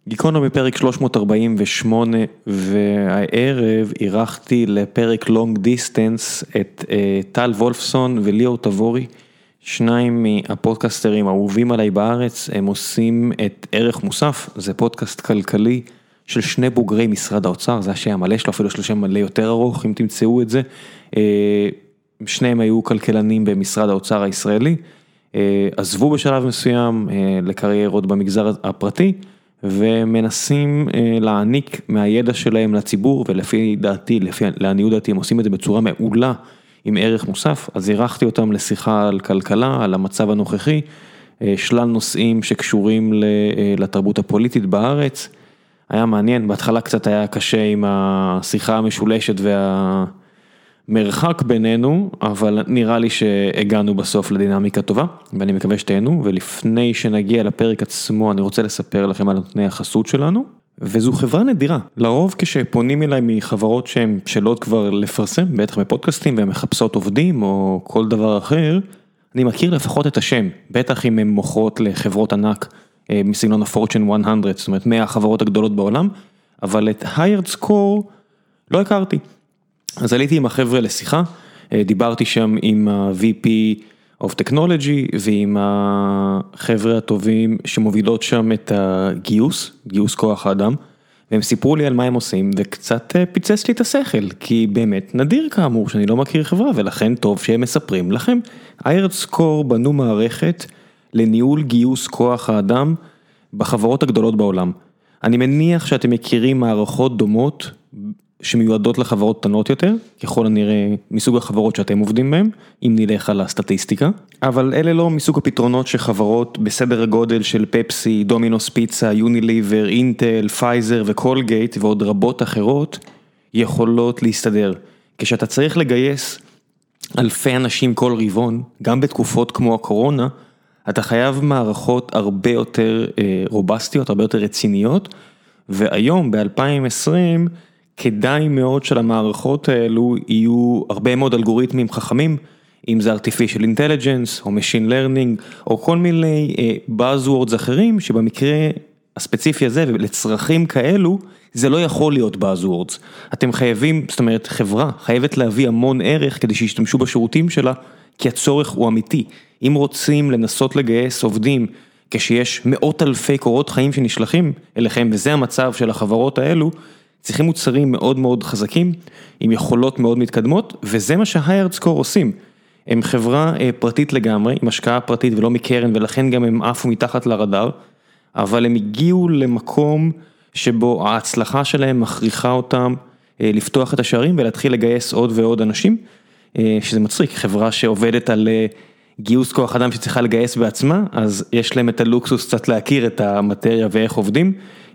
גיקונומי פרק 348, והערב אירחתי לפרק לונג דיסטנס את טל וולפסון וליאור תבורי, שניים מהפודקאסטרים האהובים עליי בארץ. הם עושים את ערך מוסף, זה פודקאסט כלכלי של שני בוגרי משרד האוצר, זה השם המלא שלו, אפילו שלושם מלא יותר ארוך אם תמצאו את זה. שניהם היו כלכלנים במשרד האוצר הישראלי, עזבו בשלב מסוים לקריירות במגזר הפרטי, ומנסים להעניק מהידע שלהם לציבור, ולפי דעתי, לעניות דעתי, הם עושים את זה בצורה מעולה עם ערך מוסף. אז אירחתי אותם לשיחה על כלכלה, על המצב הנוכחי, שלל נושאים שקשורים לתרבות הפוליטית בארץ. היה מעניין, בהתחלה קצת היה קשה עם השיחה המשולשת והמרחק בינינו, אבל נראה לי שהגענו בסוף לדינמיקה טובה, ואני מקווה שתהנו. ולפני שנגיע לפרק עצמו, אני רוצה לספר לכם על נותני החסות שלנו, וזו חברה נדירה. לרוב כשפונים אליי מחברות שהן שאלות כבר לפרסם, בטח בפודקאסטים, והן מחפשות עובדים או כל דבר אחר, אני מכיר לפחות את השם, בטח אם הן מוכרות לחברות ענק, מסגנון ה-Fortune 100, זאת אומרת 100 החברות הגדולות בעולם, אבל את HiredScore לא הכרתי. אז עליתי עם החבר'ה לשיחה, דיברתי שם עם ה-VP of Technology, ועם החבר'ה הטובים שמובילות שם את גיוס כוח האדם, והם סיפרו לי על מה הם עושים, וקצת פיצץ לי את השכל, כי באמת נדיר כאמור שאני לא מכיר חברה, ולכן טוב שהם מספרים לכם. HiredScore בנו מערכת לניהול גיוס כוח האדם בחברות הגדולות בעולם. אני מניח שאתם מכירים מערכות דומות שמיועדות לחברות קטנות יותר, ככל הנראה מסוג החברות שאתם עובדים בהן, אם נלך על הסטטיסטיקה, אבל אלה לא מסוג הפתרונות שחברות בסדר הגודל של פפסי, דומינוס פיצה, יוניליבר, אינטל, פייזר וקולגייט ועוד רבות אחרות יכולות להסתדר. כשאתה צריך לגייס אלפי אנשים כל רבעון, גם בתקופות כמו הקורונה, אתה חייב מערכות הרבה יותר רובסטיות, הרבה יותר רציניות, והיום ב-2020 כדאי מאוד של המערכות האלו יהיו הרבה מאוד אלגוריתמים חכמים, אם זה artificial intelligence או machine learning או כל מיני buzzwords אחרים, שבמקרה הספציפי הזה ולצרכים כאלו, זה לא יכול להיות buzzwords. אתם חייבים, זאת אומרת חברה חייבת להביא המון ערך כדי שישתמשו בשירותים שלה, כי הצורך הוא אמיתי. אם רוצים לנסות לגייס עובדים, כשיש מאות אלפי קורות חיים שנשלחים אליכם, וזה המצב של החברות האלו, צריכים מוצרים מאוד מאוד חזקים, עם יכולות מאוד מתקדמות, וזה מה שה-HiredScore עושים. הם חברה פרטית לגמרי, עם השקעה פרטית ולא מקרן, ולכן גם הם עפו מתחת לרדאר, אבל הם הגיעו למקום שבו ההצלחה שלהם מכריחה אותם לפתוח את השערים, ולהתחיל לגייס עוד ועוד אנשים, שזה מצחיק, חברה שעובדת על גיוס כוח אדם שצריכה לגייס בעצמה, אז יש להם את הלוקסוס קצת להכיר את המטריה ואיך עובדים,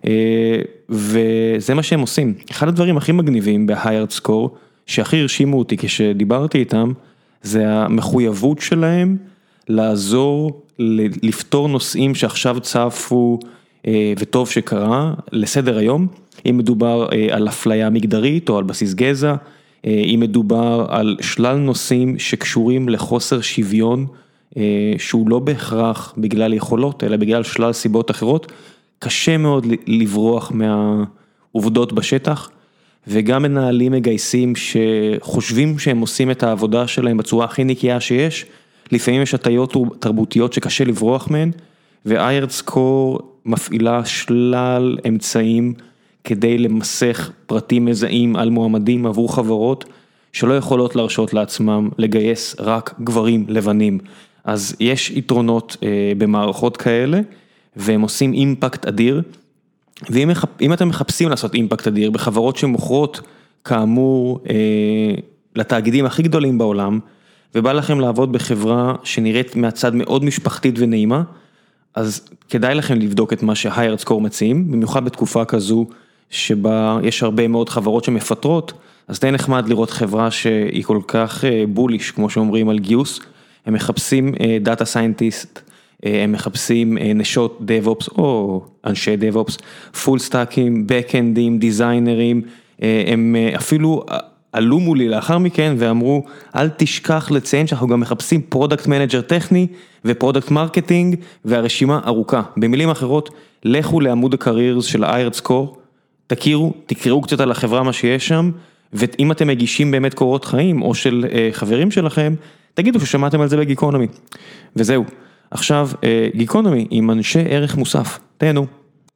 וזה מה שהם עושים. אחד הדברים הכי מגניבים ב-HiredScore, שהכי הרשימו אותי כשדיברתי איתם, זה המחויבות שלהם לעזור, לפתור נושאים שעכשיו צפו, וטוב שקרה, לסדר היום, אם מדובר על אפליה מגדרית או על בסיס גזע, אם מדובר על שלל נושאים שקשורים לחוסר שוויון, שהוא לא בהכרח בגלל יכולות, אלא בגלל שלל סיבות אחרות, קשה מאוד לברוח מהעובדות בשטח, וגם מנהלים מגייסים שחושבים שהם עושים את העבודה שלהם בצורה הכי נקייה שיש, לפעמים יש הטיות תרבותיות שקשה לברוח מהן, ו-HiredScore מפעילה שלל אמצעים כדי למסך פרטים מזהים על מועמדים עבור חברות, שלא יכולות להרשות לעצמם לגייס רק גברים לבנים. אז יש יתרונות במערכות כאלה, והם עושים אימפקט אדיר, ואם אתם מחפשים לעשות אימפקט אדיר, בחברות שמוכרות כאמור לתאגידים הכי גדולים בעולם, ובא לכם לעבוד בחברה שנראית מהצד מאוד משפחתית ונעימה, אז כדאי לכם לבדוק את מה שה-HiredScore מציעים, במיוחד בתקופה כזו, שבה יש הרבה מאוד חברות שמפטרות, אז די נחמד לראות חברה שהיא כל כך בוליש, כמו שאומרים על גיוס, הם מחפשים דאטה סיינטיסט, הם מחפשים נשות DevOps או אנשי DevOps, פול סטאקים, בקאנדים, דיזיינרים, הם אפילו עלו מולי לאחר מכן ואמרו, אל תשכח לציין שאנחנו גם מחפשים פרודקט מנג'ר טכני ופרודקט מרקטינג, והרשימה ארוכה. במילים אחרות, לכו לעמוד הקריירס של ה-IRT Score, תכירו, תקראו קצת על החברה מה שיש שם, ואם אתם מגישים באמת קורות חיים או של חברים שלכם, תגידו ששמעתם על זה בגיקונומי. וזהו. עכשיו, גיקונומי עם אנשי ערך מוסף. תהנו.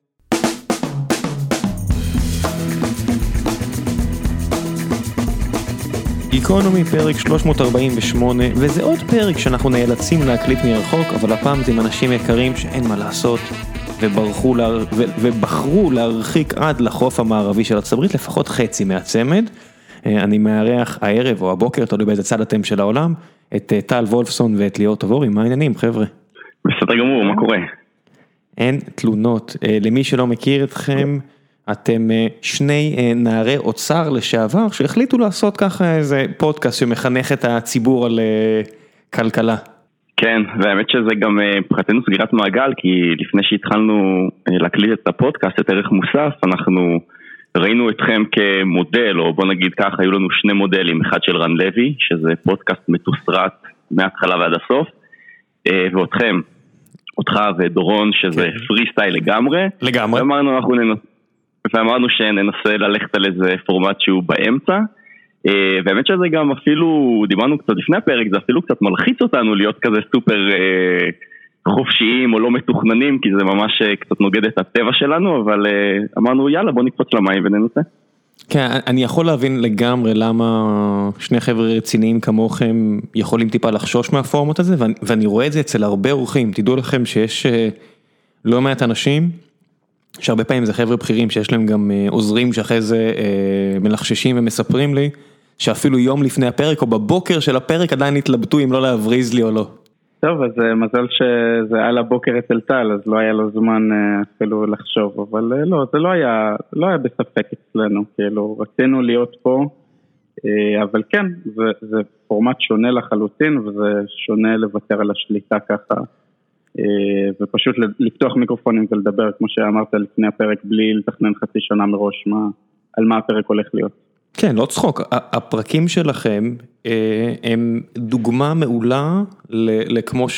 גיקונומי פרק 348, וזה עוד פרק שאנחנו נאלצים להקליט מרחוק, אבל הפעם זה עם אנשים יקרים שאין מה לעשות, ובחרו להרחיק עד לחוף המערבי של ארצות הברית, לפחות חצי מהצמד. אני מארח הערב או הבוקר, תלוי באיזה צד אתם של העולם, את טל וולפסון ואת ליאור תבורי. מה העניינים, חבר'ה? בסדר גמור, מה קורה? אין תלונות. למי שלא מכיר אתכם, אתם שני נערי אוצר לשעבר, שהחליטו לעשות ככה איזה פודקאסט שמחנך את הציבור על כלכלה. כן, והאמת שזה גם מבחינתנו סגירת מעגל, כי לפני שהתחלנו להקליט את הפודקאסט, את ערך מוסף, אנחנו ראינו אתכם כמודל, או בוא נגיד ככה, היו לנו שני מודלים, אחד של רן לוי, שזה פודקאסט מתוסרט מההתחלה ועד הסוף, ואותכם, אותך ודורון, שזה פרי סטייל לגמרי. לגמרי. ואמרנו שננסה ללכת על איזה פורמט שהוא באמצע, והאמת שזה גם אפילו, דיברנו קצת לפני הפרק, זה אפילו קצת מלחיץ אותנו להיות כזה סופר חופשיים או לא מתוכננים, כי זה ממש קצת נוגד את הטבע שלנו, אבל אמרנו יאללה בוא נקפוץ למים וננסה. כן, אני יכול להבין לגמרי למה שני חבר'ה רציניים כמוכם יכולים טיפה לחשוש מהפורמט הזה, ואני רואה את זה אצל הרבה אורחים. תדעו לכם שיש לא מעט אנשים, שהרבה פעמים זה חבר'ה בכירים שיש להם גם עוזרים שאחרי זה מלחששים ומספרים לי, שאפילו יום לפני הפרק או בבוקר של הפרק עדיין התלבטו אם לא להבריז לי או לא. טוב, אז מזל שזה על הבוקר אצל טל, אז לא היה לו זמן אפילו לחשוב, אבל לא, זה לא היה בספק אצלנו, כאילו רצינו להיות פה, אבל כן, זה פורמט שונה לחלוטין, וזה שונה לוותר על השליטה ככה, ופשוט לפתוח מיקרופונים ולדבר, כמו שאמרת לפני הפרק, בלי לתכנן חצי שנה מראש על מה הפרק הולך להיות. כן, לא צחוק, הפרקים שלכם הם דוגמה מעולה לכמו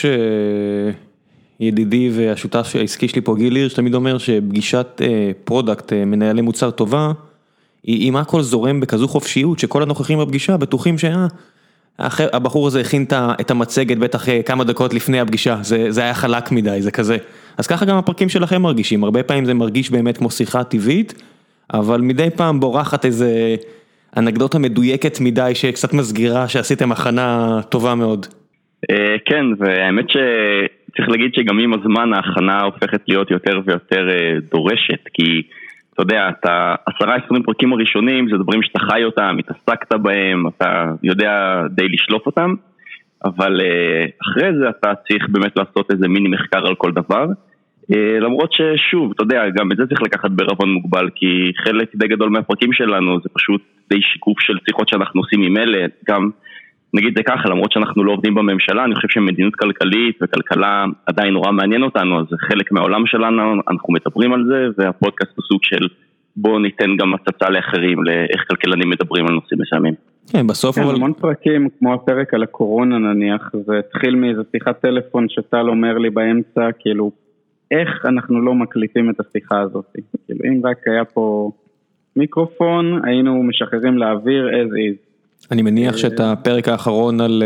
שידידי והשותף העסקי שלי פה גיל הירש תמיד אומר שפגישת פרודקט מנהלי מוצר טובה, אם הכל זורם בכזו חופשיות שכל הנוכחים בפגישה בטוחים הבחור הזה הכין את המצגת בטח כמה דקות לפני הפגישה, זה היה חלק מדי, זה כזה. אז ככה גם הפרקים שלכם מרגישים, הרבה פעמים זה מרגיש באמת כמו שיחה טבעית, אבל מדי פעם בורחת איזה אנקדוטה מדויקת מדי שקצת מסגירה שעשיתם הכנה טובה מאוד. כן, והאמת שצריך להגיד שגם עם הזמן ההכנה הופכת להיות יותר ויותר דורשת, כי אתה יודע, אתה 10-20 פרקים הראשונים, זה דברים שאתה חי אותם, התעסקת בהם, אתה יודע די לשלוף אותם, אבל אחרי זה אתה צריך באמת לעשות איזה מיני מחקר על כל דבר, למרות ששוב, אתה יודע, גם את זה צריך לקחת בערבון מוגבל, כי חלק די גדול מהפרקים שלנו זה פשוט די שיקוף של שיחות שאנחנו עושים עם אלה, גם נגיד זה ככה, למרות שאנחנו לא עובדים בממשלה, אני חושב שמדיניות כלכלית וכלכלה עדיין נורא מעניין אותנו, אז זה חלק מהעולם שלנו, אנחנו מדברים על זה, והפודקאסט הוא סוג של בואו ניתן גם הצצה לאחרים, לאיך כלכלנים מדברים על נושאים מסוימים. כן, בסוף אבל המון פרקים, כמו הפרק על הקורונה נניח, זה התחיל מאיזו שיחת טלפון שטל אומר לי באמצע, כאילו, איך אנחנו לא מקליטים את השיחה הזאת? כאילו, אם רק היה פה מיקרופון, היינו משחררים לאוויר as is. אני מניח שאת הפרק האחרון על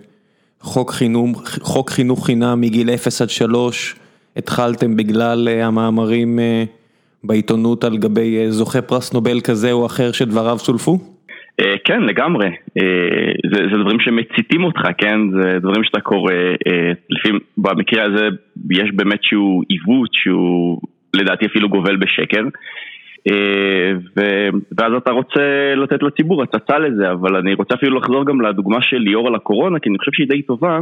חוק חינוך חינם מגיל 0 עד 3, התחלתם בגלל המאמרים בעיתונות על גבי זוכה פרס נובל כזה או אחר שדבריו סולפו? כן, לגמרי. זה דברים שמציתים אותך, כן? זה דברים שאתה קורא, לפעמים במקרה הזה יש באמת שהוא עיוות, שהוא לדעתי אפילו גובל בשקר, ואז אתה רוצה לתת לציבור הצצה לזה, אבל אני רוצה אפילו לחזור גם לדוגמה של ליאור על הקורונה, כי אני חושב שהיא די טובה.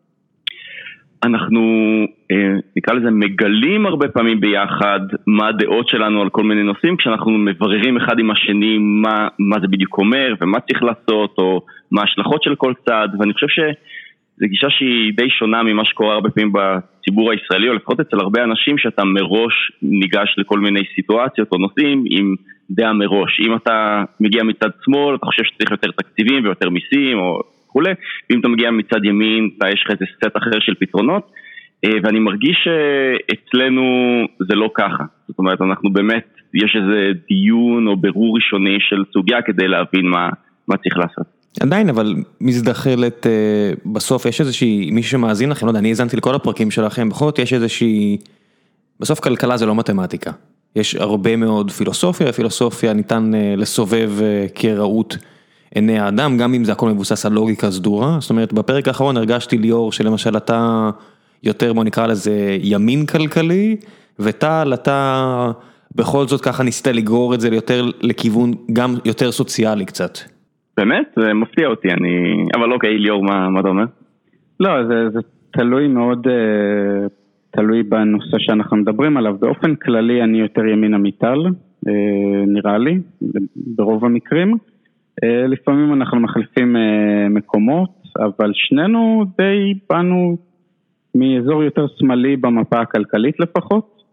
אנחנו נקרא לזה מגלים הרבה פעמים ביחד מה הדעות שלנו על כל מיני נושאים, כשאנחנו מבררים אחד עם השני מה זה בדיוק אומר ומה צריך לעשות או מה ההשלכות של כל צעד, ואני חושב שזו גישה שהיא די שונה ממה שקורה הרבה פעמים בציבור הישראלי, או לפחות אצל הרבה אנשים שאתה מראש ניגש לכל מיני סיטואציות או נושאים עם דעה מראש. אם אתה מגיע מצד שמאל, אתה חושב שצריך יותר תקציבים ויותר מיסים או כולי, ואם אתה מגיע מצד ימין, יש לך איזה סט אחר של פתרונות, ואני מרגיש שאצלנו זה לא ככה. זאת אומרת, אנחנו באמת, יש איזה דיון או בירור ראשוני של סוגיה כדי להבין מה צריך לעשות. עדיין, אבל מזדחלת, בסוף יש איזושהי, מי שמאזין לכם, לא יודע, אני האזנתי לכל הפרקים שלכם, בכל זאת יש איזושהי, בסוף כלכלה זה לא מתמטיקה. יש הרבה מאוד פילוסופיה ניתן לסובב כראות עיני האדם, גם אם זה הכל מבוסס על לוגיקה סדורה. זאת אומרת, בפרק האחרון הרגשתי ליאור שלמשל אתה יותר, בוא נקרא לזה ימין כלכלי, וטל אתה בכל זאת ככה ניסתה לגרור את זה יותר לכיוון גם יותר סוציאלי קצת. באמת? זה מפתיע אותי, אבל אוקיי, ליאור, מה אתה אומר? לא, זה תלוי מאוד, תלוי בנושא שאנחנו מדברים עליו. באופן כללי אני יותר ימין מטל, נראה לי, ברוב המקרים. לפעמים אנחנו מחליפים מקומות, אבל שנינו די באנו מאזור יותר שמאלי במפה הכלכלית לפחות,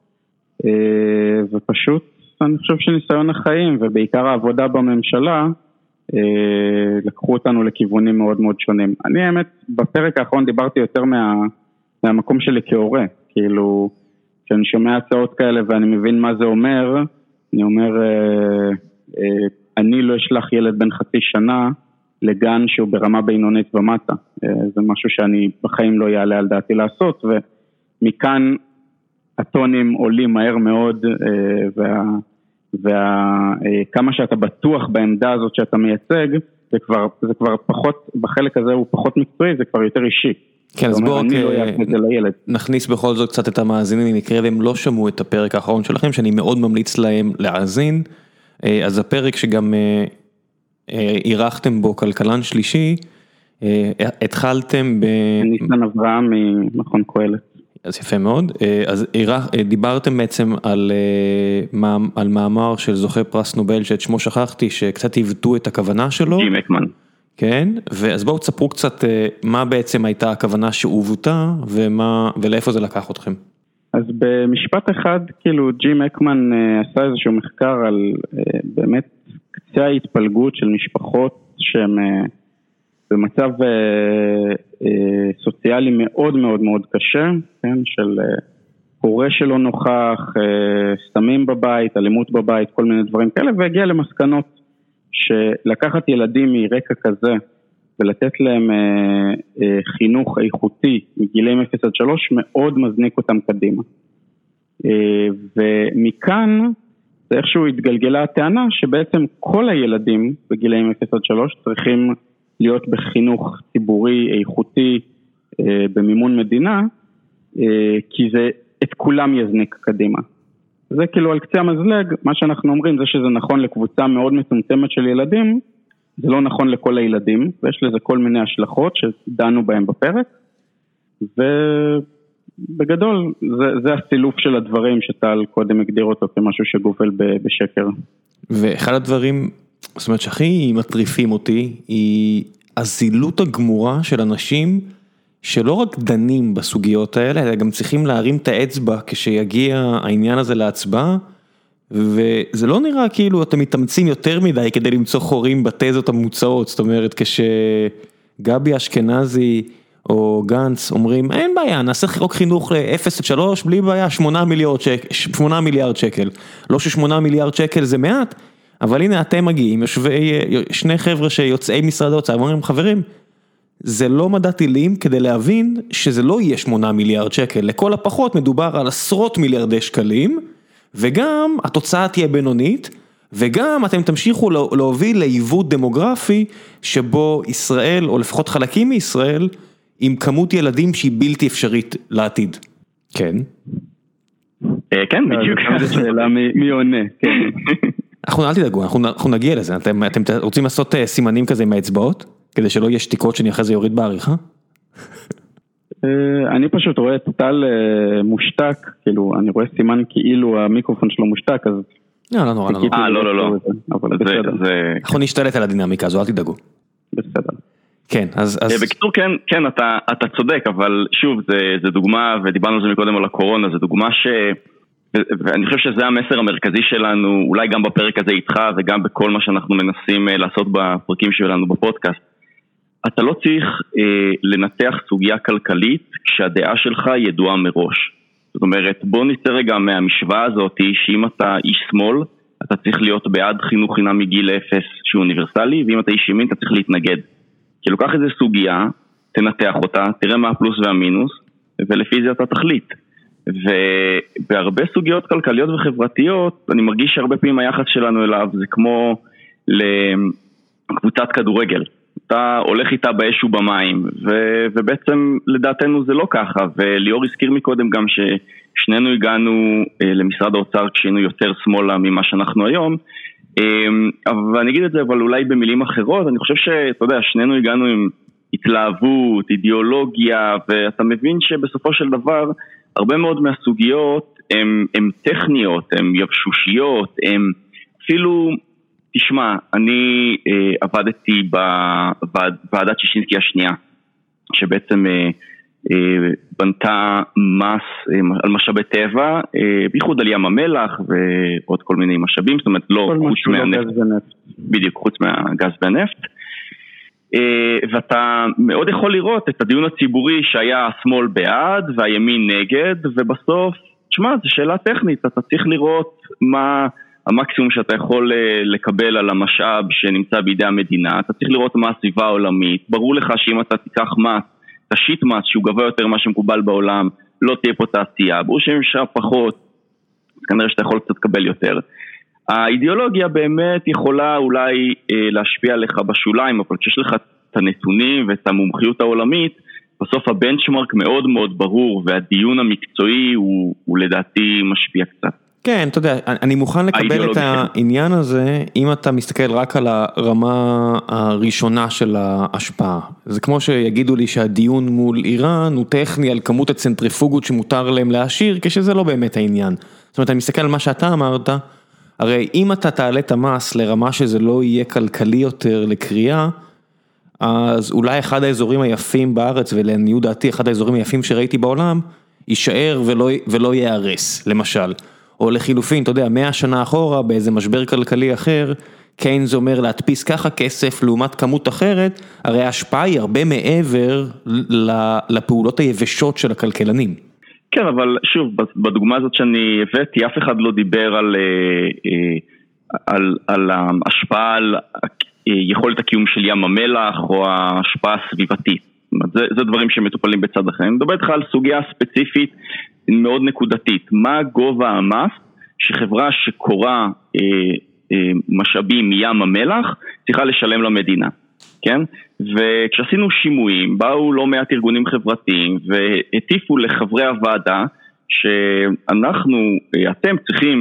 ופשוט אני חושב שניסיון החיים ובעיקר העבודה בממשלה לקחו אותנו לכיוונים מאוד מאוד שונים. אני האמת בפרק האחרון דיברתי יותר מהמקום שלי כהורה, כאילו כשאני שומע הצעות כאלה ואני מבין מה זה אומר, אני אומר אני לא אשלח ילד בן חצי שנה לגן שהוא ברמה בינונית ומטה, זה משהו שאני בחיים לא יעלה על דעתי לעשות, ומכאן הטונים עולים מהר מאוד, וכמה שאתה בטוח בעמדה הזאת שאתה מייצג, זה כבר פחות, בחלק הזה הוא פחות מקצועי, זה כבר יותר אישי. כן, אז בואו נכניס בכל זאת קצת את המאזינים, במקרה והם לא שמעו את הפרק האחרון שלכם, שאני מאוד ממליץ להם להאזין, אז הפרק שגם אירחתם בו כלכלן שלישי, התחלתם ניסן אברהם ממכון קהלת. אז יפה מאוד, אז דיברתם בעצם על מאמר של זוכה פרס נובל, שאת שמו שכחתי, שקצת עיוותו את הכוונה שלו. ג'ים אקמן. כן, אז בואו תספרו קצת מה בעצם הייתה הכוונה שעובתה, ולאיפה זה לקח אתכם. אז במשפט אחד, כאילו ג'ים אקמן עשה איזשהו מחקר על באמת קצה ההתפלגות של משפחות שהן במצב סוציאלי מאוד מאוד מאוד קשה, כן, של הורה שלא נוכח, סמים בבית, אלימות בבית, כל מיני דברים כאלה, והגיע למסקנות שלקחת ילדים מרקע כזה ולתת להם חינוך איכותי מגילאים 0-3 מאוד מזניק אותם קדימה. ומכאן זה איכשהו התגלגלה הטענה שבעצם כל הילדים בגילאים 0-3 צריכים להיות בחינוך ציבורי איכותי במימון מדינה, כי זה את כולם יזניק קדימה. זה כאילו על קצה המזלג, מה שאנחנו אומרים זה שזה נכון לקבוצה מאוד מצומצמת של ילדים, זה לא נכון לכל הילדים, ויש לזה כל מיני השלכות שדנו בהם בפרק, ובגדול זה הסילוף של הדברים שטל קודם הגדיר אותו כמשהו שגובל בשקר. ואחד הדברים, זאת אומרת שהכי מטריפים אותי, היא הזילות הגמורה של אנשים שלא רק דנים בסוגיות האלה, אלא גם צריכים להרים את האצבע כשיגיע העניין הזה להצבעה, וזה לא נראה כאילו אתם מתאמצים יותר מדי כדי למצוא חורים בתזות המוצאות, זאת אומרת כשגבי אשכנזי או גנץ אומרים אין בעיה, נעשה חוק חינוך ל-0-3 בלי בעיה, 8 מיליארד שקל, לא ש8 מיליארד שקל זה מעט, אבל הנה אתם מגיעים, שני חבר'ה שיוצאי משרד האוצר, אומרים חברים, זה לא מדע טילים כדי להבין שזה לא יהיה 8 מיליארד שקל, לכל הפחות מדובר על עשרות מיליארדי שקלים, וגם התוצאה תהיה בינונית, וגם אתם תמשיכו להוביל לעיוות דמוגרפי, שבו ישראל, או לפחות חלקים מישראל, עם כמות ילדים שהיא בלתי אפשרית לעתיד. כן? כן, בדיוק. זו שאלה מי עונה, כן. אל תדאגו, אנחנו נגיע לזה, אתם רוצים לעשות סימנים כזה עם האצבעות, כדי שלא יהיה שתיקות שאני אחרי זה יוריד בעריכה? אני פשוט רואה את טל מושתק, כאילו, אני רואה סימן כאילו המיקרופון שלו מושתק, אז... לא נורא. לא. אבל בסדר. אנחנו נשתלט על הדינמיקה הזו, אל תדאגו. בסדר. כן, אז... בקיצור, כן, אתה צודק, אבל שוב, זה דוגמה, ודיברנו על זה מקודם על הקורונה, זה דוגמה ואני חושב שזה המסר המרכזי שלנו, אולי גם בפרק הזה איתך וגם בכל מה שאנחנו מנסים לעשות בפרקים שלנו בפודקאסט. אתה לא צריך לנתח סוגיה כלכלית כשהדעה שלך ידועה מראש. זאת אומרת, בוא נצא רגע מהמשוואה הזאת שאם אתה איש שמאל, אתה צריך להיות בעד חינוך חינם מגיל 0 שהוא אוניברסלי, ואם אתה איש ימין אתה צריך להתנגד. כי לוקח איזו סוגיה, תנתח אותה, תראה מה הפלוס והמינוס, ולפי זה אתה תחליט. ובהרבה סוגיות כלכליות וחברתיות, אני מרגיש שהרבה פעמים היחס שלנו אליו זה כמו לקבוצת כדורגל. אתה הולך איתה באש ובמים, ובעצם לדעתנו זה לא ככה, וליאור הזכיר מקודם גם ששנינו הגענו למשרד האוצר כשהיינו יותר שמאלה ממה שאנחנו היום, אבל אני אגיד את זה אבל אולי במילים אחרות, אני חושב שאתה יודע, שנינו הגענו עם התלהבות, אידיאולוגיה, ואתה מבין שבסופו של דבר, הרבה מאוד מהסוגיות הן טכניות, הן יבשושיות, הן אפילו, תשמע, אני עבדתי בוועדת שישינסקי השנייה, שבעצם בנתה מס על משאבי טבע, בייחוד על ים המלח ועוד כל מיני משאבים, זאת אומרת לא חוץ מהנפט, בדיוק חוץ מהגז והנפט, ואתה מאוד יכול לראות את הדיון הציבורי שהיה השמאל בעד והימין נגד, ובסוף, תשמע, זו שאלה טכנית, אתה צריך לראות מה המקסימום שאתה יכול לקבל על המשאב שנמצא בידי המדינה, אתה צריך לראות מה הסביבה העולמית, ברור לך שאם אתה תיקח מס, תשית מס שהוא גבוה יותר ממה שמקובל בעולם, לא תהיה פה תעשייה, ברור שאם יש פחות, אז כנראה שאתה יכול קצת לקבל יותר. האידיאולוגיה באמת יכולה אולי להשפיע עליך בשוליים, אבל כשיש לך את הנתונים ואת המומחיות העולמית, בסוף הבנצ'מרק מאוד מאוד ברור, והדיון המקצועי הוא לדעתי משפיע קצת. כן, אתה יודע, אני מוכן לקבל את העניין הזה, אם אתה מסתכל רק על הרמה הראשונה של ההשפעה. זה כמו שיגידו לי שהדיון מול איראן הוא טכני על כמות הצנטריפוגות שמותר להם להשאיר, כשזה לא באמת העניין. זאת אומרת, אני מסתכל על מה שאתה אמרת, הרי אם אתה תעלה את המס לרמה שזה לא יהיה כלכלי יותר לקריאה, אז אולי אחד האזורים היפים בארץ, ולעניות דעתי, אחד האזורים היפים שראיתי בעולם, יישאר ולא יערס, למשל. או לחילופין, אתה יודע, 100 שנה אחורה, באיזה משבר כלכלי אחר, קיינס אומר להדפיס ככה כסף לעומת כמות אחרת, הרי ההשפעה היא הרבה מעבר לפעולות היבשות של הכלכלנים. כן, אבל שוב, בדוגמה הזאת שאני הבאתי, אף אחד לא דיבר על ההשפעה על יכולת הקיום של ים המלח, או ההשפעה הסביבתית. זה דברים שמטופלים בצד אחר. אני מדבר איתך על סוגיה ספציפית מאוד נקודתית. מה גובה המס שחברה שקורה משאבים מים המלח צריכה לשלם למדינה? כן? וכשעשינו שימועים, באו לא מעט ארגונים חברתיים והטיפו לחברי הוועדה שאנחנו, אתם צריכים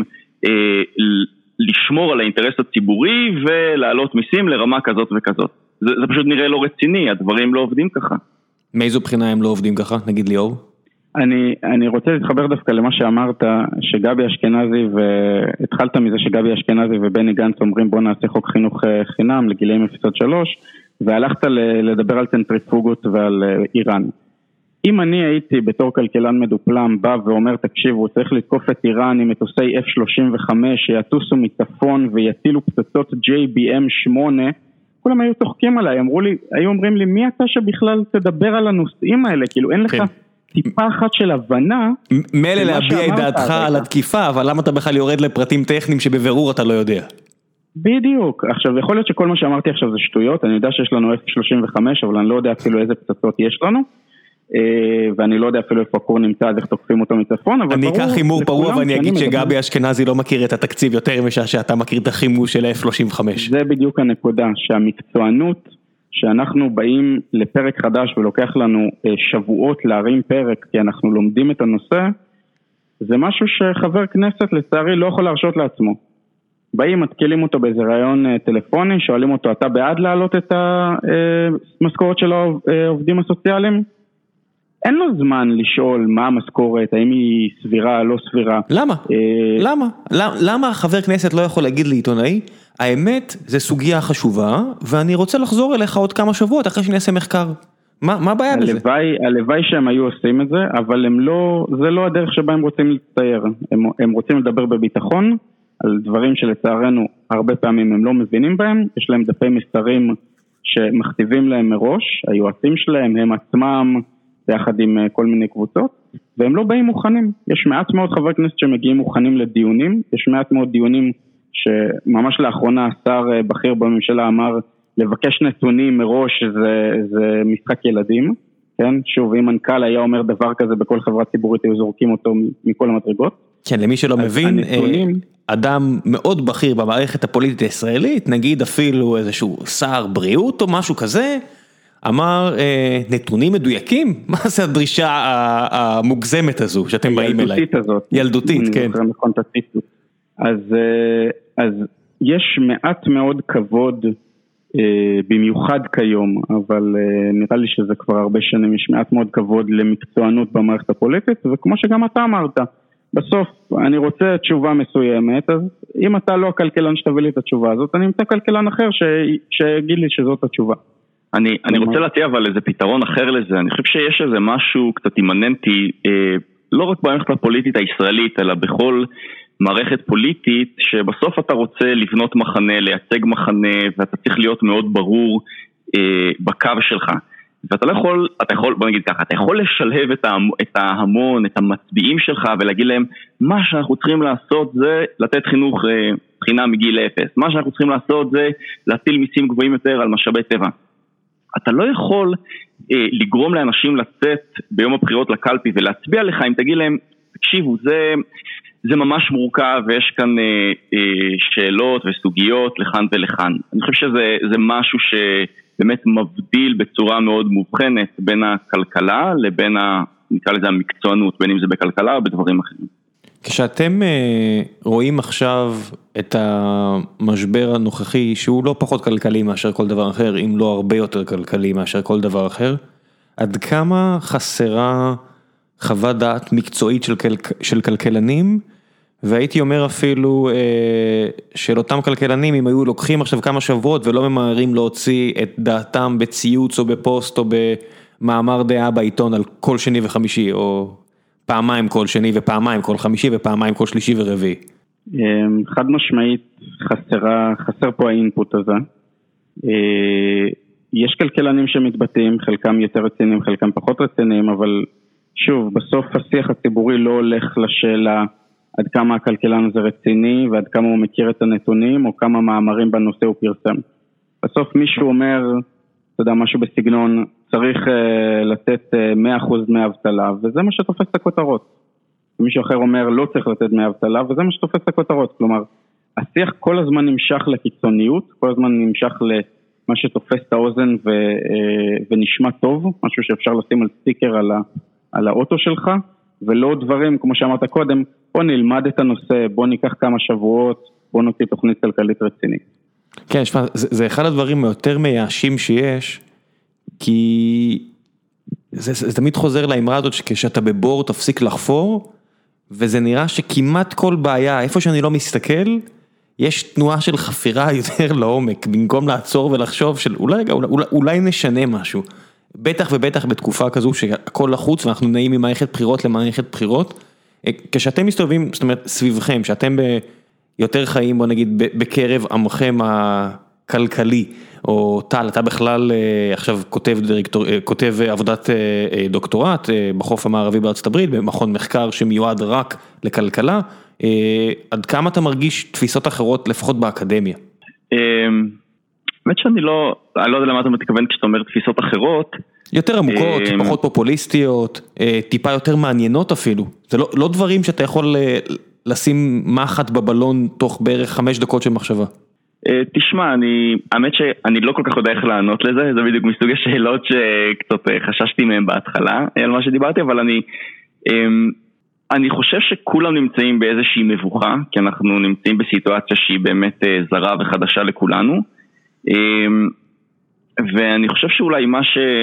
לשמור על האינטרס הציבורי ולהעלות מיסים לרמה כזאת וכזאת. זה פשוט נראה לא רציני, הדברים לא עובדים ככה. מאיזו בחינה הם לא עובדים ככה? נגיד ליאור. אני רוצה להתחבר דווקא למה שאמרת, שגבי אשכנזי, והתחלת מזה שגבי אשכנזי ובני גנץ אומרים בוא נעשה חוק חינוך חינם לגילאים 0-3, והלכת לדבר על צנטריפוגות ועל איראן. אם אני הייתי בתור כלכלן מדופלם בא ואומר תקשיבו, צריך לתקוף את איראן עם מטוסי F-35 שיטוסו מצפון ויטילו פצצות JBM-8, כולם היו צוחקים עליי, היו אומרים לי מי אתה שבכלל תדבר על הנושאים האלה, כאילו אין לך טיפה אחת של הבנה. מילא להביע את דעתך על התקיפה, אבל למה אתה בכלל יורד לפרטים טכניים שבבירור אתה לא יודע? בדיוק, עכשיו יכול להיות שכל מה שאמרתי עכשיו זה שטויות, אני יודע שיש לנו F-35, אבל אני לא יודע אפילו איזה פצצות יש לנו, ואני לא יודע אפילו איפה הכור נמצא, אז איך תוקפים אותו מצפון, אבל אני אקח חימור פרוע ואני אגיד שגבי אשכנזי לא מכיר את התקציב יותר משעה שאתה מכיר את החימור של F-35. זה בדיוק הנקודה, שהמקצוענות, שאנחנו באים לפרק חדש ולוקח לנו שבועות להרים פרק, כי אנחנו לומדים את הנושא, זה משהו שחבר כנסת לצערי לא יכול להרשות לעצמו. באים, מתקילים אותו באיזה רעיון טלפוני, שואלים אותו, אתה בעד להעלות את המשכורת של העובדים הסוציאליים? אין לו זמן לשאול מה המשכורת, האם היא סבירה, לא סבירה. למה? למה חבר כנסת לא יכול להגיד לעיתונאי, האמת זה סוגיה חשובה, ואני רוצה לחזור אליך עוד כמה שבועות אחרי שאני אעשה מחקר. מה הבעיה בזה? הלוואי שהם היו עושים את זה, אבל זה לא הדרך שבה הם רוצים להצטייר. הם רוצים לדבר בביטחון, על דברים שלצערנו הרבה פעמים הם לא מבינים בהם, יש להם דפי מסרים שמכתיבים להם מראש, היועצים שלהם, הם עצמם, ביחד עם כל מיני קבוצות, והם לא באים מוכנים. יש מעט מאוד חברי כנסת שמגיעים מוכנים לדיונים, יש מעט מאוד דיונים שממש לאחרונה השר בכיר בממשלה אמר, לבקש נתונים מראש זה משחק ילדים, כן? שוב, אם מנכ"ל היה אומר דבר כזה בכל חברה ציבורית, היו זורקים אותו מכל המדרגות. כן, למי שלא מבין, אדם מאוד בכיר במערכת הפוליטית הישראלית, נגיד אפילו איזשהו שר בריאות או משהו כזה, אמר נתונים מדויקים? מה זה הדרישה המוגזמת הזו שאתם באים אליי? ילדותית הזאת. ילדותית, כן. אז יש מעט מאוד כבוד, במיוחד כיום, אבל נראה לי שזה כבר הרבה שנים, יש מעט מאוד כבוד למקצוענות במערכת הפוליטית, וכמו שגם אתה אמרת, בסוף אני רוצה תשובה מסוימת, אז אם אתה לא הכלכלן שתביא לי את התשובה הזאת, אני אמצא כלכלן אחר שיגיד לי שזאת התשובה. אני רוצה להציע אבל איזה פתרון אחר לזה, אני חושב שיש איזה משהו קצת אימננטי, לא רק במערכת הפוליטית הישראלית, אלא בכל מערכת פוליטית, שבסוף אתה רוצה לבנות מחנה, לייצג מחנה, ואתה צריך להיות מאוד ברור בקו שלך. ואתה לא יכול, בוא נגיד ככה, אתה יכול לשלהב את ההמון, את המצביעים שלך, ולהגיד להם, מה שאנחנו צריכים לעשות זה לתת חינוך חינם מגיל 0. מה שאנחנו צריכים לעשות זה להטיל מיסים גבוהים יותר על משאבי טבע. אתה לא יכול לגרום לאנשים לצאת ביום הבחירות לקלפי ולהצביע לך, אם תגיד להם, תקשיבו, זה ממש מורכב, ויש כאן שאלות וסוגיות לכאן ולכאן. אני חושב שזה משהו שבאמת מבדיל בצורה מאוד מובחנת בין הכלכלה לבין, נקרא לזה המקצוענות, בין אם זה בכלכלה או בדברים אחרים. כשאתם רואים עכשיו את המשבר הנוכחי, שהוא לא פחות כלכלי מאשר כל דבר אחר, אם לא הרבה יותר כלכלי מאשר כל דבר אחר, עד כמה חסרה חוות דעת מקצועית של כלכלנים, והייתי אומר אפילו של אותם כלכלנים, אם היו לוקחים עכשיו כמה שבועות ולא ממהרים להוציא את דעתם בציוץ או בפוסט או במאמר דעה בעיתון על כל שני וחמישי, או פעמיים כל שני ופעמיים כל חמישי ופעמיים כל שלישי ורביעי. חד משמעית חסר פה האינפוט הזה. יש כלכלנים שמתבטאים, חלקם יותר רציניים, חלקם פחות רציניים, אבל שוב, בסוף השיח הציבורי לא הולך לשאלה עד כמה הכלכלן הזה רציני ועד כמה הוא מכיר את הנתונים או כמה מאמרים בנושא הוא פרסם. בסוף מישהו אומר, אתה יודע, משהו בסגנון, צריך לתת 100% דמי אבטלה, וזה מה שתופס את הכותרות. מישהו אחר אומר, לא צריך לתת דמי אבטלה, וזה מה שתופס את הכותרות. כלומר, השיח כל הזמן נמשך לקיצוניות, כל הזמן נמשך למה שתופס את האוזן ונשמע טוב, משהו שאפשר לשים על סטיקר על האוטו שלך, ולא דברים, כמו שאמרת קודם, בוא נלמד את הנושא, בוא ניקח כמה שבועות, בוא נוציא תוכנית כלכלית רצינית. כן, זה אחד הדברים היותר מייאשים שיש, כי זה תמיד חוזר לאמרה הזאת שכשאתה בבור תפסיק לחפור, וזה נראה שכמעט כל בעיה, איפה שאני לא מסתכל, יש תנועה של חפירה יותר לעומק, במקום לעצור ולחשוב של אולי נשנה משהו. בטח ובטח בתקופה כזו שהכל לחוץ, ואנחנו נעים ממערכת בחירות למערכת בחירות, כשאתם מסתובבים, זאת אומרת, סביבכם, שאתם ביותר חיים, בוא נגיד, בקרב עמכם הכלכלי, או טל, אתה בכלל עכשיו כותב עבודת דוקטורט בחוף המערבי בארצות הברית, במכון מחקר שמיועד רק לכלכלה, עד כמה אתה מרגיש תפיסות אחרות, לפחות באקדמיה? באמת שאני לא יודע למה אתה מתכוון כשאתה אומר תפיסות אחרות. יותר עמוקות, פחות פופוליסטיות, טיפה יותר מעניינות אפילו. זה לא דברים שאתה יכול לשים מחט בבלון תוך בערך 5 דקות של מחשבה. תשמע, האמת שאני לא כל כך יודע איך לענות לזה, זה בדיוק מסוג השאלות שקצת חששתי מהם בהתחלה על מה שדיברתי, אבל אני חושב שכולם נמצאים באיזושהי מבוכה, כי אנחנו נמצאים בסיטואציה שהיא באמת זרה וחדשה לכולנו, ואני חושב שאולי מה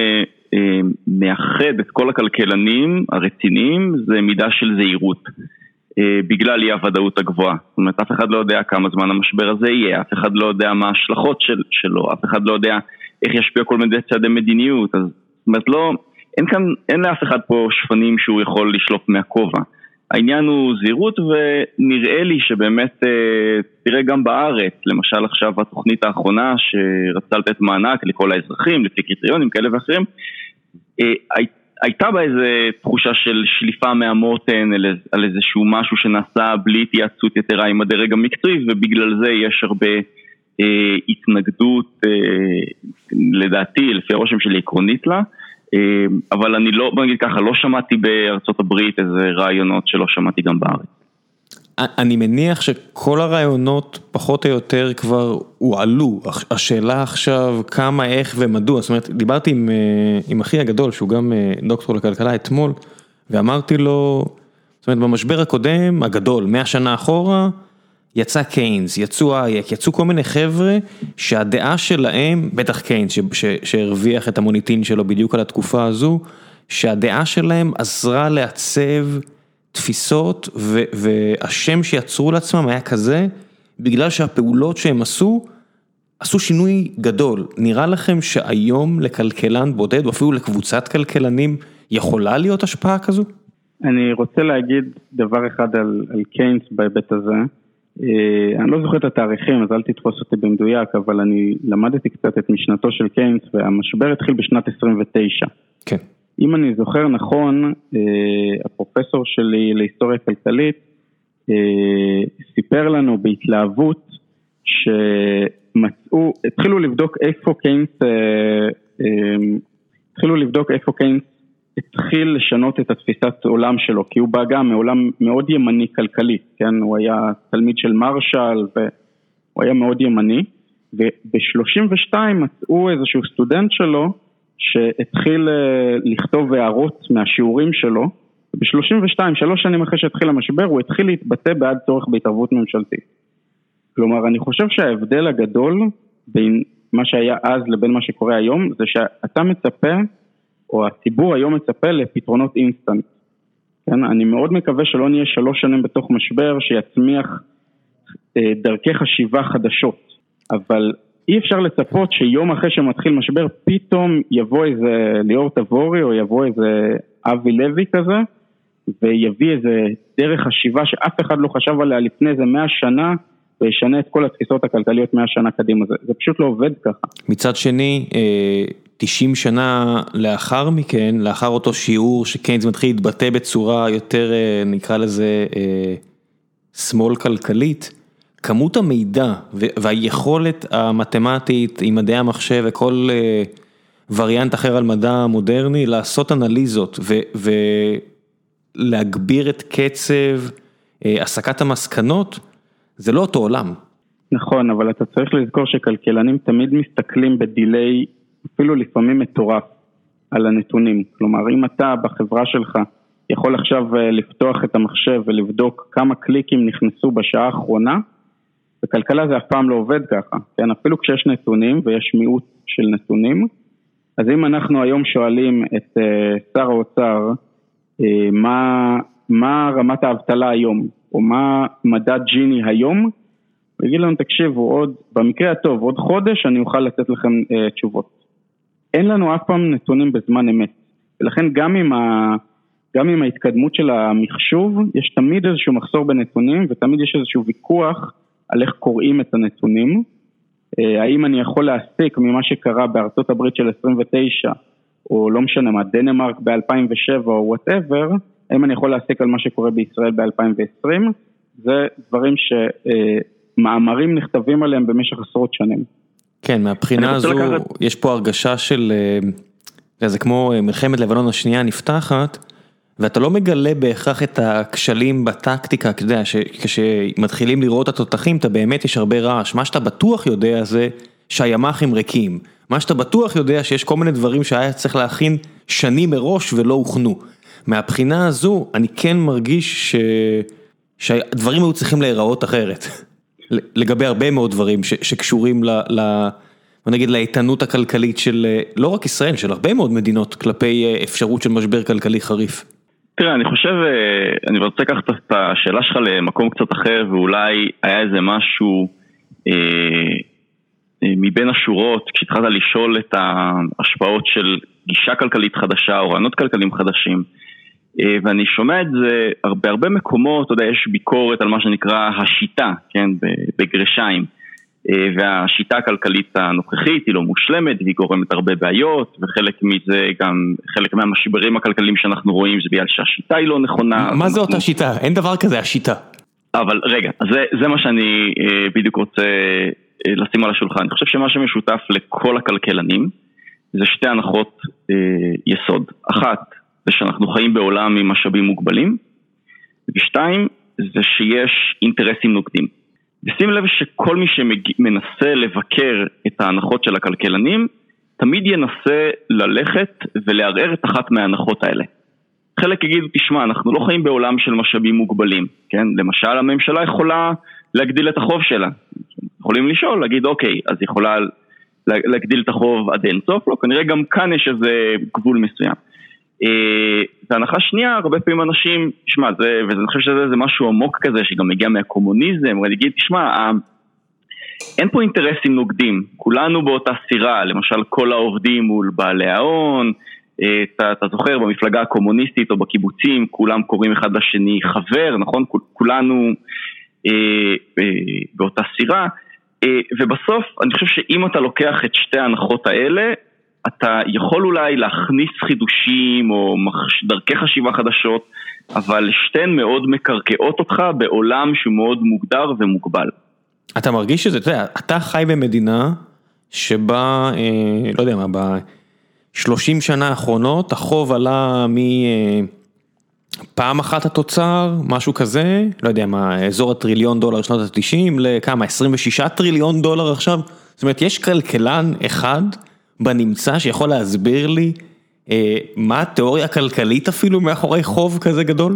שמאחד את כל הכלכלנים הרציניים זה מידה של זהירות, בגלל אי הוודאות הגבוהה. זאת אומרת, אף אחד לא יודע כמה זמן המשבר הזה יהיה, אף אחד לא יודע מה ההשלכות שלו, אף אחד לא יודע איך ישפיע כל מיני צעדי מדיניות, אז זאת אומרת, אין לאף אחד פה שפנים שהוא יכול לשלוף מהכובע. העניין הוא זהירות, ונראה לי שבאמת, תראה גם בארץ, למשל עכשיו התוכנית האחרונה שרצה לתת מענק לכל האזרחים, לפי קריטריונים כאלה ואחרים, הייתה בה איזו תחושה של שליפה מהמותן על איזשהו משהו שנעשה בלי התייעצות יתרה עם הדרג המקצועי, ובגלל זה יש הרבה התנגדות, לדעתי, לפי הרושם שלי עקרונית לה, אבל אני לא, בוא נגיד ככה, לא שמעתי בארצות הברית איזה רעיונות שלא שמעתי גם בארץ. אני מניח שכל הרעיונות פחות או יותר כבר הועלו. השאלה עכשיו כמה, איך ומדוע. זאת אומרת, דיברתי עם אחי הגדול, שהוא גם דוקטור לכלכלה אתמול, ואמרתי לו, זאת אומרת, במשבר הקודם, הגדול, 100 שנה אחורה, יצא קיינס, יצאו אייק, יצאו כל מיני חבר'ה שהדעה שלהם, בטח קיינס שהרוויח את המוניטין שלו בדיוק על התקופה הזו, שהדעה שלהם עזרה לעצב תפיסות, והשם שיצרו לעצמם היה כזה, בגלל שהפעולות שהם עשו שינוי גדול. נראה לכם שהיום לכלכלן בודד, או אפילו לקבוצת כלכלנים, יכולה להיות השפעה כזו? אני רוצה להגיד דבר אחד על קיינס בהיבט הזה. אני לא זוכר את התאריכים, אז אל תתפוס אותי במדויק, אבל אני למדתי קצת את משנתו של קיינס, והמשבר התחיל בשנת 29. כן. אם אני זוכר נכון, הפרופסור שלי להיסטוריה כלכלית סיפר לנו בהתלהבות התחילו לבדוק איפה קיינס התחיל לשנות את התפיסת עולם שלו, כי הוא בא גם מעולם מאוד ימני כלכלי, כן? הוא היה תלמיד של מרשל והוא היה מאוד ימני, וב-32 מצאו איזשהו סטודנט שלו שהתחיל לכתוב הערות מהשיעורים שלו, וב-32, 3 שנים אחרי שהתחיל המשבר, הוא התחיל להתבטא בעד צורך בהתערבות ממשלתית. כלומר, אני חושב שההבדל הגדול בין מה שהיה אז לבין מה שקורה היום, זה שאתה מצפה, או הציבור היום מצפה לפתרונות אינסטנט. כן? אני מאוד מקווה שלא נהיה 3 שנים בתוך משבר שיצמיח דרכי חשיבה חדשות. אבל אי אפשר לצפות שיום אחרי שמתחיל משבר, פתאום יבוא איזה ליאור תבורי, או יבוא איזה אבי לוי כזה, ויביא איזה דרך חשיבה שאף אחד לא חשב עליה לפני איזה 100 שנה, וישנה את כל התפיסות הכלכליות 100 שנה קדימה. זה פשוט לא עובד ככה. מצד שני, 90 שנה לאחר מכן, לאחר אותו שיעור שקיינס מתחיל להתבטא בצורה יותר, נקרא לזה, שמאל כלכלית, כמות המידע והיכולת המתמטית עם מדעי המחשב וכל וריאנט אחר על מדע המודרני, לעשות אנליזות ולהגביר את קצב הסקת המסקנות, זה לא אותו עולם. נכון, אבל אתה צריך לזכור שכלכלנים תמיד מסתכלים בדילי, אפילו לפעמים מטורף, על הנתונים. כלומר, אם אתה בחברה שלך יכול עכשיו לפתוח את המחשב ולבדוק כמה קליקים נכנסו בשעה האחרונה, בכלכלה זה אף פעם לא עובד ככה. כן? אפילו כשיש נתונים ויש מיעוט של נתונים, אז אם אנחנו היום שואלים את שר האוצר, מה רמת האבטלה היום, או מה מדד ג'יני היום, הוא יגיד לנו, תקשיבו, במקרה הטוב, עוד חודש אני אוכל לתת לכם תשובות. אין לנו אף פעם נתונים בזמן אמת. ולכן גם עם ההתקדמות של המחשוב, יש תמיד איזשהו מחסור בנתונים, ותמיד יש איזשהו ויכוח על איך קוראים את הנתונים. האם אני יכול להסיק ממה שקרה בארצות הברית של 29, או לא משנה מה, דנמרק ב-2007 או whatever, האם אני יכול להסיק על מה שקורה בישראל ב-2020, זה דברים שמאמרים נכתבים עליהם במשך עשרות שנים. כן, מהבחינה הזו, יש פה הרגשה של, זה כמו מלחמת לבנון השנייה נפתחת, ואתה לא מגלה בהכרח את הכשלים בטקטיקה, אתה יודע, כשמתחילים לראות את התותחים, אתה באמת יש הרבה רעש, מה שאתה בטוח יודע זה שהימ"חים ריקים, מה שאתה בטוח יודע שיש כל מיני דברים שהיה צריך להכין שנים מראש ולא הוכנו. מהבחינה הזו, אני כן מרגיש שהדברים היו צריכים להיראות אחרת, לגבי הרבה מאוד דברים שקשורים נגיד לאיתנות הכלכלית של לא רק ישראל, של הרבה מאוד מדינות כלפי אפשרות של משבר כלכלי חריף. תראה, אני חושב, אני רוצה לקחת את השאלה שלך למקום קצת אחר, ואולי היה איזה משהו מבין השורות, כשהתחלת לשאול את ההשפעות של גישה כלכלית חדשה או רעיונות כלכליים חדשים, ואני שומע את זה בהרבה מקומות, אתה יודע, יש ביקורת על מה שנקרא השיטה, כן, בגרשיים, והשיטה הכלכלית הנוכחית היא לא מושלמת, והיא גורמת הרבה בעיות, וחלק מזה גם, חלק מהמשברים הכלכליים שאנחנו רואים, זה בגלל שהשיטה היא לא נכונה. מה זה אותה שיטה? אין דבר כזה, השיטה. אבל רגע, זה מה שאני בדיוק רוצה לשים על השולחן. אני חושב שמה שמשותף לכל הכלכלנים, זה שתי הנחות יסוד. אחת, זה שאנחנו חיים בעולם עם משאבים מוגבלים, ושתיים, זה שיש אינטרסים נוגדים. ושים לב שכל מי שמנסה לבקר את ההנחות של הכלכלנים, תמיד ינסה ללכת ולערער את אחת מההנחות האלה. חלק יגידו, תשמע, אנחנו לא חיים בעולם של משאבים מוגבלים, כן? למשל, הממשלה יכולה להגדיל את החוב שלה. יכולים לשאול, להגיד, אוקיי, אז יכולה להגדיל את החוב עד אין סוף, לא, כנראה גם כאן יש איזה גבול מסוים. והנחה שנייה, הרבה פעמים אנשים, תשמע, ואני חושב שזה משהו עמוק כזה, שגם מגיע מהקומוניזם, ולהגיד, תשמע, אין פה אינטרסים נוגדים, כולנו באותה סירה, למשל כל העובדים מול בעלי ההון, אתה זוכר, במפלגה הקומוניסטית או בקיבוצים, כולם קוראים אחד לשני חבר, נכון? כולנו באותה סירה, ובסוף אני חושב שאם אתה לוקח את שתי ההנחות האלה, אתה יכול אולי להכניס חידושים או דרכי חשיבה חדשות, אבל שתיהן מאוד מקרקעות אותך בעולם שהוא מאוד מוגדר ומוגבל. אתה מרגיש שזה, אתה יודע, אתה חי במדינה שבה, לא יודע מה, ב-30 שנה האחרונות, החוב עלה מפעם אחת התוצר, משהו כזה, לא יודע מה, אזור $1 טריליון שנות ה-90, לכמה, $26 טריליון עכשיו? זאת אומרת, יש כלכלן אחד בנמצא שיכול להסביר לי מה התיאוריה הכלכלית אפילו מאחורי חוב כזה גדול?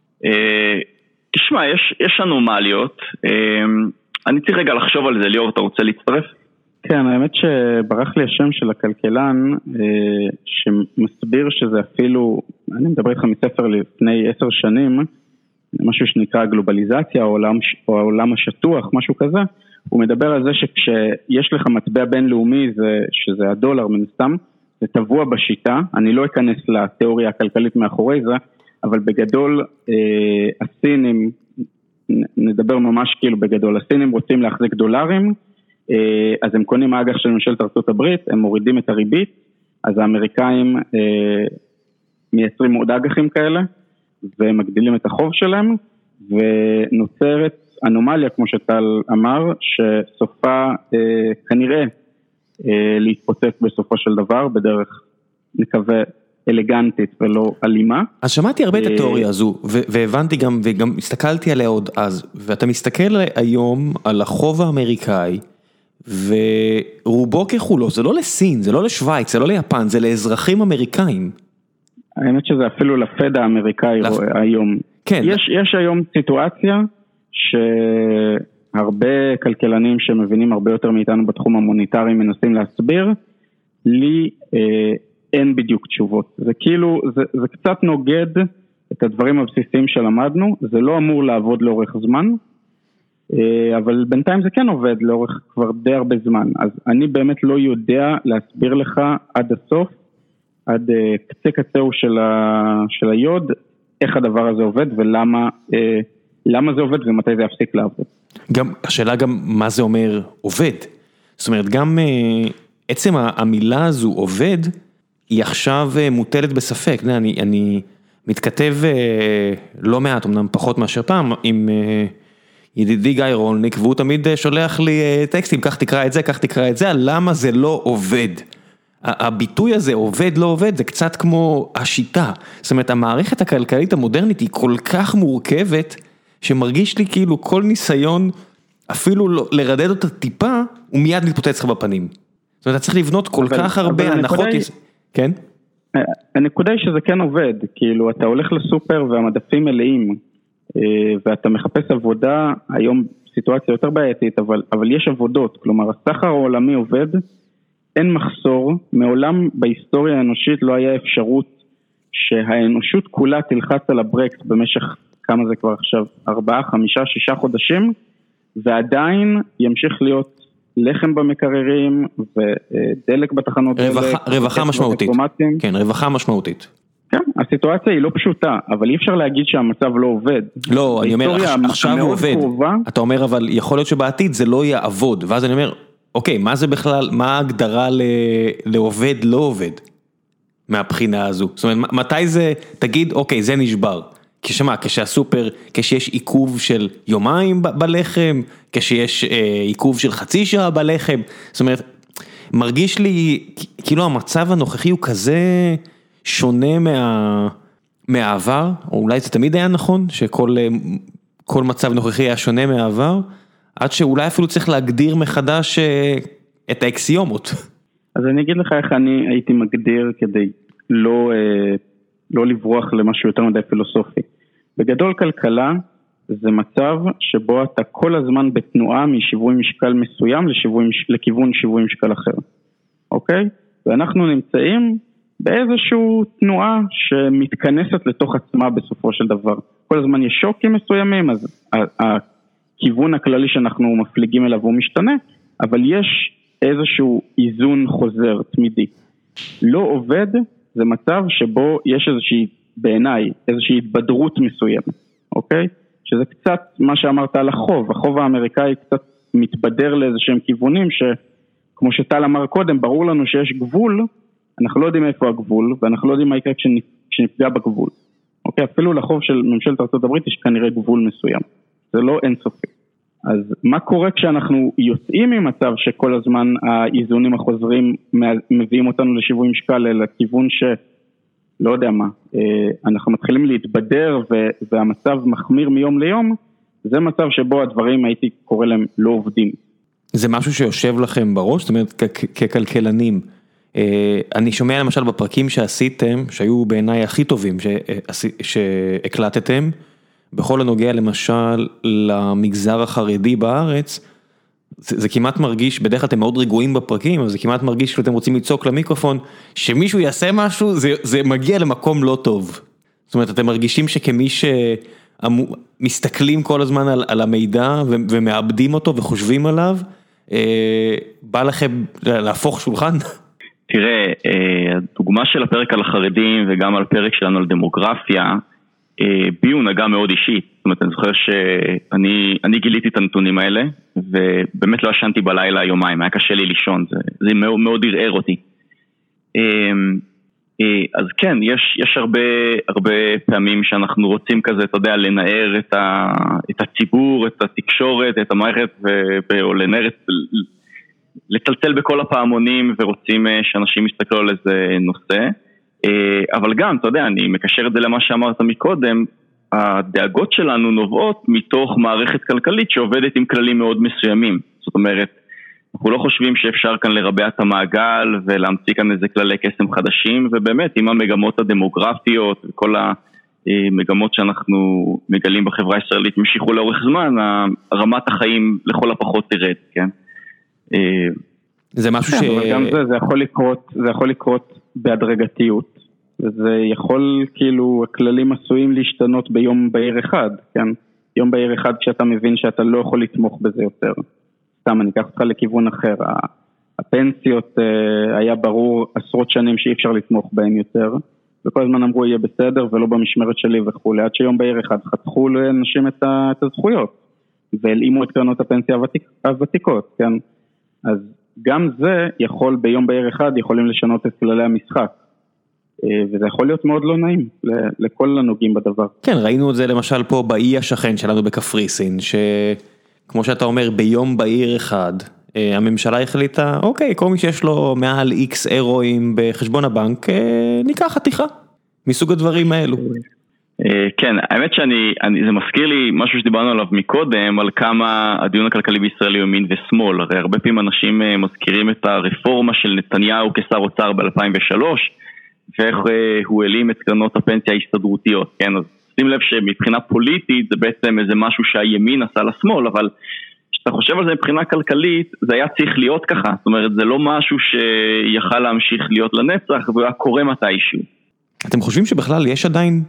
תשמע, יש אנומליות. אני צריך רגע לחשוב על זה, ליאור, אתה רוצה להצטרף? כן, האמת שברח לי השם של הכלכלן שמסביר שזה אפילו, אני מדבר איתך מספר לפני 10 שנים, משהו שנקרא גלובליזציה או העולם השטוח, משהו כזה. הוא מדבר על זה שכשיש לך מטבע בינלאומי, שזה הדולר מן סתם, זה טבוע בשיטה, אני לא אכנס לתיאוריה הכלכלית מאחורי זה, אבל בגדול הסינים, נדבר ממש כאילו בגדול, הסינים רוצים להחזיק דולרים, אז הם קונים האג"ח של ממשלת ארצות הברית, הם מורידים את הריבית, אז האמריקאים מייצרים עוד אג"חים כאלה, ומגדילים את החוב שלהם, ונוצרת אנומליה, כמו שטל אמר, שסופה כנראה להתפוצץ בסופו של דבר, בדרך נקווה אלגנטית ולא אלימה. אז שמעתי הרבה את התיאוריה הזו, והבנתי גם, וגם הסתכלתי עליה עוד אז, ואתה מסתכל היום על החוב האמריקאי, ורובו ככולו, זה לא לסין, זה לא לשוויץ, זה לא ליפן, זה לאזרחים אמריקאים. האמת שזה אפילו לפד האמריקאי היום. כן. יש היום סיטואציה, שהרבה כלכלנים שמבינים הרבה יותר מאיתנו בתחום המוניטרי מנסים להסביר, לי אין בדיוק תשובות. זה כאילו, זה קצת נוגד את הדברים הבסיסיים שלמדנו, זה לא אמור לעבוד לאורך זמן, אבל בינתיים זה כן עובד לאורך כבר די הרבה זמן, אז אני באמת לא יודע להסביר לך עד הסוף, עד קצה קצהו של היוד, איך הדבר הזה עובד ולמה למה זה עובד ומתי זה יפסיק לעבוד. גם, השאלה גם מה זה אומר עובד. זאת אומרת, גם עצם המילה הזו עובד, היא עכשיו מוטלת בספק. אני מתכתב לא מעט, אמנם פחות מאשר פעם, עם ידידי גיא רולניק, והוא תמיד שולח לי טקסטים, כך תקרא את זה, כך תקרא את זה, למה זה לא עובד. הביטוי הזה עובד לא עובד, זה קצת כמו השיטה. זאת אומרת, המערכת הכלכלית המודרנית היא כל כך מורכבת, שמרגיש לי כאילו כל ניסיון, אפילו לרדד אותה טיפה, הוא מיד מתפוצץ לך בפנים. זאת אומרת, אתה צריך לבנות כל כך הרבה הנחות. כן? הנקודה היא שזה כן עובד, כאילו אתה הולך לסופר והמדפים מלאים, ואתה מחפש עבודה, היום סיטואציה יותר בעייתית, אבל יש עבודות, כלומר הסחר העולמי עובד, אין מחסור, מעולם בהיסטוריה האנושית לא היה אפשרות שהאנושות כולה תלחץ על הברקס במשך כמה זה כבר עכשיו, 4, 5, 6 חודשים, ועדיין ימשיך להיות לחם במקררים, ודלק בתחנות דלק. רווחה משמעותית. כן, רווחה משמעותית. כן, הסיטואציה היא לא פשוטה, אבל אי אפשר להגיד שהמצב לא עובד. לא, אני אומר, עכשיו הוא עובד. אתה אומר, אבל יכול להיות שבעתיד זה לא יעבוד, ואז אני אומר, אוקיי, מה זה בכלל, מה ההגדרה לעובד לא עובד? מהבחינה הזו. זאת אומרת, מתי זה, תגיד, אוקיי, זה נשבר. כשמה, כשהסופר, כשיש עיכוב של יומיים בלחם, כשיש עיכוב של חצי שעה בלחם, זאת אומרת, מרגיש לי, כאילו המצב הנוכחי הוא כזה שונה מהעבר, או אולי זה תמיד היה נכון, שכל מצב נוכחי היה שונה מהעבר, עד שאולי אפילו צריך להגדיר מחדש את האקסיומות. אז אני אגיד לך איך אני הייתי מגדיר כדי לא לברוח למשהו יותר מדי פילוסופי. בגדול כלכלה זה מצב שבו אתה כל הזמן בתנועה משיווי משקל מסוים לכיוון שיווי משקל אחר. אוקיי? ואנחנו נמצאים באיזשהו תנועה שמתכנסת לתוך עצמה בסופו של דבר. כל הזמן יש שוקים מסוימים, אז הכיוון הכללי שאנחנו מפליגים אליו הוא משתנה, אבל יש איזשהו איזון חוזר תמידי. לא עובד זה מצב שבו יש איזושהי, בעיניי, איזושהי התבדרות מסוימת, אוקיי? שזה קצת מה שאמרת על החוב. החוב האמריקאי קצת מתבדר לאיזשהם כיוונים שכמו שטל אמר קודם, ברור לנו שיש גבול, אנחנו לא יודעים איפה הגבול, ואנחנו לא יודעים מה יקרה כשנפגע בגבול. אוקיי? אפילו לחוב של ממשלת ארצות הברית יש כנראה גבול מסוים. זה לא אינסופי. אז מה קורה כשאנחנו יוצאים ממצב שכל הזמן האיזונים החוזרים מביאים אותנו לשיווי משקל לכיוון לא יודע מה, אנחנו מתחילים להתבדר והמצב מחמיר מיום ליום, זה מצב שבו הדברים הייתי קורא להם לא עובדים. זה משהו שיושב לכם בראש? זאת אומרת, ככלכלנים, אני שומע למשל בפרקים שעשיתם, שהיו בעיניי הכי טובים שהקלטתם, בכל הנוגע למשל למגזר החרדי בארץ, זה כמעט מרגיש, בדרך כלל אתם מאוד רגועים בפרקים, אבל זה כמעט מרגיש שאתם רוצים לצעוק למיקרופון, שמישהו יעשה משהו, זה מגיע למקום לא טוב. זאת אומרת, אתם מרגישים שכמי שמסתכלים כל הזמן על המידע, ומאבדים אותו וחושבים עליו, בא לכם להפוך שולחן? תראה, הדוגמה של הפרק על החרדים, וגם על פרק שלנו על דמוגרפיה, בי הוא נגע מאוד אישית. זאת אומרת, אני זוכר שאני גיליתי את הנתונים האלה, ובאמת לא ישנתי בלילה יומיים, היה קשה לי לישון, זה מאוד, מאוד ערער אותי. אז כן, יש הרבה פעמים שאנחנו רוצים כזה, אתה יודע, לנער את הציבור, את התקשורת, את המערכת, או לנער, לצלצל בכל הפעמונים, ורוצים שאנשים יסתכלו על איזה נושא. אבל גם, אתה יודע, אני מקשר את זה למה שאמרת מקודם, הדאגות שלנו נובעות מתוך מערכת כלכלית שעובדת עם כללים מאוד מסוימים. זאת אומרת, אנחנו לא חושבים שאפשר כאן לרבע את המעגל ולהמציא כאן איזה כללי קסם חדשים, ובאמת עם המגמות הדמוגרפיות וכל המגמות שאנחנו מגלים בחברה הישראלית משיכו לאורך זמן, רמת החיים לכל הפחות תרד, כן? זה משהו ש... אבל גם זה יכול לקרות בהדרגתיות, וזה יכול, כאילו, הכללים עשויים להשתנות ביום בהיר אחד, כן? יום בהיר אחד כשאתה מבין שאתה לא יכול לתמוך בזה יותר. סתם, אני אקח אותך לכיוון אחר. הפנסיות היה ברור עשרות שנים שאי אפשר לתמוך בהן יותר, וכל הזמן אמרו יהיה בסדר ולא במשמרת שלי וכו', עד שיום בהיר אחד חתכו לאנשים את הזכויות, והלאימו את קרנות הפנסיה הוותיקות, כן? אז גם זה יכול ביום בהיר אחד יכולים לשנות את כללי המשחק, וזה יכול להיות מאוד לא נעים לכל הנוגעים בדבר. כן, ראינו את זה למשל פה באי השכן שלנו בקפריסין, שכמו שאתה אומר, ביום בהיר אחד, הממשלה החליטה, אוקיי, כל מי שיש לו מעל X אירואים בחשבון הבנק, ניקח חתיכה, מסוג הדברים האלו. כן, האמת זה מזכיר לי משהו שדיברנו עליו מקודם, על כמה הדיון הכלכלי בישראל הוא ימין ושמאל. הרי הרבה פעמים אנשים מזכירים את הרפורמה של נתניהו כשר אוצר ב-2003, ואיך הוא העלים את קרנות הפנסיה ההסתדרותיות, כן? אז שים לב שמבחינה פוליטית זה בעצם איזה משהו שהימין עשה לשמאל, אבל כשאתה חושב על זה מבחינה כלכלית, זה היה צריך להיות ככה. זאת אומרת, זה לא משהו שיכל להמשיך להיות לנצח, והוא היה קורה מתישהו. אתם חושבים שבכלל יש עדיין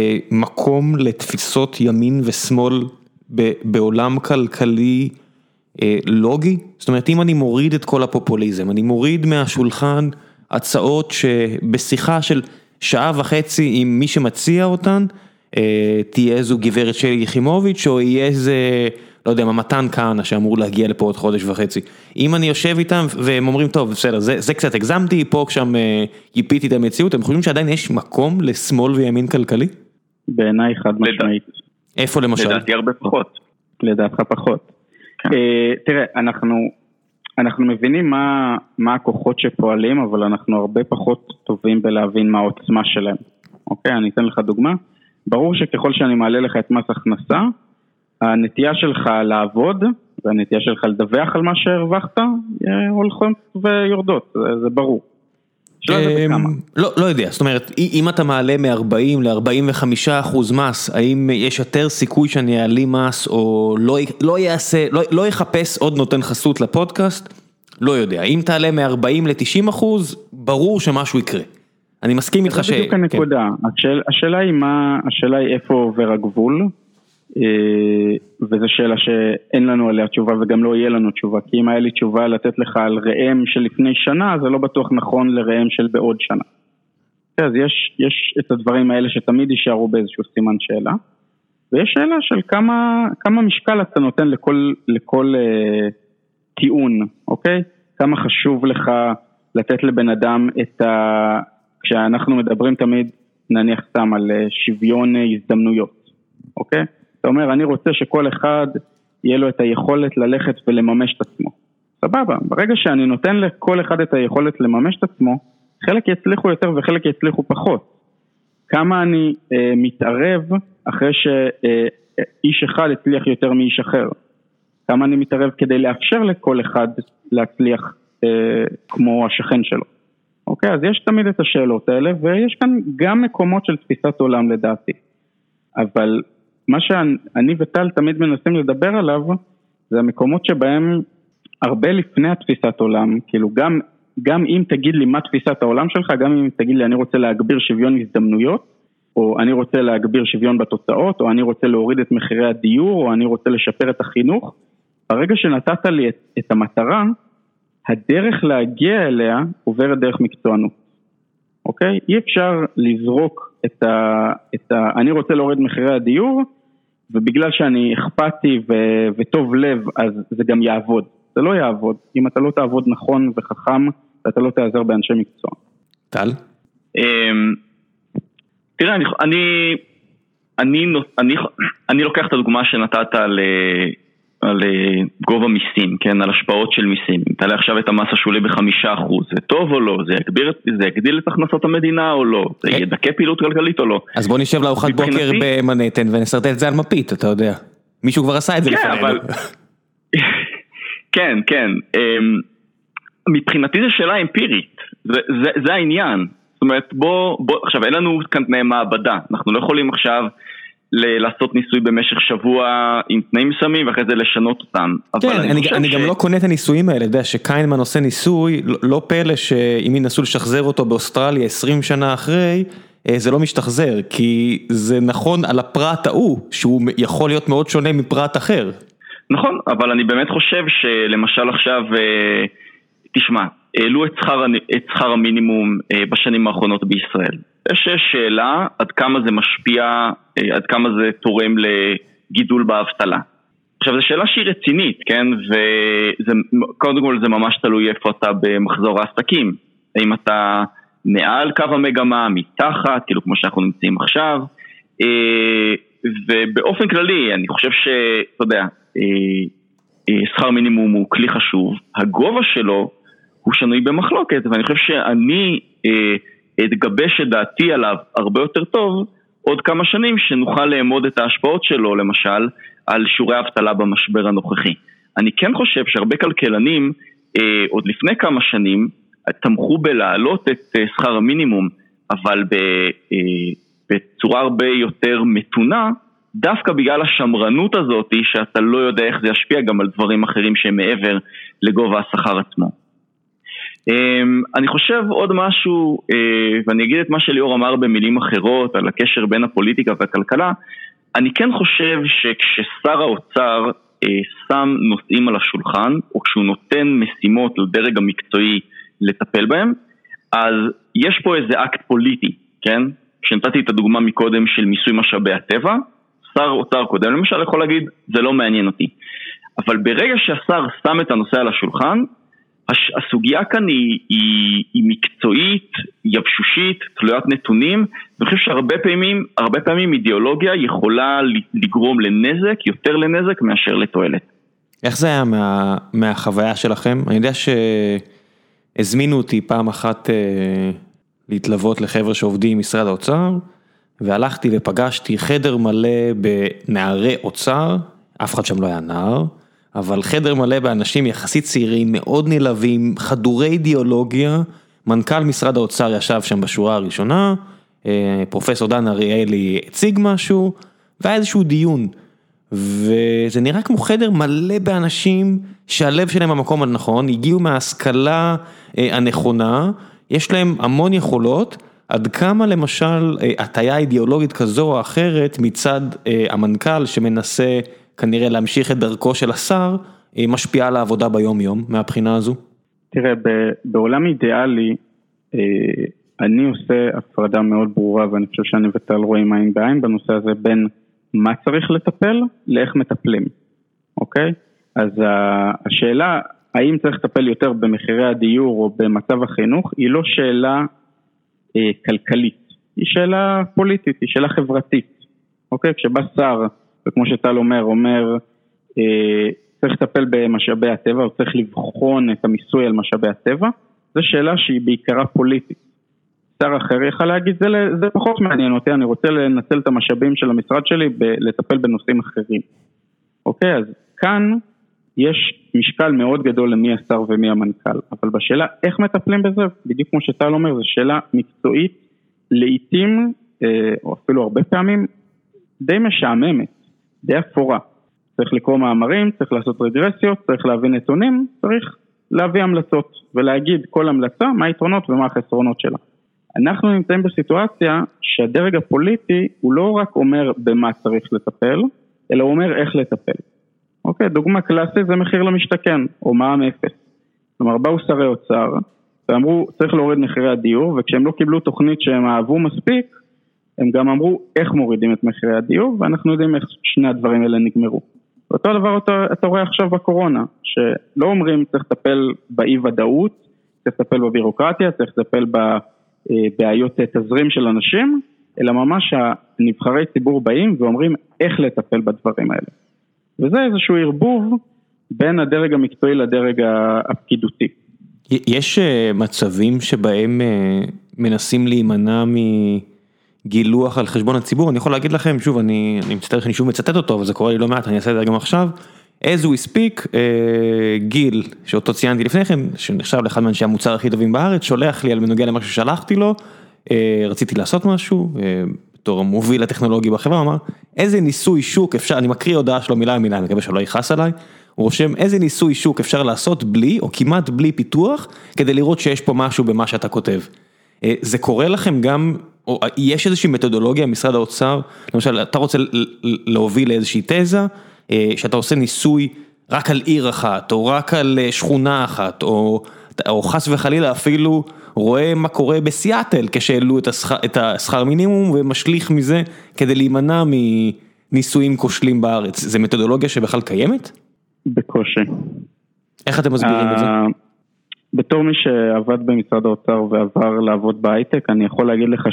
מקום לתפיסות ימין ושמאל בעולם כלכלי לוגי, זאת אומרת אם אני מוריד את כל הפופוליזם, אני מוריד מהשולחן הצעות שבשיחה של שעה וחצי עם מי שמציע אותן, תהיה איזו גברת שלי יחימוביץ' או יהיה איזה, לא יודע, מתן כהנא שאמור להגיע לפה עוד חודש וחצי. אם אני יושב איתם והם אומרים, טוב, בסדר, זה קצת הגזמתי, פה כשם ייפיתי את המציאות, הם חושבים שעדיין יש מקום לשמאל וימין כלכלי? בעיניי חד משמעית. איפה למשל? לדעתי הרבה פחות. לדעתך פחות. תראה, אנחנו מבינים מה הכוחות שפועלים, אבל אנחנו הרבה פחות טובים בלהבין מה העוצמה שלהם. אוקיי, אני אתן לך דוגמה. ברור שככל שאני מעלה לך את מס הכנסה, הנטייה שלך לעבוד, והנטייה שלך לדווח על מה שהרווחת, הולכות ויורדות, זה ברור. לא יודע, זאת אומרת, אם אתה מעלה מ-40 ל-45% מס, האם יש יותר סיכוי שאני אעלים מס, או לא יחפש עוד נותן חסות לפודקאסט? לא יודע. אם תעלה מ-40 ל-90%, ברור שמשהו יקרה. אני מסכים איתך זה בדיוק הנקודה. השאלה היא איפה עובר הגבול, וזו שאלה שאין לנו עליה תשובה וגם לא יהיה לנו תשובה, כי אם היה לי תשובה לתת לך על ראם של לפני שנה, זה לא בטוח נכון לראם של בעוד שנה. אז יש את הדברים האלה שתמיד יישארו באיזשהו סימן שאלה, ויש שאלה של כמה משקל אתה נותן לכל טיעון, אוקיי? כמה חשוב לך לתת לבן אדם כשאנחנו מדברים תמיד, נניח סתם על שוויון הזדמנויות, אוקיי? אתה אומר, אני רוצה שכל אחד יהיה לו את היכולת ללכת ולממש את עצמו. סבבה, ברגע שאני נותן לכל אחד את היכולת לממש את עצמו, חלק יצליחו יותר וחלק יצליחו פחות. כמה אני מתערב אחרי שאיש אחד הצליח יותר מאיש אחר. כמה אני מתערב כדי לאפשר לכל אחד להצליח כמו השכן שלו. אוקיי, אז יש תמיד את השאלות האלה, ויש כאן גם מקומות של תפיסת עולם לדעתי. אבל מה שאני וטל תמיד מנסים לדבר עליו, זה המקומות שבהם הרבה לפני התפיסת עולם, כאילו גם אם תגיד לי מה תפיסת העולם שלך, גם אם תגיד לי אני רוצה להגביר שוויון הזדמנויות, או אני רוצה להגביר שוויון בתוצאות, או אני רוצה להוריד את מחירי הדיור, או אני רוצה לשפר את החינוך, ברגע שנתת לי את המטרה, הדרך להגיע אליה עוברת דרך מקצוענות. אוקיי? אי אפשר לזרוק אני רוצה להוריד מחירי הדיור, ובגלל שאני אכפתי וטוב לב, אז זה גם יעבוד. זה לא יעבוד. אם אתה לא תעבוד נכון וחכם, אתה לא תעזר באנשי מקצוע. טל? תראה, אני לוקח את הדוגמה שנתת על גובה מיסים, כן, על השפעות של מיסים. אם תעלה עכשיו את המס השולי ב5%, זה טוב או לא? זה יגדיל את הכנסות המדינה או לא? זה ידכא פעילות כלכלית או לא? אז בוא נשב לארוחת בוקר במנהטן ונסרטט את זה על מפית, אתה יודע. מישהו כבר עשה את זה לפנינו. כן, כן. מבחינתי זו שאלה אמפירית. זה העניין. זאת אומרת, עכשיו אין לנו כאן תנאי מעבדה. אנחנו לא יכולים עכשיו לעשות ניסוי במשך שבוע עם תנאים מסוימים ואחרי זה לשנות אותם. כן, אני גם לא קונה את הניסויים האלה, יודע שקיינמן עושה ניסוי, לא פלא שאם ינסו לשחזר אותו באוסטרליה 20 שנה אחרי, זה לא משתחזר, כי זה נכון על הפרט ההוא, שהוא יכול להיות מאוד שונה מפרט אחר. נכון, אבל אני באמת חושב שלמשל עכשיו, תשמע, העלו את שכר המינימום בשנים האחרונות בישראל. יש שאלה עד כמה זה משפיע, עד כמה זה תורם לגידול באבטלה. עכשיו, זו שאלה שהיא רצינית, כן? וקודם כל זה ממש תלוי איפה אתה במחזור העסקים. האם אתה מעל קו המגמה, מתחת, כאילו כמו שאנחנו נמצאים עכשיו. ובאופן כללי, אני חושב שאתה יודע, שכר מינימום הוא כלי חשוב. הגובה שלו הוא שנוי במחלוקת, ואני חושב שאני אתגבש את דעתי עליו הרבה יותר טוב עוד כמה שנים שנוכל לאמוד את ההשפעות שלו, למשל, על שיעורי האבטלה במשבר הנוכחי. אני כן חושב שהרבה כלכלנים, עוד לפני כמה שנים, תמכו בלהעלות את שכר המינימום, אבל בצורה הרבה יותר מתונה, דווקא בגלל השמרנות הזאת, שאתה לא יודע איך זה ישפיע גם על דברים אחרים שהם מעבר לגובה השכר עצמו. אני חושב עוד משהו, ואני אגיד את מה שליאור אמר במילים אחרות, על הקשר בין הפוליטיקה והכלכלה, אני כן חושב שכששר האוצר שם נושאים על השולחן, או כשהוא נותן משימות לדרג המקצועי לטפל בהם, אז יש פה איזה אקט פוליטי, כן? כשנתתי את הדוגמה מקודם של מיסוי משאבי הטבע, שר אוצר קודם למשל יכול להגיד, זה לא מעניין אותי. אבל ברגע שהשר שם את הנושא על השולחן, הסוגיה כאן היא מקצועית, יבשושית, תלוית נתונים, ואני חושב שהרבה פעמים אידיאולוגיה יכולה לגרום לנזק, יותר לנזק מאשר לתועלת. איך זה היה מהחוויה שלכם? אני יודע שהזמינו אותי פעם אחת להתלוות לחבר'ה שעובדים עם משרד האוצר, והלכתי ופגשתי חדר מלא בנערי אוצר, אף אחד שם לא היה נער, אבל חדר מלא באנשים יחסית צעירים, מאוד נלהבים, חדורי אידיאולוגיה, מנכ"ל משרד האוצר ישב שם בשורה הראשונה, פרופסור דן אריאלי הציג משהו, והיה איזשהו דיון, וזה נראה כמו חדר מלא באנשים שהלב שלהם במקום הנכון, הגיעו מההשכלה הנכונה, יש להם המון יכולות, עד כמה למשל הטיה אידיאולוגית כזו או אחרת מצד המנכ"ל שמנסה כנראה להמשיך את דרכו של השר, משפיעה על העבודה ביום יום מהבחינה הזו? תראה, בעולם אידיאלי אני עושה הפרדה מאוד ברורה, ואני חושב שאני וטל רואים עין בעין בנושא הזה, בין מה צריך לטפל לאיך מטפלים, אוקיי? אז השאלה האם צריך לטפל יותר במחירי הדיור או במצב החינוך, היא לא שאלה כלכלית, היא שאלה פוליטית, היא שאלה חברתית, אוקיי? כשבא שר, וכמו שטל אומר, צריך לטפל במשאבי הטבע, או צריך לבחון את המיסוי על משאבי הטבע, זו שאלה שהיא בעיקרה פוליטית. שר אחר יכל להגיד, זה פחות מעניין אותי, אני רוצה לנצל את המשאבים של המשרד שלי, לטפל בנושאים אחרים. אוקיי, אז כאן יש משקל מאוד גדול למי השר ומי המנכ"ל, אבל בשאלה איך מטפלים בזה, בדיוק כמו שטל אומר, זו שאלה מקצועית, לעתים, או אפילו הרבה פעמים, די משעממת, די אפורה. צריך לקרוא מאמרים, צריך לעשות רגרסיות, צריך להביא נתונים, צריך להביא המלצות, ולהגיד כל המלצה מה היתרונות ומה החסרונות שלה. אנחנו נמצאים בסיטואציה שהדרג הפוליטי הוא לא רק אומר במה צריך לטפל, אלא הוא אומר איך לטפל. אוקיי, דוגמה קלאסית זה מחיר למשתכן, או מע"מ אפס. כלומר, באו שרי אוצר, ואמרו צריך להוריד מחירי הדיור, וכשהם לא קיבלו תוכנית שהם אהבו מספיק, הם גם אמרו איך מורידים את מחירי הדיור, ואנחנו יודעים איך שני הדברים האלה נגמרו. אותו דבר אתה רואה עכשיו בקורונה, שלא אומרים צריך לטפל באי ודאות, צריך לטפל בבירוקרטיה, צריך לטפל בבעיות תזרים של אנשים, אלא ממש הנבחרי ציבור באים ואומרים איך לטפל בדברים האלה. וזה איזשהו ערבוב בין הדרג המקצועי לדרג הפקידותי. יש מצבים שבהם מנסים להימנע מגילוח על חשבון הציבור? אני יכול להגיד לכם, שוב, אני מצטער שאני שוב מצטט אותו, אבל זה קורה לי לא מעט, אני אעשה את זה גם עכשיו. as we speak, גיל, שאותו ציינתי לפני כן, שנחשב לאחד מאנשי המוצר הכי טובים בארץ, שולח לי על מנוגע למשהו ששלחתי לו, רציתי לעשות משהו, בתור המוביל הטכנולוגי בחברה, אמר, איזה ניסוי שוק אפשר, אני מקריא הודעה שלו מילה במילה, אני מקווה שלא יכעס עליי, הוא רושם, איזה ניסוי שוק אפשר לעשות בלי, או כמעט בלי פיתוח, כדי לראות שיש פה משהו במה שאתה כותב. זה קורה לכם גם, או יש איזושהי מתודולוגיה במשרד האוצר, למשל, אתה רוצה להוביל לאיזושהי תזה, שאתה עושה ניסוי רק על עיר אחת, או רק על שכונה אחת, או חס וחלילה אפילו רואה מה קורה בסיאטל, כשהעלו את השכר מינימום, ומשליך מזה כדי להימנע מניסויים כושלים בארץ. זה מתודולוגיה שבכלל קיימת? בקושי. איך אתם מסבירים את זה? בתור מי שעבד במשרד האוצר ועבר לעבוד בהייטק, אני יכול להגיד לך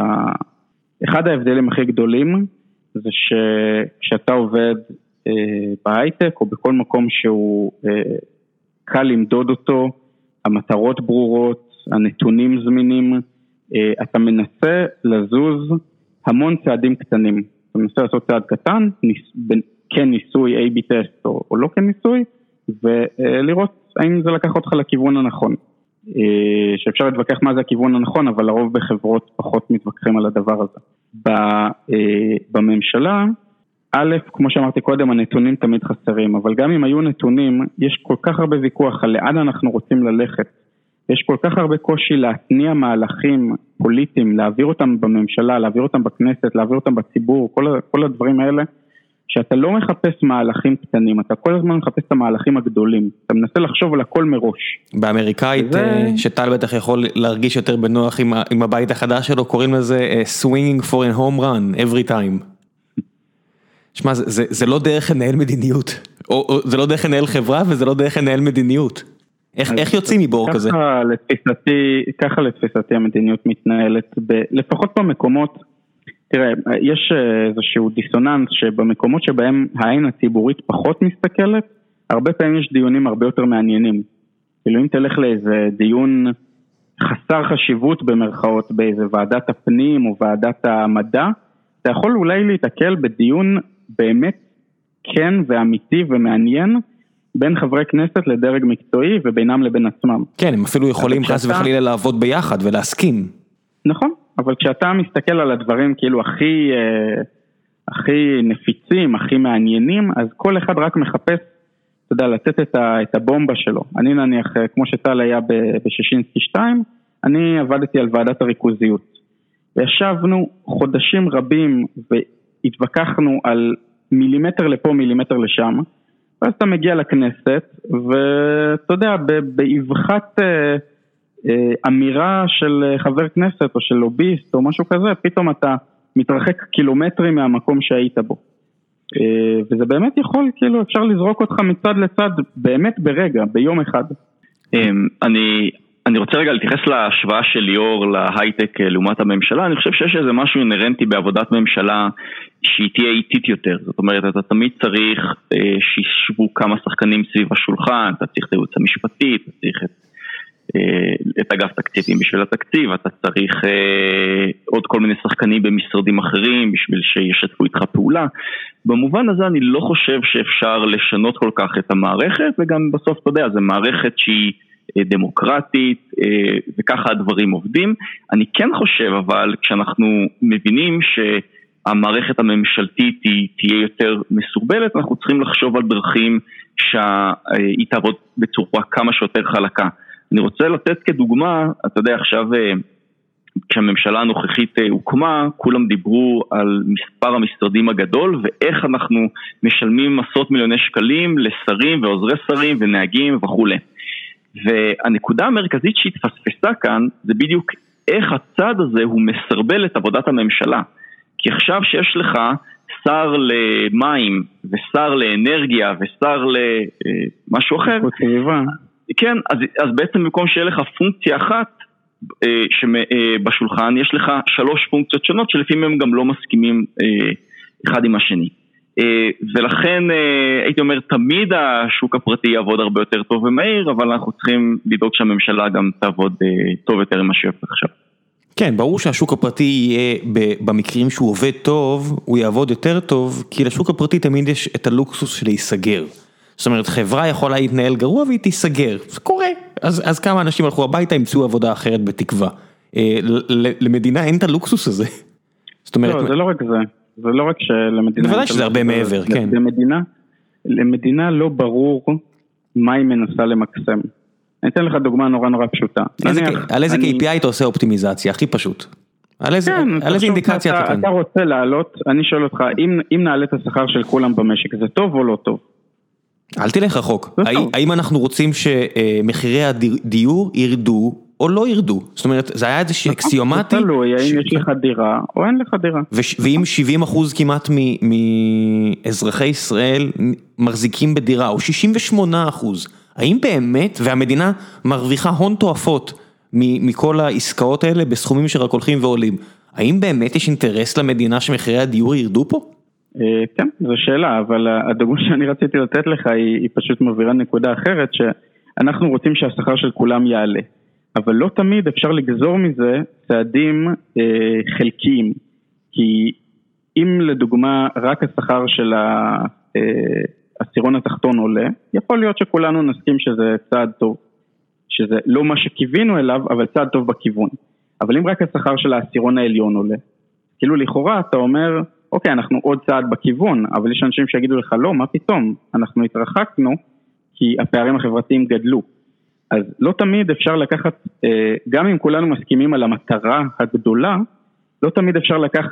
שאחד ההבדלים הכי גדולים, זה שכשאתה עובד בהייטק, או בכל מקום שהוא קל למדוד אותו, המטרות ברורות, הנתונים זמינים, אתה מנסה לזוז המון צעדים קטנים. אתה מנסה לעשות צעד קטן, כן ניסוי A-B טסט או לא כן ניסוי, ולראות האם זה לקח אותך לכיוון הנכון. שאפשר להתווכח מה זה הכיוון הנכון, אבל לרוב בחברות פחות מתווכחים על הדבר הזה. בממשלה, א', כמו שאמרתי קודם, הנתונים תמיד חסרים, אבל גם אם היו נתונים, יש כל כך הרבה ויכוח על לאן אנחנו רוצים ללכת. יש כל כך הרבה קושי להתניע מהלכים פוליטיים, להעביר אותם בממשלה, להעביר אותם בכנסת, להעביר אותם בציבור, כל הדברים האלה, שאתה לא מחפש מהלכים קטנים, אתה כל הזמן מחפש את המהלכים הגדולים, אתה מנסה לחשוב על הכל מראש. באמריקאית, שטל בטח יכול להרגיש יותר בנוח עם הבית החדש שלו, קוראים לזה swinging for a home run every time. שמע, זה לא דרך לנהל מדיניות, או זה לא דרך לנהל חברה, וזה לא דרך לנהל מדיניניות. איך יוצאים מבור כזה? ככה לתפיסתי המדיניות מתנהלת, לפחות במקומות, תראה, יש איזשהו דיסוננס שבמקומות שבהם העין הציבורית פחות מסתכלת, הרבה פעמים יש דיונים הרבה יותר מעניינים. כאילו אם תלך לאיזה דיון חסר חשיבות במרכאות, באיזה ועדת הפנים או ועדת המדע, אתה יכול אולי להתקל בדיון באמת כן ואמיתי ומעניין, בין חברי כנסת לדרג מקצועי ובינם לבין עצמם. כן, הם אפילו יכולים חס וחלילה לעבוד ביחד ולהסכים. נכון, אבל כשאתה מסתכל על הדברים כאילו הכי נפיצים, הכי מעניינים, אז כל אחד רק מחפש, אתה יודע, לתת את הבומבה שלו. אני נניח, כמו שטל היה בשישינסקי 2, אני עבדתי על ועדת הריכוזיות. וישבנו חודשים רבים והתווכחנו על מילימטר לפה, מילימטר לשם, ואז אתה מגיע לכנסת, ואתה יודע, באבחת אמירה של חבר כנסת או של לוביסט או משהו כזה, פתאום אתה מתרחק קילומטרים מהמקום שהיית בו. וזה באמת יכול, כאילו אפשר לזרוק אותך מצד לצד, באמת ברגע, ביום אחד. אני רוצה רגע להתייחס להשוואה של ליאור להייטק לעומת הממשלה. אני חושב שיש איזה משהו אינרנטי בעבודת ממשלה שהיא תהיה איטית יותר. זאת אומרת, אתה תמיד צריך שישבו כמה שחקנים סביב השולחן, אתה צריך את הייעוץ המשפטי, אתה צריך את אגף תקציבים בשביל התקציב, אתה צריך עוד כל מיני שחקנים במשרדים אחרים בשביל שישתפו איתך פעולה. במובן הזה אני לא חושב שאפשר לשנות כל כך את המערכת, וגם בסוף אתה יודע, זו מערכת שהיא דמוקרטית, וככה הדברים עובדים. אני כן חושב, אבל כשאנחנו מבינים שהמערכת הממשלתית היא תהיה יותר מסורבלת, אנחנו צריכים לחשוב על דרכים שהיא תעבוד בצורה כמה שיותר חלקה. אני רוצה לתת כדוגמה, אתה יודע, עכשיו כשהממשלה הנוכחית הוקמה, כולם דיברו על מספר המשרדים הגדול, ואיך אנחנו משלמים עשרות מיליוני שקלים לשרים ועוזרי שרים ונהגים וכו'. והנקודה המרכזית שהתפספסה כאן, זה בדיוק איך הצד הזה הוא מסרבל את עבודת הממשלה. כי עכשיו שיש לך שר למים, ושר לאנרגיה, ושר למשהו אחר, כן, אז בעצם במקום שיהיה לך פונקציה אחת שבשולחן, יש לך 3 פונקציות שונות שלפעמים הם גם לא מסכימים אחד עם השני. ולכן הייתי אומר, תמיד השוק הפרטי יעבוד הרבה יותר טוב ומהיר, אבל אנחנו צריכים לדאוג שהממשלה גם תעבוד טוב יותר ממה שיוצא עכשיו. כן, ברור שהשוק הפרטי יהיה, במקרים שהוא עובד טוב, הוא יעבוד יותר טוב, כי לשוק הפרטי תמיד יש את הלוקסוס של להיסגר. זאת אומרת, חברה יכולה להתנהל גרוע והיא תיסגר. זה קורה. אז כמה אנשים הלכו הביתה, ימצאו עבודה אחרת בתקווה. למדינה אין את הלוקסוס הזה. זאת אומרת... לא, זה לא רק זה. זה לא רק שלמדינה... בוודאי שזה הרבה מעבר, כן. למדינה לא ברור מה היא מנסה למקסם. אני אתן לך דוגמה נורא פשוטה. על איזה KPI אתה עושה אופטימיזציה? הכי פשוט. על איזה אינדיקציה אתה כאן? אתה רוצה לעלות, אני שואל אותך, אם נעלה את השכר של כולם במשק, זה טוב או לא טוב? אל תלך רחוק. האם אנחנו רוצים שמחירי הדיור ירדו או לא ירדו? זאת אומרת, זה היה איזה אקסיומטי. זה תלוי, האם יש לך דירה או אין לך דירה. ואם 70% כמעט מאזרחי ישראל מחזיקים בדירה, או 68%, האם באמת, והמדינה מרוויחה הון תועפות מכל העסקאות האלה בסכומים שרק הולכים ועולים, האם באמת יש אינטרס למדינה שמחירי הדיור ירדו פה? כן, זו שאלה, אבל הדוגמה שאני רציתי לתת לך היא פשוט מבהירה נקודה אחרת, שאנחנו רוצים שהשכר של כולם יעלה, אבל לא תמיד אפשר לגזור מזה צעדים חלקיים, כי אם לדוגמה רק השכר של העשירון התחתון עולה, יכול להיות שכולנו נסכים שזה צעד טוב, שזה לא מה שכיווינו אליו, אבל צעד טוב בכיוון. אבל אם רק השכר של העשירון העליון עולה, כאילו לכאורה אתה אומר, אוקיי, אנחנו עוד צעד בכיוון, אבל יש אנשים שיגידו לך, לא, מה פתאום? אנחנו התרחקנו, כי הפערים החברתיים גדלו. אז לא תמיד אפשר לקחת, גם אם כולנו מסכימים על המטרה הגדולה, לא תמיד אפשר לקחת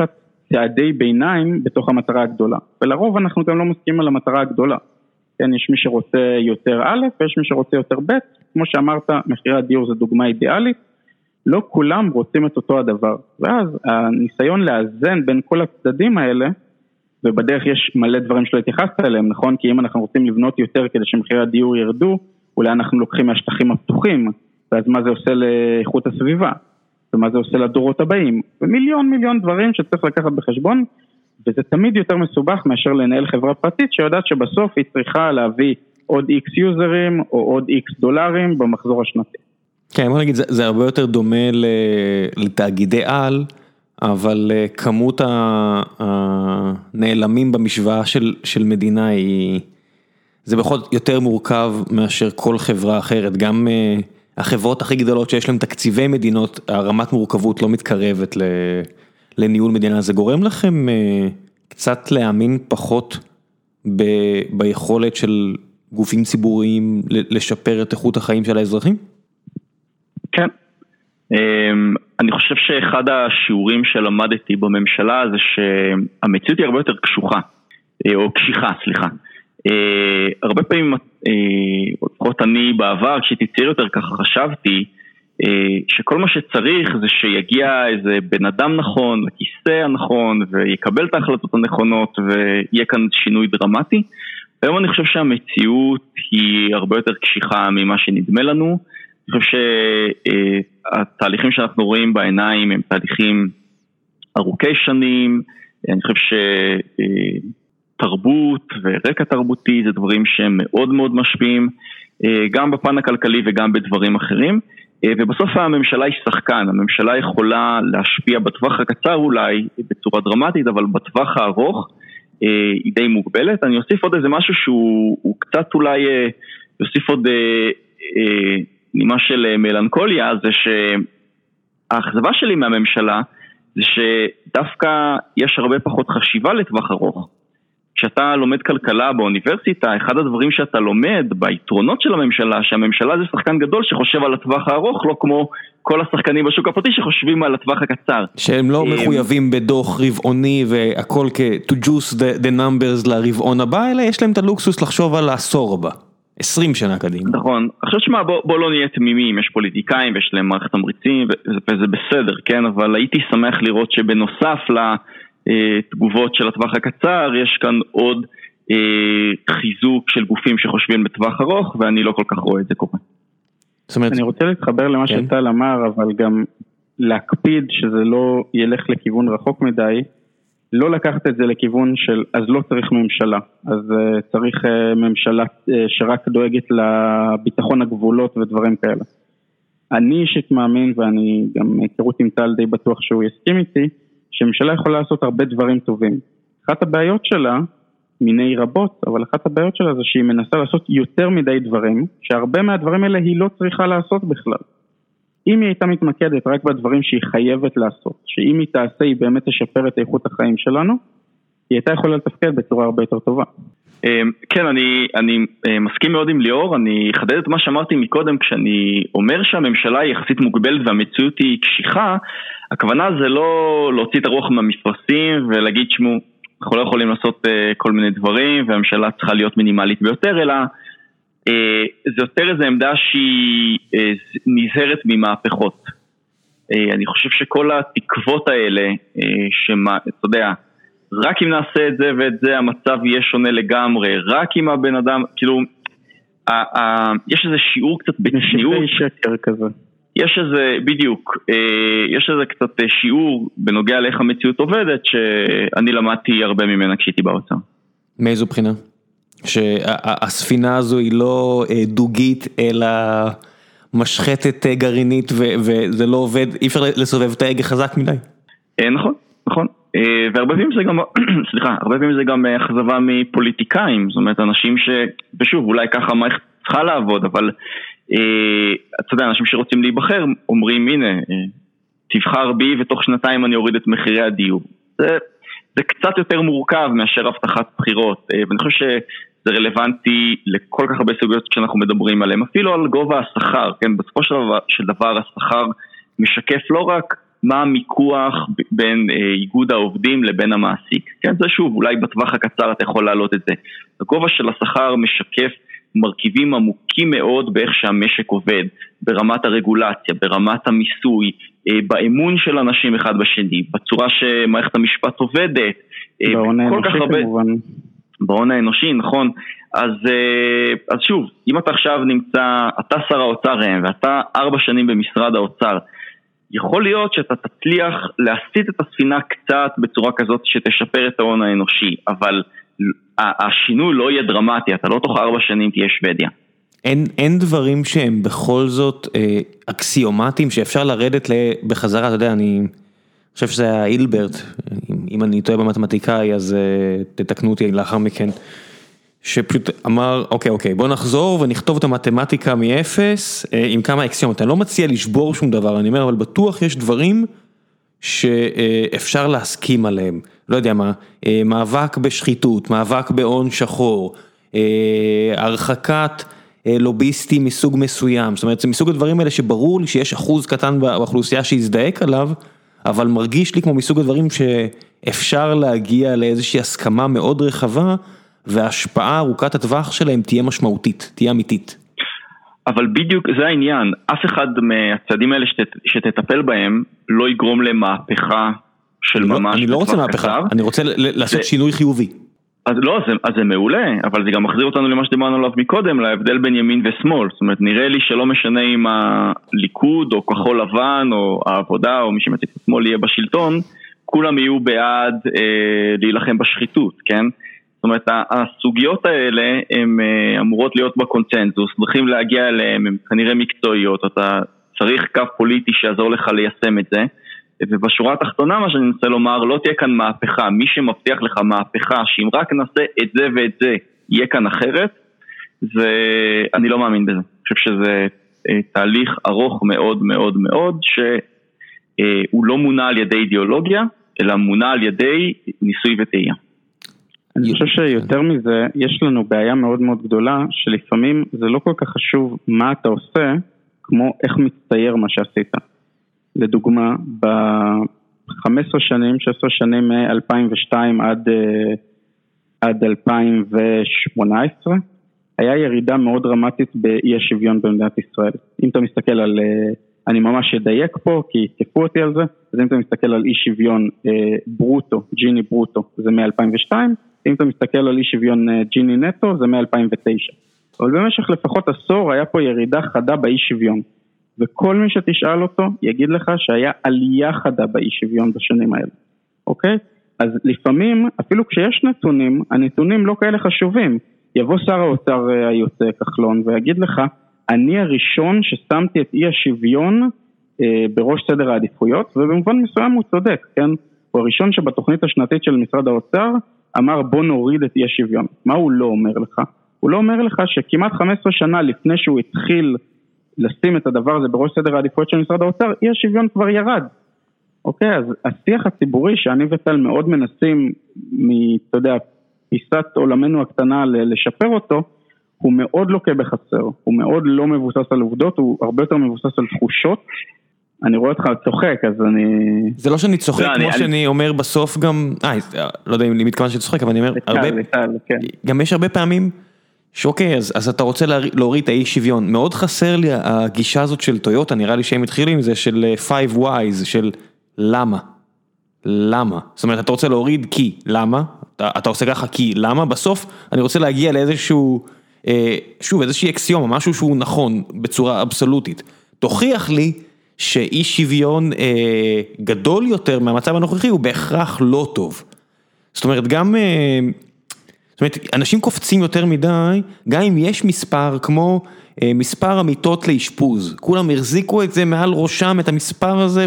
צעדי ביניים בתוך המטרה הגדולה. ולרוב אנחנו גם לא מסכימים על המטרה הגדולה. כן, יש מי שרוצה יותר א' ויש מי שרוצה יותר ב', כמו שאמרת, מחירי הדיור זה דוגמה אידיאלית, לא כולם רוצים את אותו הדבר. ואז הניסיון לאזן בין כל הצדדים האלה, ובדרך יש מלא דברים שלא התייחסת אליהם, נכון? כי אם אנחנו רוצים לבנות יותר כדי שמחירי הדיור ירדו, אולי אנחנו לוקחים מהשטחים הפתוחים, ואז מה זה עושה לאיכות הסביבה, ומה זה עושה לדורות הבאים, ומיליון דברים שצריך לקחת בחשבון, וזה תמיד יותר מסובך מאשר לנהל חברה פרטית, שיודעת שבסוף היא צריכה להביא עוד X יוזרים, או עוד X דולרים במחזור השנתי. כן, בוא נגיד, זה הרבה יותר דומה לתאגידי על, אבל כמות הנעלמים במשוואה של מדינה היא, זה בכל יותר מורכב מאשר כל חברה אחרת, גם החברות הכי גדולות שיש להן תקציבי מדינות, הרמת מורכבות לא מתקרבת לניהול מדינה, זה גורם לכם קצת להאמין פחות ביכולת של גופים ציבוריים לשפר את איכות החיים של האזרחים? כן. אני חושב שאחד השיעורים שלמדתי בממשלה זה שהמציאות היא הרבה יותר קשוחה, או קשיחה, סליחה. הרבה פעמים, לפחות אני בעבר, כשהייתי צעיר יותר ככה חשבתי, שכל מה שצריך זה שיגיע איזה בן אדם נכון, לכיסא הנכון, ויקבל את ההחלטות הנכונות, ויהיה כאן שינוי דרמטי. היום אני חושב שהמציאות היא הרבה יותר קשיחה ממה שנדמה לנו. אני חושב שהתהליכים שאנחנו רואים בעיניים הם תהליכים ארוכי שנים. אני חושב שתרבות ורקע תרבותי זה דברים שהם מאוד מאוד משפיעים, גם בפן הכלכלי וגם בדברים אחרים. ובסוף הממשלה היא שחקן, הממשלה יכולה להשפיע בטווח הקצר אולי בצורה דרמטית, אבל בטווח הארוך היא די מוגבלת. אני אוסיף עוד איזה משהו שהוא קצת אולי יוסיף עוד נימה של מלנכוליה, זה שהאכזבה שלי מהממשלה זה שדווקא יש הרבה פחות חשיבה לטווח ארוך. כשאתה לומד כלכלה באוניברסיטה, אחד הדברים שאתה לומד ביתרונות של הממשלה, שהממשלה זה שחקן גדול שחושב על הטווח הארוך, לא כמו כל השחקנים בשוק הפרטי שחושבים על הטווח הקצר. שהם לא מחויבים בדוח רבעוני והכל to juice the numbers לרבעון הבא, אלא יש להם את הלוקסוס לחשוב על העשור הבא, 20 שנה קדימה. נכון. עכשיו שמה, בוא לא נהיה תמימים, יש פוליטיקאים ויש להם מערכת תמריצים, וזה בסדר, כן? אבל הייתי שמח לראות שבנוסף תגובות של הטווח הקצר, יש כאן עוד חיזוק של גופים שחושבים בטווח ארוך, ואני לא כל כך רואה את זה קורה. אני רוצה להתחבר למה שטל אמר, אבל גם להקפיד שזה לא ילך לכיוון רחוק מדי, לא לקחת את זה לכיוון של, אז לא צריך ממשלה, אז צריך ממשלה שרק דואגת לביטחון הגבולות ודברים כאלה. אני אישית מאמין, ואני גם היכרות עם טל די בטוח שהוא יסכים איתי, שממשלה יכולה לעשות הרבה דברים טובים. אחת הבעיות שלה, מיני רבות, אבל אחת הבעיות שלה זה שהיא מנסה לעשות יותר מדי דברים, שהרבה מהדברים האלה היא לא צריכה לעשות בכלל. אם היא הייתה מתמקדת רק בדברים שהיא חייבת לעשות, שאם היא תעשה היא באמת תשפר את איכות החיים שלנו, היא הייתה יכולה לתפקד בצורה הרבה יותר טובה. כן, אני מסכים מאוד עם ליאור, אני אחדד את מה שאמרתי מקודם, כשאני אומר שהממשלה היא יחסית מוגבלת והמציאות היא קשיחה, הכוונה זה לא להוציא את הרוח מהמפרשים ולהגיד שמו, אנחנו לא יכולים לעשות כל מיני דברים והממשלה צריכה להיות מינימלית ביותר, אלא זה יותר איזו עמדה שהיא נזהרת ממהפכות. אני חושב שכל התקוות האלה, אתה יודע, רק אם נעשה את זה ואת זה, המצב יהיה שונה לגמרי, רק אם הבן אדם, כאילו, יש איזה שיעור קצת בצניעות, שקר כזה. יש איזה, בדיוק, יש איזה קצת שיעור בנוגע לאיך המציאות עובדת, שאני למדתי הרבה ממנה כשהייתי באוצר. מאיזו בחינה? שהספינה הזו היא לא דוגית, אלא משחטת גרעינית, וזה לא עובד, אי אפשר לסובב את ההגה חזק מדי. נכון, נכון. והרבה פעמים זה גם, סליחה, הרבה פעמים זה גם אכזבה מפוליטיקאים, זאת אומרת, אנשים ושוב, אולי ככה מה צריכה לעבוד, אבל אתה יודע, אנשים שרוצים להיבחר, אומרים, הנה, תבחר בי ותוך שנתיים אני אוריד את מחירי הדיור. זה קצת יותר מורכב מאשר הבטחת בחירות, ואני חושב שזה רלוונטי לכל כך הרבה סוגיות שאנחנו מדברים עליהן, אפילו על גובה השכר, כן, בסופו של דבר השכר משקף לא רק מה המיקוח בין איגוד העובדים לבין המעסיק. כן, זה שוב, אולי בטווח הקצר אתה יכול להעלות את זה. הגובה של השכר משקף מרכיבים עמוקים מאוד באיך שהמשק עובד, ברמת הרגולציה, ברמת המיסוי, באמון של אנשים אחד בשני, בצורה שמערכת המשפט עובדת, בהון האנושי כמובן. בהון האנושי, נכון. אז שוב, אם אתה עכשיו נמצא, אתה שר האוצר ואתה 4 שנים במשרד האוצר, יכול להיות שאתה תצליח להסיט את הספינה קצת בצורה כזאת שתשפר את ההון האנושי, אבל השינוי לא יהיה דרמטי, אתה לא תוך 4 שנים תהיה שוודיה. אין דברים שהם בכל זאת אקסיומטיים שאפשר לרדת בחזרה, אתה יודע, אני חושב שזה היה הילברט, אם אני טועה במתמטיקאי אז תתקנו אותי לאחר מכן, שפשוט אמר, אוקיי, בוא נחזור ונכתוב את המתמטיקה מאפס עם כמה אקסיומות. אני לא מציע לשבור שום דבר, אני אומר, אבל בטוח יש דברים שאפשר להסכים עליהם. לא יודע מה, מאבק בשחיתות, מאבק בהון שחור, הרחקת לוביסטים מסוג מסוים. זאת אומרת, זה מסוג הדברים האלה שברור לי שיש אחוז קטן באוכלוסייה שיזדהק עליו, אבל מרגיש לי כמו מסוג הדברים שאפשר להגיע לאיזושהי הסכמה מאוד רחבה, וההשפעה ארוכת הטווח שלהם תהיה משמעותית, תהיה אמיתית. אבל בדיוק זה העניין, אף אחד מהצעדים האלה שתטפל בהם לא יגרום למהפכה של ממש. אני לא רוצה מהפכה, אני רוצה לעשות שינוי חיובי. אז לא, אז זה מעולה, אבל זה גם מחזיר אותנו למה שדיברנו עליו מקודם, להבדל בין ימין ושמאל. זאת אומרת, נראה לי שלא משנה אם הליכוד או כחול לבן או העבודה או מי שמציג את השמאל יהיה בשלטון, כולם יהיו בעד להילחם בשחיתות, כן? זאת אומרת, הסוגיות האלה הן אמורות להיות בקונצנזוס, צריכים להגיע אליהם, הן כנראה מקצועיות, אתה צריך קו פוליטי שיעזור לך ליישם את זה, ובשורה התחתונה מה שאני רוצה לומר, לא תהיה כאן מהפכה, מי שמבטיח לך מהפכה, שאם רק נעשה את זה ואת זה, יהיה כאן אחרת, אני לא מאמין בזה. אני חושב שזה תהליך ארוך מאוד מאוד מאוד, שהוא לא מונע על ידי אידיאולוגיה, אלא מונע על ידי ניסוי וטעייה. אני חושב שיותר מזה, יש לנו בעיה מאוד מאוד גדולה, שלפעמים זה לא כל כך חשוב מה אתה עושה, כמו איך מצטייר מה שעשית. לדוגמה, ב-15 שנים, 16 שנים מ-2002 עד 2018, היה ירידה מאוד דרמטית באי השוויון במדינת ישראל. אם אתה מסתכל על, אני ממש אדייק פה, כי תקפו אותי על זה, אז אם אתה מסתכל על אי שוויון ברוטו, ג'יני ברוטו, זה מ-2002, אם אתה מסתכל על אי שוויון ג'יני נטו, זה מ-2009. אבל במשך לפחות עשור היה פה ירידה חדה באי שוויון. וכל מי שתשאל אותו יגיד לך שהיה עלייה חדה באי שוויון בשנים האלה. אוקיי? אז לפעמים, אפילו כשיש נתונים, הנתונים לא כאלה חשובים. יבוא שר האוצר היוצא כחלון ויגיד לך, אני הראשון ששמתי את אי השוויון בראש סדר העדיפויות, ובמובן מסוים הוא צודק, כן? הוא הראשון שבתוכנית השנתית של משרד האוצר אמר בוא נוריד את אי השוויון. מה הוא לא אומר לך? הוא לא אומר לך שכמעט 15 שנה לפני שהוא התחיל לשים את הדבר הזה בראש סדר העדיפויות של משרד האוצר, אי השוויון כבר ירד. אוקיי, אז השיח הציבורי שאני וטל מאוד מנסים, אתה יודע, פיסת עולמנו הקטנה לשפר אותו, הוא מאוד לוקה בחסר, הוא מאוד לא מבוסס על עובדות, הוא הרבה יותר מבוסס על תחושות. אני רואה אותך צוחק, אז אני... זה לא שאני צוחק, כמו שאני אומר בסוף גם, לא יודע אם לי מתכוון שצוחק, אבל אני אומר, גם יש הרבה פעמים, שאוקיי, אז אתה רוצה להוריד את האי שוויון, מאוד חסר לי הגישה הזאת של טויוטה, נראה לי שהם התחילו עם זה, של 5 Whys, של למה? למה? זאת אומרת, אתה רוצה להוריד כי, למה? אתה עושה ככה כי, למה? בסוף אני רוצה להגיע לאיזשהו, שוב, איזושהי אקסיומה, משהו שהוא נכון, בצורה אבסולוטית. תוכיח לי שאי שוויון גדול יותר מהמצב הנוכחי, הוא בהכרח לא טוב. זאת אומרת, גם... זאת אומרת, אנשים קופצים יותר מדי, גם אם יש מספר כמו מספר המיטות לאשפוז, כולם הרזיקו את זה מעל ראשם, את המספר הזה,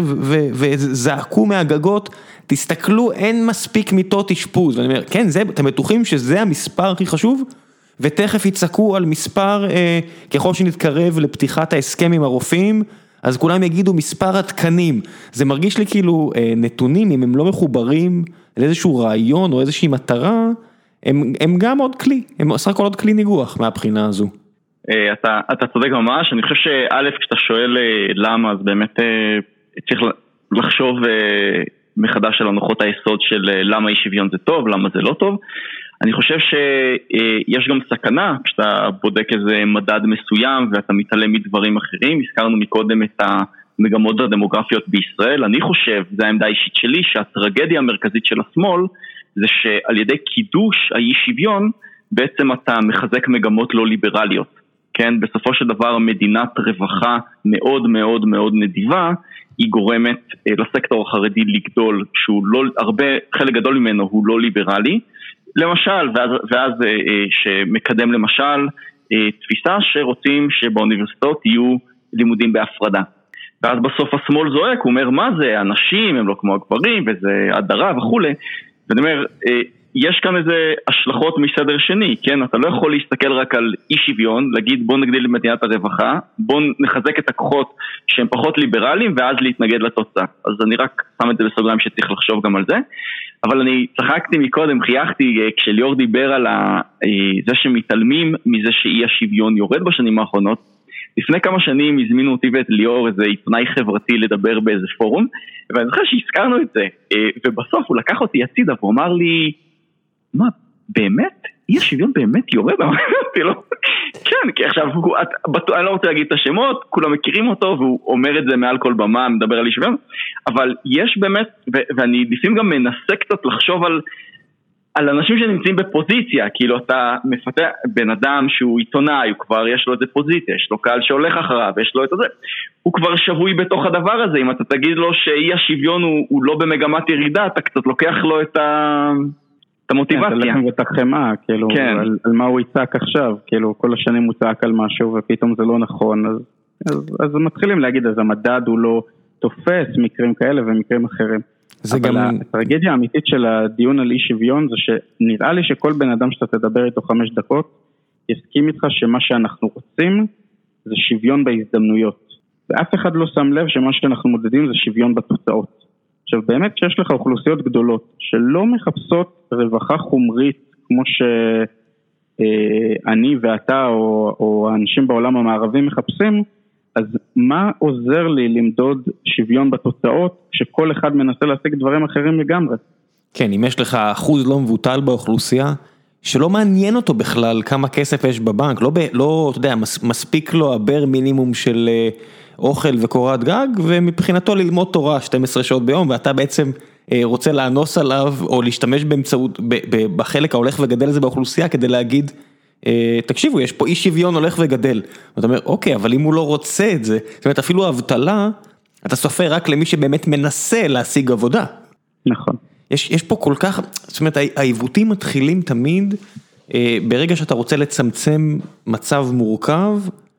וזעקו מהגגות, תסתכלו, אין מספיק מיטות אשפוז, ואני אומר, כן, אתם בטוחים שזה המספר הכי חשוב, ותכף יצעקו על מספר, ככל שנתקרב לפתיחת ההסכם עם הרופאים, אז כולם יגידו מספר התקנים, זה מרגיש לי כאילו נתונים, אם הם לא מחוברים לאיזשהו רעיון או איזושהי מטרה, הם גם עוד כלי, הם סך הכל עוד כלי ניגוח מהבחינה הזו. אתה צודק ממש, אני חושב שא' כשאתה שואל למה, אז באמת צריך לחשוב מחדש על הנחות היסוד של למה אי שוויון זה טוב, למה זה לא טוב. אני חושב שיש גם סכנה כשאתה בודק איזה מדד מסוים ואתה מתעלם מדברים אחרים. הזכרנו מקודם את המגמות הדמוגרפיות בישראל. אני חושב, זו העמדה האישית שלי, שהטרגדיה המרכזית של השמאל זה שעל ידי קידוש האי שוויון בעצם אתה מחזק מגמות לא ליברליות. כן, בסופו של דבר מדינת רווחה מאוד מאוד מאוד נדיבה, היא גורמת לסקטור החרדי לגדול, שהוא לא, חלק גדול ממנו הוא לא ליברלי, למשל, ואז שמקדם למשל תפיסה שרוצים שבאוניברסיטאות יהיו לימודים בהפרדה. ואז בסוף השמאל זועק, הוא אומר מה זה, אנשים הם לא כמו הגברים וזה הדרה וכו'. ואני אומר, יש כאן איזה השלכות מסדר שני, כן? אתה לא יכול להסתכל רק על אי שוויון, להגיד בוא נגדיל למדינת הרווחה, בוא נחזק את הכוחות שהם פחות ליברליים ואז להתנגד לתוצאה. אז אני רק שם את זה בסוגריים שצריך לחשוב גם על זה. אבל אני צחקתי מקודם, חייכתי כשליאור דיבר על זה שמתעלמים מזה שאי השוויון יורד בשנים האחרונות. לפני כמה שנים הזמינו אותי ואת ליאור איזה עיתונאי חברתי לדבר באיזה פורום, ואני זוכר שהזכרנו את זה, ובסוף הוא לקח אותי הצידה והוא אמר לי, מה, באמת? אי השוויון באמת יורד? אמרתי לו, כן, כי עכשיו, אני לא רוצה להגיד את השמות, כולם מכירים אותו, והוא אומר את זה מעל כל במה, מדבר על אי שוויון, אבל יש באמת, ואני לפעמים גם מנסה קצת לחשוב על אנשים שנמצאים בפוזיציה, כאילו אתה מפתח בן אדם שהוא עיתונאי, הוא כבר יש לו איזה פוזיציה, יש לו קהל שהולך אחריו, יש לו את זה, הוא כבר שבוי בתוך הדבר הזה, אם אתה תגיד לו שאי השוויון הוא לא במגמת ירידה, אתה קצת לוקח לו את המוטיבציה. את החמאה, כאילו, על מה הוא יצעק עכשיו, כאילו כל השנים הוא צעק על משהו ופתאום זה לא נכון, אז מתחילים להגיד, אז המדד הוא לא תופס מקרים כאלה ומקרים אחרים. אבל הטרגדיה האמיתית של הדיון על אי שוויון זה שנראה לי שכל בן אדם שאתה תדבר איתו 5 דקות יסכים איתך שמה שאנחנו רוצים זה שוויון בהזדמנויות, ואף אחד לא שם לב שמה שאנחנו מודדים זה שוויון בתוצאות. עכשיו באמת שיש לך אוכלוסיות גדולות שלא מחפשות רווחה חומרית כמו שאני ואתה או האנשים בעולם המערבי מחפשים, אז מה עוזר לי למדוד שוויון בתוצאות שכל אחד מנסה להשיג דברים אחרים לגמרי? כן, אם יש לך אחוז לא מבוטל באוכלוסייה שלא מעניין אותו בכלל כמה כסף יש בבנק, לא אתה יודע, מספיק לו הבר מינימום של אוכל וקורת גג, ומבחינתו ללמוד תורה 12 שעות ביום, ואתה בעצם רוצה לאנוס עליו, או להשתמש באמצעות, בחלק ההולך וגדל הזה באוכלוסייה, כדי להגיד, תקשיבו, יש פה אי שוויון הולך וגדל. ואתה אומר, אוקיי, אבל אם הוא לא רוצה את זה, זאת אומרת, אפילו האבטלה, אתה סופר רק למי שבאמת מנסה להשיג עבודה. נכון. יש פה כל כך, זאת אומרת, העיוותים מתחילים תמיד, ברגע שאתה רוצה לצמצם מצב מורכב,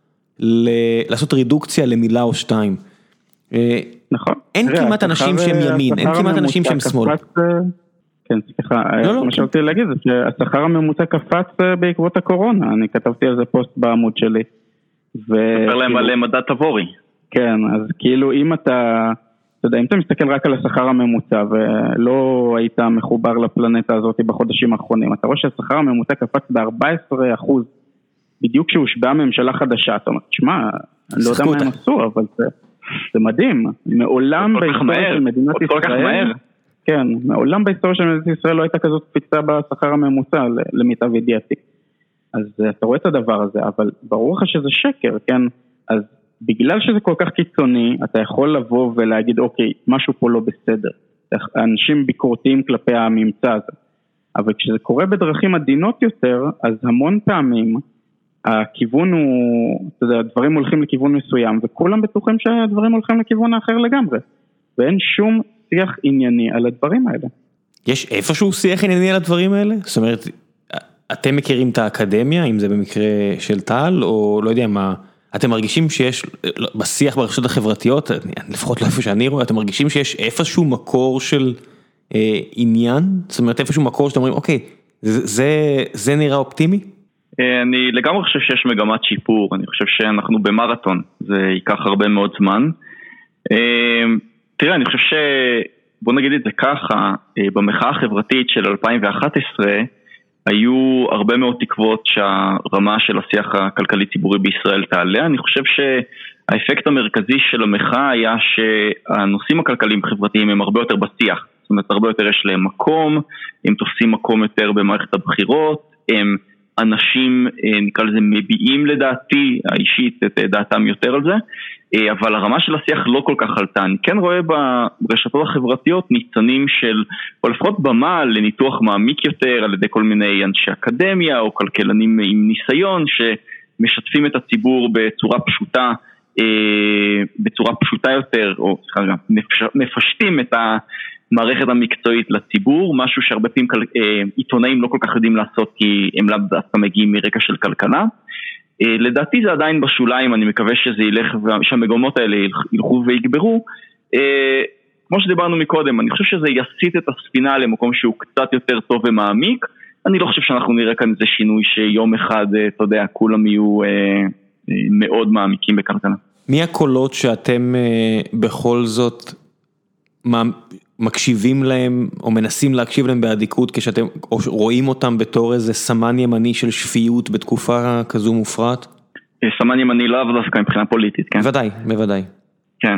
לעשות רידוקציה למילה או שתיים. נכון. אין כמעט אנשים שהם ימין, אין כמעט אנשים שהם שמאל. כן, סליחה, מה שרציתי להגיד זה שהשכר הממוצע קפץ בעקבות הקורונה, אני כתבתי על זה פוסט בעמוד שלי. ספר להם עליהם מדד תבורי. כן, אז כאילו אם אתה יודע, אם אתה מסתכל רק על השכר הממוצע ולא היית מחובר לפלנטה הזאת בחודשים האחרונים, אתה רואה שהשכר הממוצע קפץ ב-14%, בדיוק כשהושבעה ממשלה חדשה, אתה אומר, תשמע, אני לא יודע מה הם עשו, אבל זה מדהים, מעולם בהיסטוריה של מדינת ישראל, כן, מעולם בהיסטוריה של מדינת ישראל לא הייתה כזאת קפיצה בשכר הממוצע, למיטב ידיעתי. אז אתה רואה את הדבר הזה, אבל ברור לך שזה שקר, כן? אז בגלל שזה כל כך קיצוני, אתה יכול לבוא ולהגיד, אוקיי, משהו פה לא בסדר. אנשים ביקורתיים כלפי הממצא הזה. אבל כשזה קורה בדרכים עדינות יותר, אז המון פעמים הכיוון הוא, אתה יודע, הדברים הולכים לכיוון מסוים, וכולם בטוחים שהדברים הולכים לכיוון האחר לגמרי. ואין שום שיח ענייני על הדברים האלה. יש איפשהו שיח ענייני על הדברים האלה? זאת אומרת, אתם מכירים את האקדמיה, אם זה במקרה של טל, או לא יודע מה, אתם מרגישים שיש, בשיח ברשתות החברתיות, לפחות לא איפה שאני רואה, אתם מרגישים שיש איפשהו מקור של עניין? זאת אומרת, איפשהו מקור שאתם אומרים, אוקיי, זה נראה אופטימי? אני לגמרי חושב שיש מגמת שיפור, אני חושב שאנחנו במרתון, זה ייקח הרבה מאוד זמן. תראה, אני חושב בוא נגיד את זה ככה, במחאה החברתית של 2011, היו הרבה מאוד תקוות שהרמה של השיח הכלכלי ציבורי בישראל תעלה. אני חושב האפקט המרכזי של המחאה היה שהנושאים הכלכליים חברתיים הם הרבה יותר בשיח, זאת אומרת הרבה יותר יש להם מקום, הם תופסים מקום יותר במערכת הבחירות, הם אנשים נקרא לזה מביעים לדעתי האישית את דעתם יותר על זה, אבל הרמה של השיח לא כל כך עלתה. אני כן רואה ברשתות החברתיות ניצנים של, או לפחות במה לניתוח מעמיק יותר על ידי כל מיני אנשי אקדמיה או כלכלנים עם ניסיון שמשתפים את הציבור בצורה פשוטה יותר, או מפשטים את המערכת המקצועית לציבור, משהו שהרבה פעמים עיתונאים לא כל כך יודעים לעשות כי הם לאו דווקא מגיעים מרקע של כלכלה. לדעתי זה עדיין בשוליים, אני מקווה שזה ילך ושהמגמות האלה ילכו ויגברו. כמו שדיברנו מקודם, אני חושב שזה יסיט את הספינה למקום שהוא קצת יותר טוב ומעמיק. אני לא חושב שאנחנו נראה כאן איזה שינוי שיום אחד, אתה יודע, כולם יהיו מאוד מעמיקים בכלכלה. מי הקולות שאתם בכל זאת מקשיבים להם או מנסים להקשיב להם באדיקות כשאתם רואים אותם בתור איזה סמן ימני של שפיות בתקופה כזו מופרעת? סמן ימני לאו דווקא מבחינה פוליטית, כן? בוודאי, בוודאי. כן.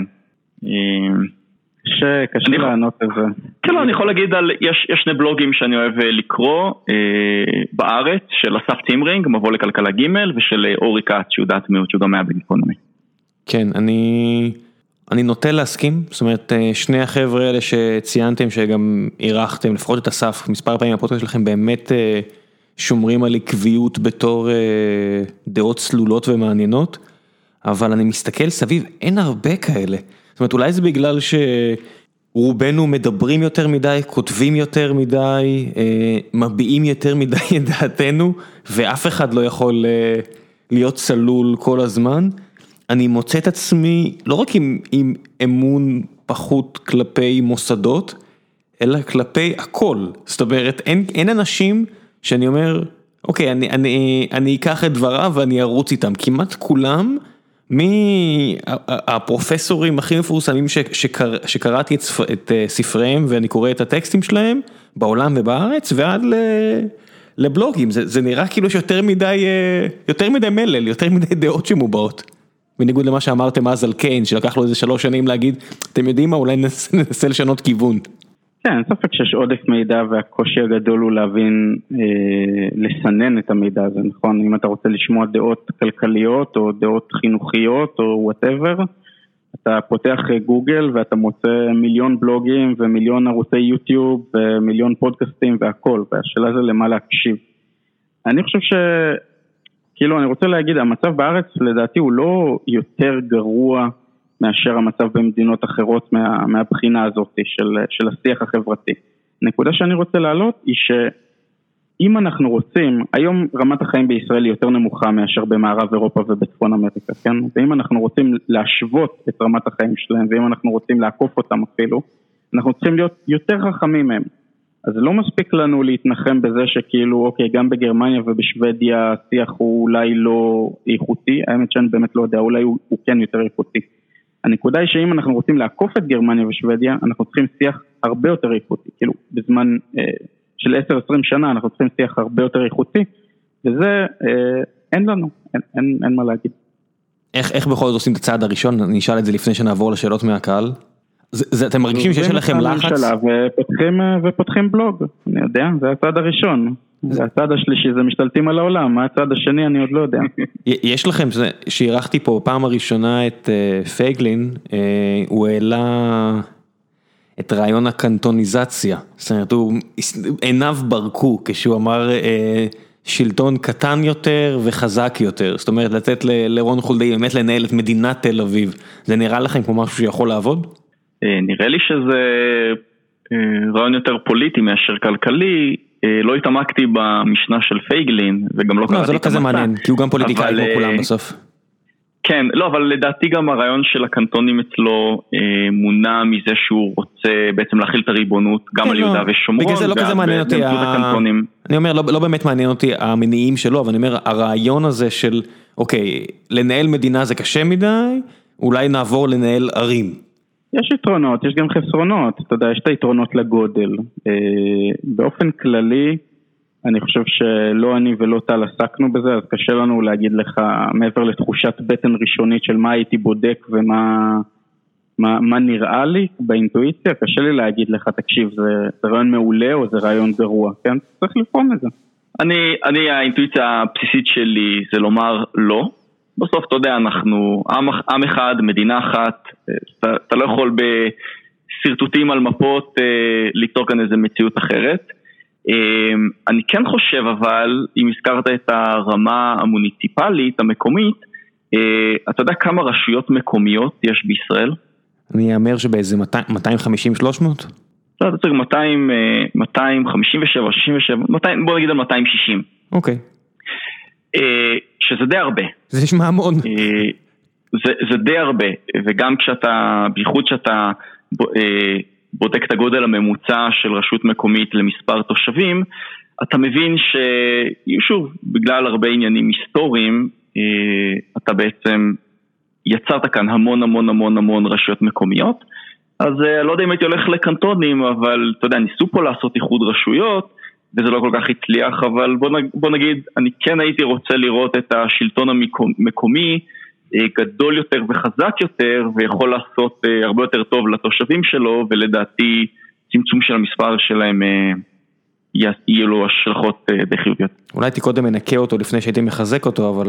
שקשה לענות על זה. כן, אני יכול להגיד יש שני בלוגים שאני אוהב לקרוא בארץ, של אסף צימרינג, מבוא לכלכלה ג' ושל אורי קאץ, שהוא דעת מיעוט, שהוא דומה בגיקונומי. כן, אני נוטה להסכים, זאת אומרת, שני החבר'ה האלה שציינתם, שגם עירכתם, לפחות את אסף, מספר פעמים הפודקאסט שלכם באמת שומרים על עקביות בתור דעות צלולות ומעניינות, אבל אני מסתכל סביב, אין הרבה כאלה. זאת אומרת, אולי זה בגלל שרובנו מדברים יותר מדי, כותבים יותר מדי, מביעים יותר מדי את דעתנו, ואף אחד לא יכול להיות צלול כל הזמן. אני מוצא את עצמי לא רק עם אמון פחות כלפי מוסדות, אלא כלפי הכל. זאת אומרת, אין אנשים שאני אומר, אוקיי, אני אקח את דבריו ואני ארוץ איתם. כמעט כולם, מהפרופסורים הכי מפורסמים שקראתי את ספריהם ואני קורא את הטקסטים שלהם, בעולם ובארץ, ועד לבלוגים. זה נראה כאילו שיותר מדי מלל, יותר מדי דעות שמובעות. בניגוד למה שאמרתם אז על קיין, שלקח לו איזה 3 שנים להגיד, אתם יודעים מה, אולי ננסה לשנות כיוון. כן, אין ספק שיש עודף מידע והקושי הגדול הוא להבין, לסנן את המידע הזה, נכון? אם אתה רוצה לשמוע דעות כלכליות או דעות חינוכיות או whatever, אתה פותח גוגל ואתה מוצא מיליון בלוגים ומיליון ערוצי יוטיוב ומיליון פודקאסטים והכל, והשאלה זה למה להקשיב. אני חושב כאילו אני רוצה להגיד, המצב בארץ לדעתי הוא לא יותר גרוע מאשר המצב במדינות אחרות מהבחינה הזאת של השיח החברתי. נקודה שאני רוצה להעלות היא שאם אנחנו רוצים, היום רמת החיים בישראל היא יותר נמוכה מאשר במערב אירופה ובצפון אמריקה, כן? ואם אנחנו רוצים להשוות את רמת החיים שלהם, ואם אנחנו רוצים לעקוף אותם אפילו, אנחנו צריכים להיות יותר חכמים מהם. אז לא מספיק לנו להתנחם בזה שכאילו, אוקיי, גם בגרמניה ובשוודיה השיח הוא אולי לא איכותי, האמת שאני באמת לא יודע, אולי הוא כן יותר איכותי. הנקודה היא שאם אנחנו רוצים לעקוף את גרמניה ושוודיה, אנחנו צריכים שיח הרבה יותר איכותי, כאילו בזמן של 10-20 שנה אנחנו צריכים שיח הרבה יותר איכותי, וזה אין לנו, אין מה להגיד. איך בכל זאת עושים את הצעד הראשון? אני אשאל את זה לפני שנעבור לשאלות מהקהל. אתם מרגישים שיש לכם לחץ? ופותחים בלוג, אני יודע, זה הצעד הראשון. זה הצעד השלישי, זה משתלטים על העולם, מה הצעד השני אני עוד לא יודע. יש לכם, שהירחתי פה פעם הראשונה את פייגלין, הוא העלה את רעיון הקנטוניזציה, זאת אומרת, עיניו ברקו כשהוא אמר שלטון קטן יותר וחזק יותר, זאת אומרת לתת לרון חולדאי באמת לנהל את מדינת תל אביב, זה נראה לכם כמו משהו שיכול לעבוד? נראה לי שזה רעיון יותר פוליטי מאשר כלכלי, לא התעמקתי במשנה של פייגלין, וגם לא קראתי את זה לא כזה מעניין, כי הוא גם פוליטיקאי כמו כולם בסוף. כן, לא, אבל לדעתי גם הרעיון של הקנטונים אצלו מונע מזה שהוא רוצה בעצם להכיל את הריבונות, גם על יהודה ושומרון. בגלל זה לא כזה מעניין אותי, אני אומר, לא באמת מעניין אותי המניעים שלו, אבל אני אומר, הרעיון הזה של, אוקיי, לנהל מדינה זה קשה מדי, אולי נעבור לנהל ערים. יש יתרונות, יש גם חסרונות, אתה יודע, יש את היתרונות לגודל. באופן כללי, אני חושב שלא אני ולא טל עסקנו בזה, אז קשה לנו להגיד לך, מעבר לתחושת בטן ראשונית של מה הייתי בודק ומה נראה לי באינטואיציה, קשה לי להגיד לך, תקשיב, זה רעיון מעולה או זה רעיון גרוע, כן? צריך לפעום את זה. האינטואיציה הבסיסית שלי זה לומר לא. בסוף, אתה יודע, אנחנו עם אחד, מדינה אחת, אתה לא יכול בסרטוטים על מפות ליצור כאן איזו מציאות אחרת. אני כן חושב, אבל, אם הזכרת את הרמה המוניציפלית, המקומית, אתה יודע כמה רשויות מקומיות יש בישראל? אני אאמר שבאיזה 250-300? לא, אתה צריך 257, 67, בוא נגיד על 260. אוקיי. שזה די הרבה. זה נשמע המון. זה די הרבה, וגם בייחוד שאתה בודק את הגודל הממוצע של רשות מקומית למספר תושבים, אתה מבין ששוב, בגלל הרבה עניינים היסטוריים, אתה בעצם יצרת כאן המון המון המון המון רשויות מקומיות, אז לא יודע אם הייתי הולך לקנטונים, אבל אתה יודע, ניסו פה לעשות איחוד רשויות, וזה לא כל כך הצליח, אבל בוא נגיד, אני כן הייתי רוצה לראות את השלטון המקומי גדול יותר וחזק יותר, ויכול לעשות הרבה יותר טוב לתושבים שלו, ולדעתי צמצום של המספר שלהם יהיו לו השלכות די חיוביות. אולי הייתי קודם מנקה אותו לפני שהייתי מחזק אותו,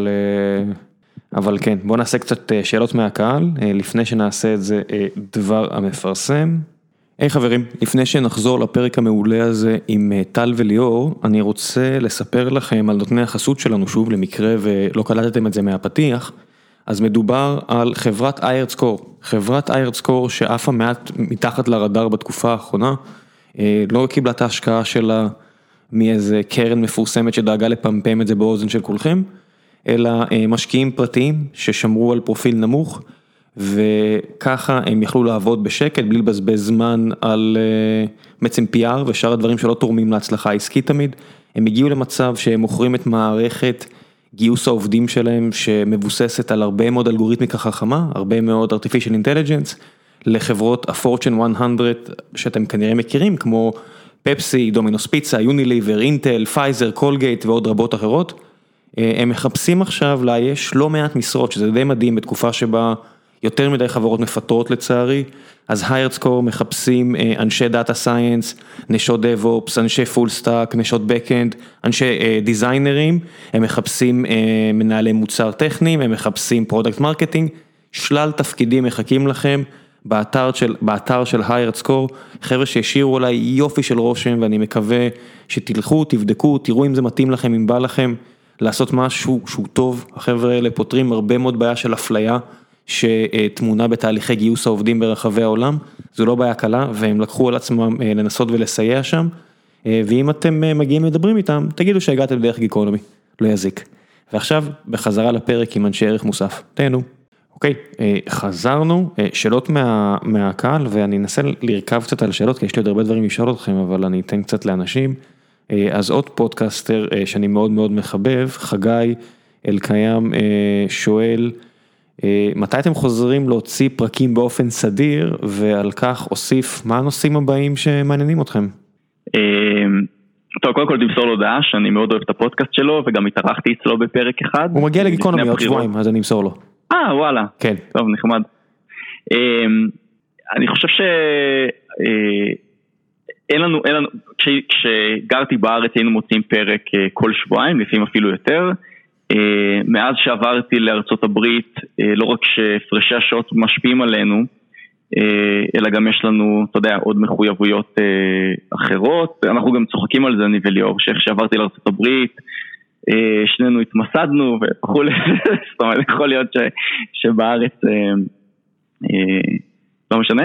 אבל כן, בוא נעשה קצת שאלות מהקהל, לפני שנעשה את זה דבר המפרסם. היי חברים, לפני שנחזור לפרק המעולה הזה עם טל וליאור, אני רוצה לספר לכם על נותני החסות שלנו שוב, למקרה ולא קלטתם את זה מהפתיח, אז מדובר על חברת IRT-Score, חברת IRT-Score שאף המעט מתחת לרדאר בתקופה האחרונה, לא קיבלה את ההשקעה שלה מאיזה קרן מפורסמת שדאגה לפמפם את זה באוזן של כולכם, אלא משקיעים פרטיים ששמרו על פרופיל נמוך, וככה הם יכלו לעבוד בשקט, בלי לבזבז זמן על בעצם PR ושאר הדברים שלא תורמים להצלחה העסקית תמיד. הם הגיעו למצב שהם מוכרים את מערכת גיוס העובדים שלהם, שמבוססת על הרבה מאוד אלגוריתמיקה חכמה, הרבה מאוד artificial intelligence, לחברות ה-Fortune 100 שאתם כנראה מכירים, כמו פפסי, דומינוס פיצה, יוניליבר, אינטל, פייזר, קולגייט ועוד רבות אחרות. הם מחפשים עכשיו לאייש לא מעט משרות, שזה די מדהים בתקופה שבה יותר מדי חברות מפטרות לצערי, אז IRT-Score מחפשים אנשי דאטה סיינס, נשות DevOps, אנשי פול סטאק, נשות בקאנד, אנשי דיזיינרים, הם מחפשים מנהלי מוצר טכניים, הם מחפשים פרודקט מרקטינג, שלל תפקידים מחכים לכם באתר של IRT-Score, חבר'ה שהשאירו אולי יופי של רושם, ואני מקווה שתלכו, תבדקו, תראו אם זה מתאים לכם, אם בא לכם לעשות משהו שהוא טוב, החבר'ה האלה פותרים הרבה מאוד בעיה של אפליה, שתמונה בתהליכי גיוס העובדים ברחבי העולם, זו לא בעיה קלה, והם לקחו על עצמם לנסות ולסייע שם, ואם אתם מגיעים לדברים איתם, תגידו שהגעתם דרך גיקונומי, לא יזיק. ועכשיו, בחזרה לפרק עם אנשי ערך מוסף, תהנו. אוקיי, חזרנו, שאלות מהקהל, ואני אנסה לרכב קצת על שאלות, כי יש לי עוד הרבה דברים לשאול אתכם, אבל אני אתן קצת לאנשים. אז עוד פודקאסטר שאני מאוד מאוד מחבב, חגי אלקיים שואל, מתי אתם חוזרים להוציא פרקים באופן סדיר, ועל כך אוסיף, מה הנושאים הבאים שמעניינים אתכם? טוב, קודם כל תמסור לו דעה, שאני מאוד אוהב את הפודקאסט שלו, וגם התארחתי אצלו בפרק אחד. הוא מגיע לגיקונומי עוד שבועיים, אז אני אמסור לו. וואלה. כן. טוב, נחמד. אני חושב אין לנו, כשגרתי בארץ היינו מוצאים פרק כל שבועיים, לפעמים אפילו יותר. מאז שעברתי לארצות הברית, לא רק שפרשי השעות משפיעים עלינו, אלא גם יש לנו, אתה יודע, עוד מחויבויות אחרות. אנחנו גם צוחקים על זה, אני וליאור, שאיך שעברתי לארצות הברית, שנינו התמסדנו וכו'. זאת אומרת, יכול להיות שבארץ לא משנה.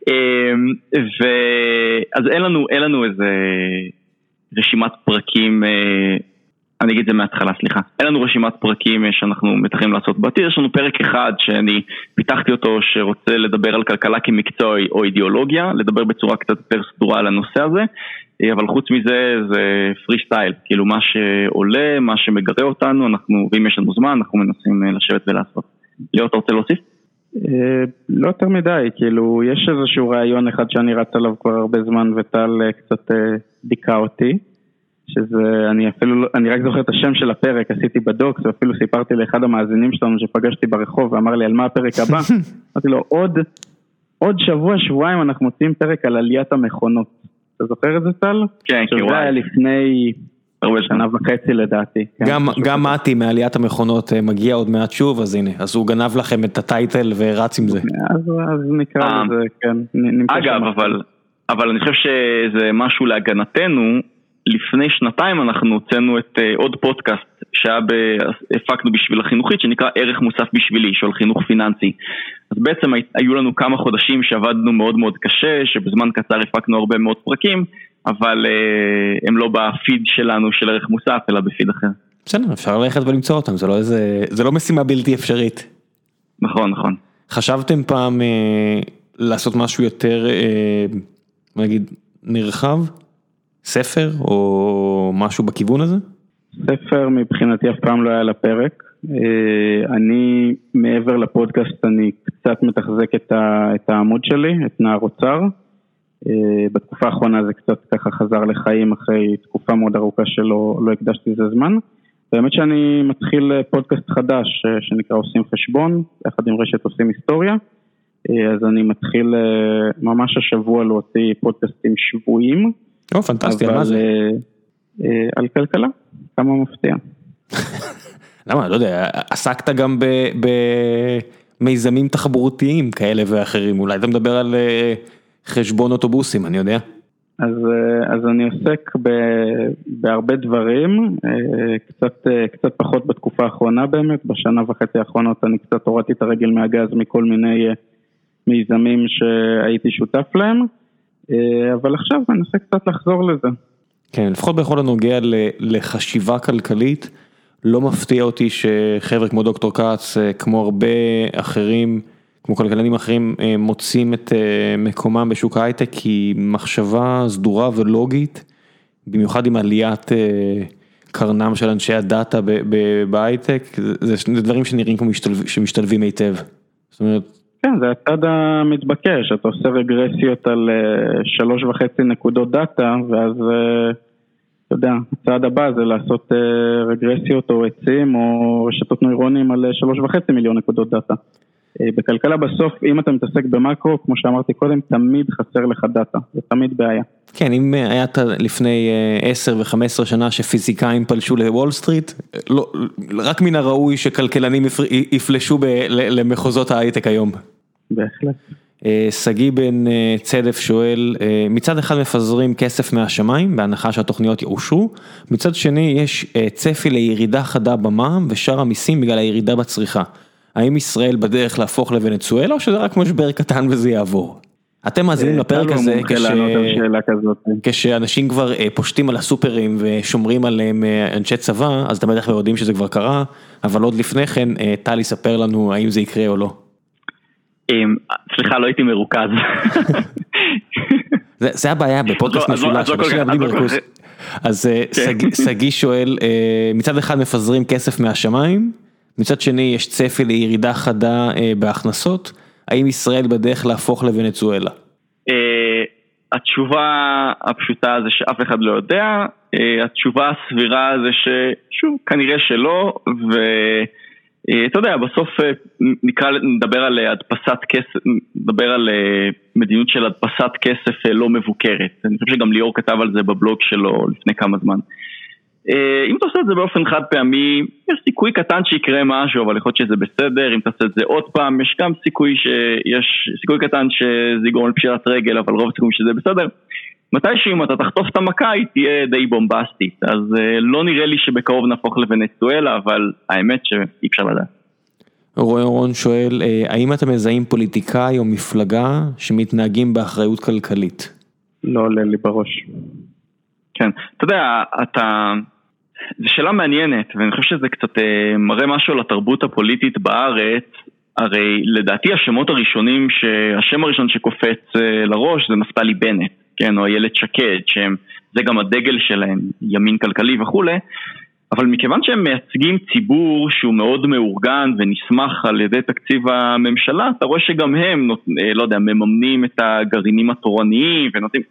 אז אין לנו איזה רשימת פרקים, אני אגיד את זה מההתחלה, סליחה. אין לנו רשימת פרקים שאנחנו מתחילים לעשות בעתיד. יש לנו פרק אחד שאני פיתחתי אותו, שרוצה לדבר על כלכלה כמקצוע או אידיאולוגיה, לדבר בצורה קצת יותר סדורה על הנושא הזה, אבל חוץ מזה זה פרי סטייל, כאילו מה שעולה, מה שמגרה אותנו, אנחנו, ואם יש לנו זמן, אנחנו מנסים לשבת ולעשות. ליאור, אתה רוצה להוסיף? לא יותר מדי, כאילו יש איזשהו רעיון אחד שאני רץ עליו כבר הרבה זמן, וטל קצת דיקה אותי. שזה, אני רק זוכר את השם של הפרק, עשיתי בדוקס, ואפילו סיפרתי לאחד המאזינים שלנו שפגשתי ברחוב, ואמר לי על מה הפרק הבא, אמרתי לו, עוד שבוע, שבועיים אנחנו מוצאים פרק על עליית המכונות. אתה זוכר את זה, טל? כן, כי שזה היה לפני שנה וחצי לדעתי. גם מתי מעליית המכונות מגיע עוד מעט שוב, אז הנה, אז הוא גנב לכם את הטייטל ורץ עם זה. אז נקרא לזה, כן. אגב, אבל אני חושב שזה משהו להגנתנו, לפני שנתיים אנחנו הוצאנו את עוד פודקאסט שהפקנו בשביל החינוכית שנקרא ערך מוסף בשבילי, של חינוך פיננסי. אז בעצם היו לנו כמה חודשים שעבדנו מאוד מאוד קשה, שבזמן קצר הפקנו הרבה מאוד פרקים, אבל הם לא בפיד שלנו של ערך מוסף, אלא בפיד אחר. בסדר, אפשר ללכת ולמצוא אותם, זה לא משימה בלתי אפשרית. נכון, נכון. חשבתם פעם לעשות משהו יותר, נגיד, נרחב? ספר או משהו בכיוון הזה? ספר מבחינתי אף פעם לא היה לפרק. אני מעבר לפודקאסט אני קצת מתחזק את העמוד שלי, את נער אוצר. בתקופה האחרונה זה קצת ככה חזר לחיים אחרי תקופה מאוד ארוכה שלא הקדשתי לזה זמן. באמת שאני מתחיל פודקאסט חדש שנקרא עושים חשבון, יחד עם רשת עושים היסטוריה. אז אני מתחיל ממש השבוע להוציא פודקאסטים שבועיים. פנטסטי, מה זה? על כלכלה, כמה מפתיע. למה, לא יודע, עסקת גם במיזמים תחבורתיים כאלה ואחרים, אולי אתה מדבר על חשבון אוטובוסים, אני יודע. אז אני עוסק בהרבה דברים, קצת פחות בתקופה האחרונה באמת, בשנה וחצי האחרונות אני קצת הורדתי את הרגל מהגז מכל מיני מיזמים שהייתי שותף להם, אבל עכשיו אני אנסה קצת לחזור לזה. כן, לפחות בכל הנוגע לחשיבה כלכלית, לא מפתיע אותי שחבר'ה כמו דוקטור קאץ, כמו הרבה אחרים, כמו כלכלנים אחרים, מוצאים את מקומם בשוק ההייטק, כי מחשבה סדורה ולוגית, במיוחד עם עליית קרנם של אנשי הדאטה בהייטק, זה דברים שנראים כמו שמשתלבים היטב. זאת אומרת, כן, זה הצד המתבקש, אתה עושה רגרסיות על 3.5 נקודות דאטה, ואז, אתה יודע, הצד הבא זה לעשות רגרסיות או עצים או רשתות נוירונים על 3.5 מיליון נקודות דאטה. בכלכלה בסוף, אם אתה מתעסק במקרו, כמו שאמרתי קודם, תמיד חסר לך דאטה, זה תמיד בעיה. כן, אם היה לפני 10 ו-15 שנה שפיזיקאים פלשו לוול סטריט, רק מן הראוי שכלכלנים יפלשו למחוזות ההייטק היום. בהחלט. סגי בן צדף שואל, מצד אחד מפזרים כסף מהשמיים, בהנחה שהתוכניות יאושרו, מצד שני יש צפי לירידה חדה במע"מ ושאר המיסים בגלל הירידה בצריכה. האם ישראל בדרך להפוך לוונצואלה, או שזה רק משבר קטן וזה יעבור? אתם מאזינים לפרק הזה, כשאנשים כבר פושטים על הסופרים ושומרים עליהם אנשי צבא, אז אתם בדרך כלל יודעים שזה כבר קרה, אבל עוד לפני כן, טל יספר לנו האם זה יקרה או לא. סליחה, לא הייתי מרוכז. זה הבעיה בפודקאסט משולש, אנשים עבדים מרכוז. אז סגי שואל, מצד אחד מפזרים כסף מהשמיים, מצד שני יש צפי לירידה חדה בהכנסות, האם ישראל בדרך להפוך לוונצואלה? התשובה הפשוטה זה שאף אחד לא יודע, התשובה הסבירה זה ששוב, כנראה שלא, ואתה יודע, בסוף נדבר על הדפסת כסף, נדבר על מדיניות של הדפסת כסף לא מבוקרת, אני חושב שגם ליאור כתב על זה בבלוג שלו לפני כמה זמן. אם אתה עושה את זה באופן חד פעמי, יש סיכוי קטן שיקרה משהו, אבל יכול להיות שזה בסדר. אם אתה עושה את זה עוד פעם, יש גם סיכוי קטן שזה יגרום לפשירת רגל, אבל רוב הסיכוי שזה בסדר. מתישהו אם אתה תחטוף את המכה, היא תהיה די בומבסטית. אז לא נראה לי שבקרוב נהפוך לוונצואלה, אבל האמת שאי אפשר לדעת. רון שואל, האם אתם מזהים פוליטיקאי או מפלגה שמתנהגים באחריות כלכלית? לא עולה לי בראש. כן, אתה יודע, זו שאלה מעניינת, ואני חושב שזה קצת מראה משהו על התרבות הפוליטית בארץ. הרי לדעתי השמות הראשונים, השם הראשון שקופץ לראש זה נפתלי בנט, כן, או איילת שקד, זה גם הדגל שלהם, ימין כלכלי וכו'. אבל מכיוון שהם מייצגים ציבור שהוא מאוד מאורגן ונשמח על ידי תקציב הממשלה, אתה רואה שגם הם, לא יודע, מממנים את הגרעינים התורניים ונותנים,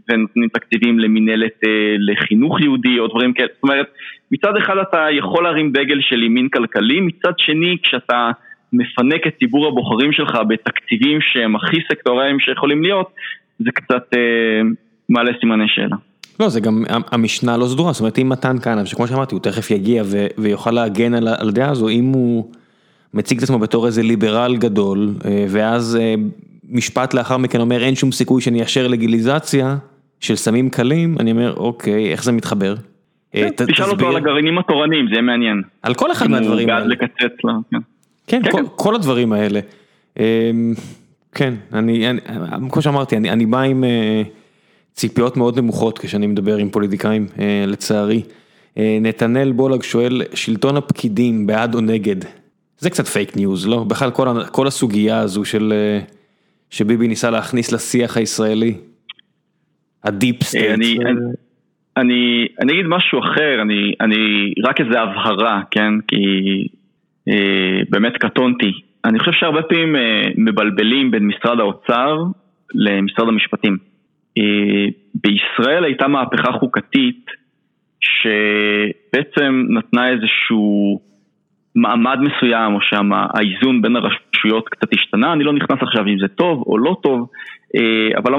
ונותנים תקציבים למנהלת לחינוך יהודי או דברים כאלה. זאת אומרת, מצד אחד אתה יכול להרים דגל של ימין כלכלי, מצד שני כשאתה מפנק את ציבור הבוחרים שלך בתקציבים שהם הכי סקטוריים שיכולים להיות, זה קצת מעלה סימני שאלה. לא, זה גם, המשנה לא סדורה, זאת אומרת, אם מתן כהנא, שכמו שאמרתי, הוא תכף יגיע ויוכל להגן על הדעה הזו, אם הוא מציג את עצמו בתור איזה ליברל גדול, ואז משפט לאחר מכן אומר, אין שום סיכוי שניישר לגיליזציה של סמים קלים, אני אומר, אוקיי, איך זה מתחבר? תשאל אותו על הגרעינים התורניים, זה יהיה מעניין. על כל אחד מהדברים האלה. לקצץ לה, כן, כל הדברים האלה. כן, כמו שאמרתי, אני בא עם ציפיות מאוד נמוכות כשאני מדבר עם פוליטיקאים, לצערי. נתנאל בולג שואל, שלטון הפקידים בעד או נגד? זה קצת פייק ניוז, לא? בכלל כל הסוגיה הזו שביבי ניסה להכניס לשיח הישראלי. הדיפ סטייט. אני אגיד משהו אחר, אני רק איזה הבהרה, כן? כי באמת קטונתי. אני חושב שהרבה פעמים מבלבלים בין משרד האוצר למשרד המשפטים. בישראל הייתה מהפכה חוקתית שבעצם נתנה איזשהו מעמד מסוים, או שהאיזון בין הרשויות קצת השתנה. אני לא נכנס עכשיו אם זה טוב או לא טוב, אבל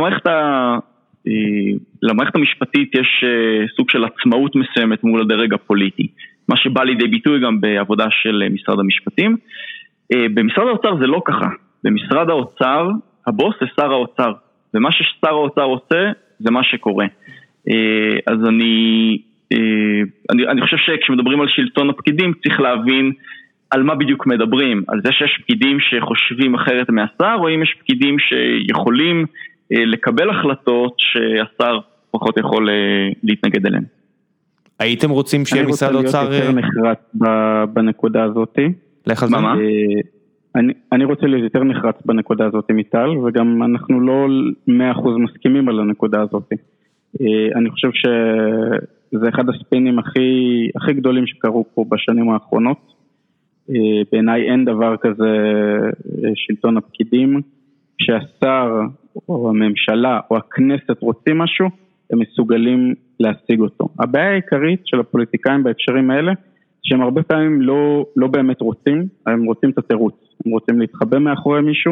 למערכת המשפטית יש סוג של עצמאות מסוימת מול הדרג הפוליטי, מה שבא לידי ביטוי גם בעבודה של משרד המשפטים. במשרד האוצר זה לא ככה. במשרד האוצר הבוס זה שר האוצר, ומה ששר האוצר עושה זה מה שקורה. אז אני חושב שכשמדברים על שלטון הפקידים צריך להבין על מה בדיוק מדברים, על זה שיש פקידים שחושבים אחרת מהשר, או אם יש פקידים שיכולים לקבל החלטות שהשר פחות יכול להתנגד אליהן. הייתם רוצים שמשרד האוצר... אני רוצה להיות יותר נחרץ בנקודה הזאת. מה? אני רוצה להיות יותר נחרץ בנקודה הזאת מיטל, וגם אנחנו לא 100% מסכימים על הנקודה הזאת. אני חושב שזה אחד הספינים הכי גדולים שקרו פה בשנים האחרונות. בעיניי אין דבר כזה שלטון הפקידים. כשהשר או הממשלה או הכנסת רוצים משהו, הם מסוגלים להשיג אותו. הבעיה העיקרית של הפוליטיקאים בהקשרים האלה, שהם הרבה פעמים לא באמת רוצים, הם רוצים את התירוץ. הם רוצים להתחבא מאחורי מישהו,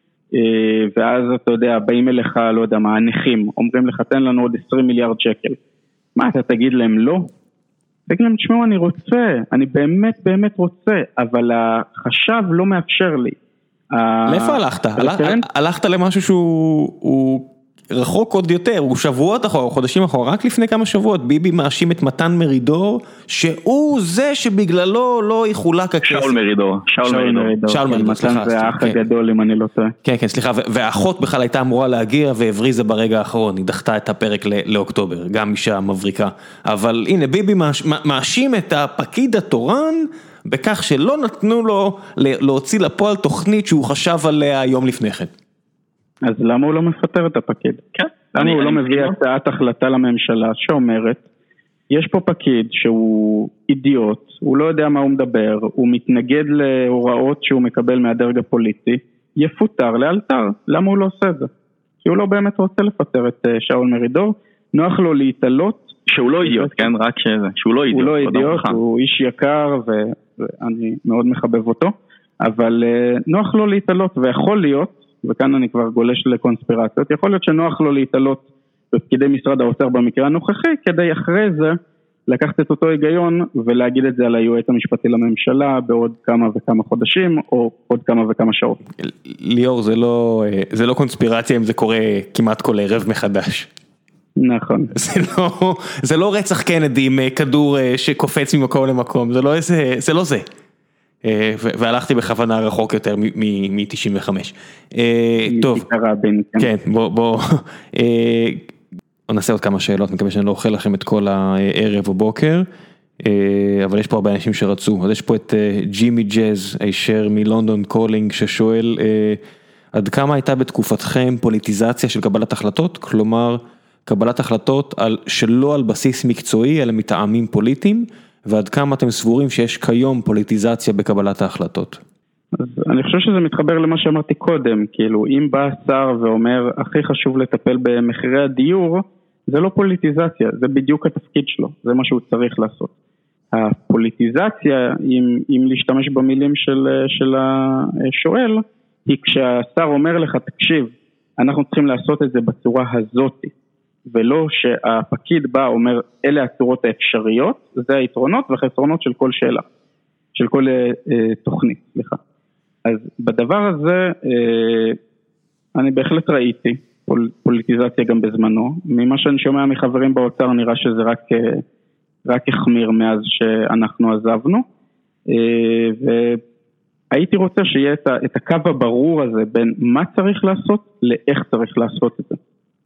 ואז אתה יודע, באים אליך, לא יודע מה, הנכים, אומרים לך, תן לנו עוד 20 מיליארד שקל. מה, אתה תגיד להם לא? תגיד להם, תשמעו, אני רוצה, אני באמת רוצה, אבל החשב לא מאפשר לי. לאיפה הלכת? הלכת למשהו שהוא רחוק עוד יותר, הוא שבועות אחורה, חודשים אחורה, רק לפני כמה שבועות, ביבי מאשים את מתן מרידור, שהוא זה שבגללו לא יחולק הכסף. שאול מרידור, מתן זה האח הגדול אם אני לא טועה. כן, סליחה, והאחות בכלל הייתה אמורה להגיע והבריזה ברגע האחרון, היא דחתה את הפרק לאוקטובר, גם אישה מבריקה, אבל הנה ביבי מאשים את הפקיד התורן, בכך שלא נתנו לו להוציא לפועל תוכנית שהוא חשב עליה יום לפני כן. אז למה הוא לא מפטר את הפקיד? כן. למה הוא לא מביא הצעת החלטה לממשלה שאומרת, יש פה פקיד שהוא אידיוט, הוא לא יודע מה הוא מדבר, הוא מתנגד להוראות שהוא מקבל מהדרג הפוליטי, יפוטר לאלתר. למה הוא לא עושה את זה? כי הוא לא באמת רוצה לפטר את שאול מרידור, נוח לו להתעלות. שהוא לא אידיוט, כן? רק שזה, שהוא לא אידיוט. הוא לא אידיוט, הוא איש יקר ואני מאוד מחבב אותו, אבל נוח לו להתעלות, ויכול להיות, וכאן אני כבר גולש לקונספירציות, יכול להיות שנוח לו להתעלות בפקידי משרד האוצר במקרה הנוכחי, כדי אחרי זה לקחת את אותו היגיון ולהגיד את זה על היועץ המשפטי לממשלה בעוד כמה וכמה חודשים, או עוד כמה וכמה שעות. ליאור, זה לא קונספירציה אם זה קורה כמעט כל ערב מחדש. נכון. זה לא רצח קנדי עם כדור שקופץ ממקום למקום, זה לא זה. והלכתי בכוונה רחוק יותר מ-95. טוב, כן, בוא נעשה עוד כמה שאלות, מקווה שאני לא אוכל לכם את כל הערב או בוקר, אבל יש פה הרבה אנשים שרצו, אז יש פה את ג'ימי ג'אז, הישר מלונדון קולינג, ששואל, עד כמה הייתה בתקופתכם פוליטיזציה של קבלת החלטות, כלומר, קבלת החלטות שלא על בסיס מקצועי, אלא מטעמים פוליטיים, ועד כמה אתם סבורים שיש כיום פוליטיזציה בקבלת ההחלטות? אז אני חושב שזה מתחבר למה שאמרתי קודם, כאילו אם בא שר ואומר הכי חשוב לטפל במחירי הדיור, זה לא פוליטיזציה, זה בדיוק התפקיד שלו, זה מה שהוא צריך לעשות. הפוליטיזציה, אם להשתמש במילים של השואל, היא כשהשר אומר לך, תקשיב, אנחנו צריכים לעשות את זה בצורה הזאת, ולא שהפקיד בא אומר, אלה הצורות האפשריות, זה היתרונות והחסרונות של כל שאלה, של כל תוכנית, סליחה. אז בדבר הזה, אני בהחלט ראיתי פוליטיזציה גם בזמנו. ממה שאני שומע מחברים באוצר, נראה שזה רק החמיר מאז שאנחנו עזבנו. והייתי רוצה שיהיה את הקו הברור הזה בין מה צריך לעשות לאיך צריך לעשות את זה.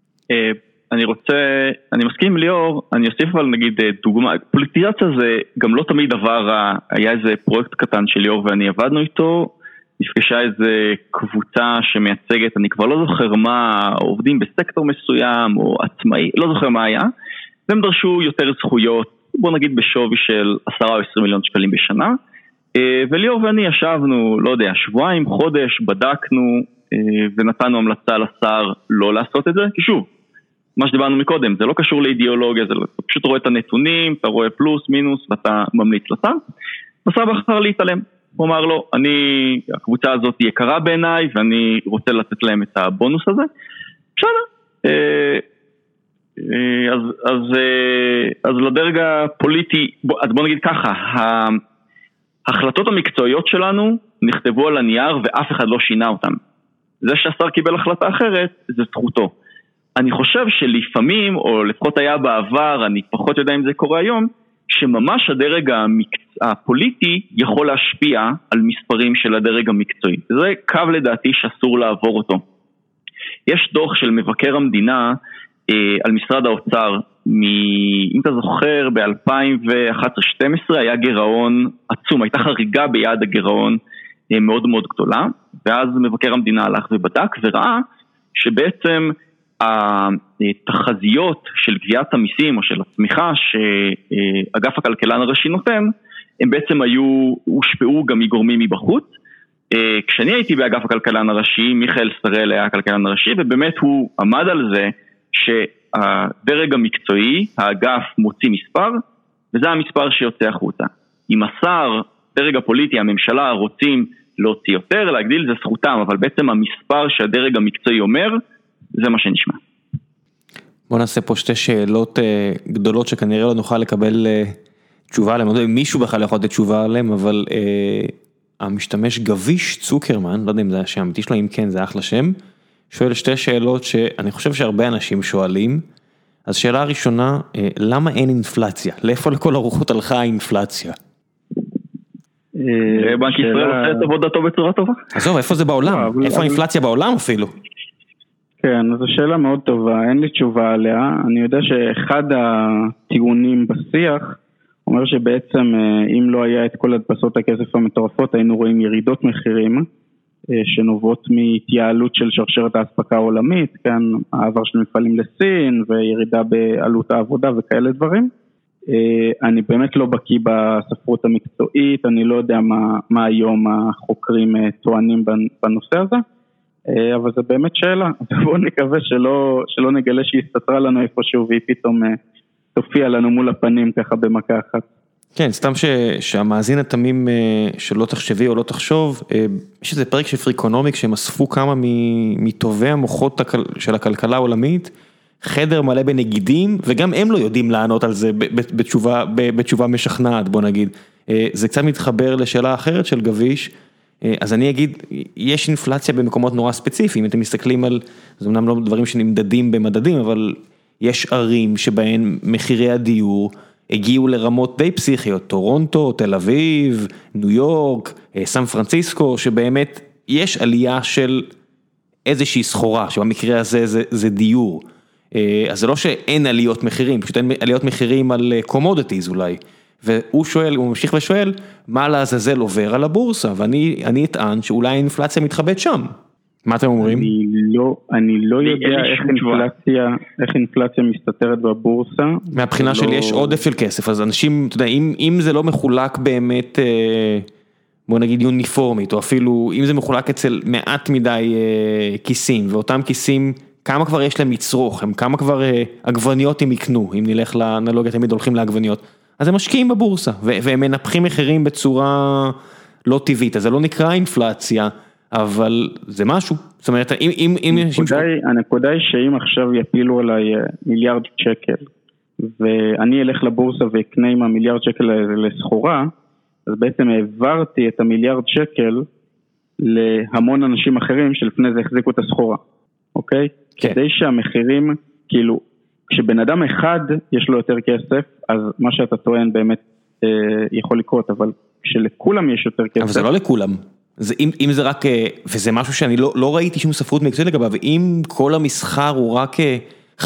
אני מסכים עם ליאור, אני אוסיף אבל נגיד דוגמה, פוליטיזציה זה גם לא תמיד דבר, היה איזה פרויקט קטן של ליאור ואני עבדנו איתו, נפגשה איזה קבוצה שמייצגת, אני כבר לא זוכר מה, עובדים בסקטור מסוים או עצמאי, לא זוכר מה היה, והם דרשו יותר זכויות, בוא נגיד בשווי של 10 או 20 מיליון שקלים בשנה, וליאור ואני ישבנו, לא יודע, שבועיים, חודש, בדקנו ונתנו המלצה לשר לא לעשות את זה, כי שוב, מה שדיברנו מקודם, זה לא קשור לאידיאולוגיה, אתה פשוט רואה את הנתונים, אתה רואה פלוס, מינוס, ואתה ממליץ לשר, השר בחר להתעלם. הוא אמר לו, הקבוצה הזאת יקרה בעיניי, ואני רוצה לתת להם את הבונוס הזה. בסדר. אז לדרג הפוליטי, אז בוא נגיד ככה, ההחלטות המקצועיות שלנו נכתבו על הנייר, ואף אחד לא שינה אותם. זה שהשר קיבל החלטה אחרת, זה זכותו. אני חושב שלפעמים, או לפחות היה בעבר, אני פחות יודע אם זה קורה היום, שממש הדרג הפוליטי יכול להשפיע על מספרים של הדרג המקצועי. זה קו לדעתי שאסור לעבור אותו. יש דוח של מבקר המדינה על משרד האוצר, אם אתה זוכר, ב-2011-2012 היה גירעון עצום, הייתה חריגה ביעד הגירעון מאוד מאוד גדולה, ואז מבקר המדינה הלך ובדק וראה שבעצם התחזיות של גביית המיסים או של הצמיחה שאגף הכלכלן הראשי נותן, הם בעצם הושפעו גם מגורמים מבחוץ. כשאני הייתי באגף הכלכלן הראשי, מיכאל שראל היה הכלכלן הראשי, ובאמת הוא עמד על זה שהדרג המקצועי, האגף מוציא מספר, וזה המספר שיוצא החוצה. אם השר, דרג הפוליטי, הממשלה רוצים להוציא יותר, להגדיל, זה זכותם, אבל בעצם המספר שהדרג המקצועי אומר, זה מה שנשמע. בוא נעשה פה שתי שאלות גדולות שכנראה לא נוכל לקבל תשובה עליהן, לא יודע אם מישהו בכלל יכול לתת תשובה עליהן, אבל המשתמש גביש צוקרמן, לא יודע אם זה השם האמיתי שלו, אם כן זה אחלה שם, שואל שתי שאלות שאני חושב שהרבה אנשים שואלים. אז שאלה הראשונה, למה אין אינפלציה? לאיפה לכל הרוחות הלכה האינפלציה? בנק ישראל עושה את עבודתו בצורה טובה. עזוב, איפה זה בעולם? איפה האינפלציה בעולם אפילו? כן, זו שאלה מאוד טובה, אין לי תשובה עליה. אני יודע שאחד הטיעונים בשיח אומר שבעצם אם לא היה את כל הדפסות הכסף המטורפות, היינו רואים ירידות מחירים שנובעות מהתייעלות של שרשרת האספקה העולמית, כאן העבר של מפעלים לסין וירידה בעלות העבודה וכאלה דברים. אני באמת לא בקיא בספרות המקצועית, אני לא יודע מה היום החוקרים טוענים בנושא הזה, אבל זה באמת שאלה. בואו נקווה שלא נגלה שהיא הסתתרה לנו איפשהו והיא פתאום תופיע לנו מול הפנים ככה במכה אחת. כן, סתם שהמאזין התמים שלא תחשבי או לא תחשוב, יש איזה פרק של פריקונומיקס שהם אספו כמה מטובי המוחות של הכלכלה העולמית, חדר מלא בנגידים, וגם הם לא יודעים לענות על זה בתשובה משכנעת, בוא נגיד. זה קצת מתחבר לשאלה אחרת של גביש, אז אני אגיד, יש אינפלציה במקומות נורא ספציפיים, אתם מסתכלים על, זה אמנם לא דברים שנמדדים במדדים, אבל יש ערים שבהן מחירי הדיור הגיעו לרמות די פסיכיות, טורונטו, תל אביב, ניו יורק, סן פרנסיסקו, שבאמת יש עלייה של איזושהי סחורה, שבמקרה הזה זה דיור. אז זה לא שאין עליות מחירים, פשוט אין עליות מחירים על commodities אולי. והוא שואל, הוא ממשיך ושואל, מה לעזאזל עובר על הבורסה? ואני אטען שאולי האינפלציה מתחבאת שם. מה אתם אומרים? אני לא יודע איך אינפלציה מסתתרת בבורסה. מהבחינה שלי יש עודף של כסף, אז אנשים, אתה יודע, אם זה לא מחולק באמת, בוא נגיד יוניפורמית, או אפילו אם זה מחולק אצל מעט מדי כיסים, ואותם כיסים כמה כבר יש להם לצרוך, כמה כבר עגבניות הם יקנו, אם נלך לאנלוגיה תמיד הולכים לעגבניות, אז הם משקיעים בבורסה, והם מנפחים מחירים בצורה לא טבעית, אז זה לא נקרא אינפלציה, אבל זה משהו, זאת אומרת, הנקודה היא שאם עכשיו יפילו עליי מיליארד שקל, ואני אלך לבורסה ואקנה עם המיליארד שקל לסחורה, אז בעצם העברתי את המיליארד שקל להמון אנשים אחרים שלפני זה החזיקו את הסחורה, אוקיי? כן. כדי שהמחירים, כאילו, כשבן אדם אחד יש לו יותר כסף, אז מה שאתה טוען באמת יכול לקרות, אבל כשלכולם יש יותר כסף... אבל זה לא לכולם. אם זה רק, וזה משהו שאני לא ראיתי שום ספרות מקצועית לגביו, אם כל המסחר הוא רק 5-10%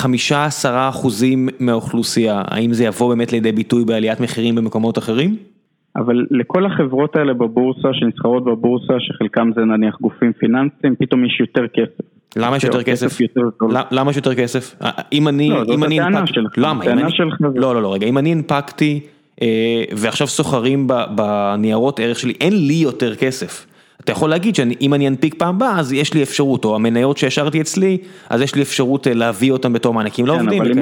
מהאוכלוסייה, האם זה יבוא באמת לידי ביטוי בעליית מחירים במקומות אחרים? אבל לכל החברות האלה בבורסה, שנסחרות בבורסה, שחלקם זה נניח גופים פיננסיים, פתאום יש יותר כסף. למה יש יותר כסף? למה יש יותר כסף? לא, זאת הטענה שלך. למה? לא, רגע, אם אני הנפקתי, ועכשיו סוחרים בניירות ערך שלי, אין לי יותר כסף. אתה יכול להגיד שאם אני אנפיק פעם הבאה, אז יש לי אפשרות, או המניות שהשארתי אצלי, אז יש לי אפשרות להביא אותם בתור מענקים לעובדים. אבל אם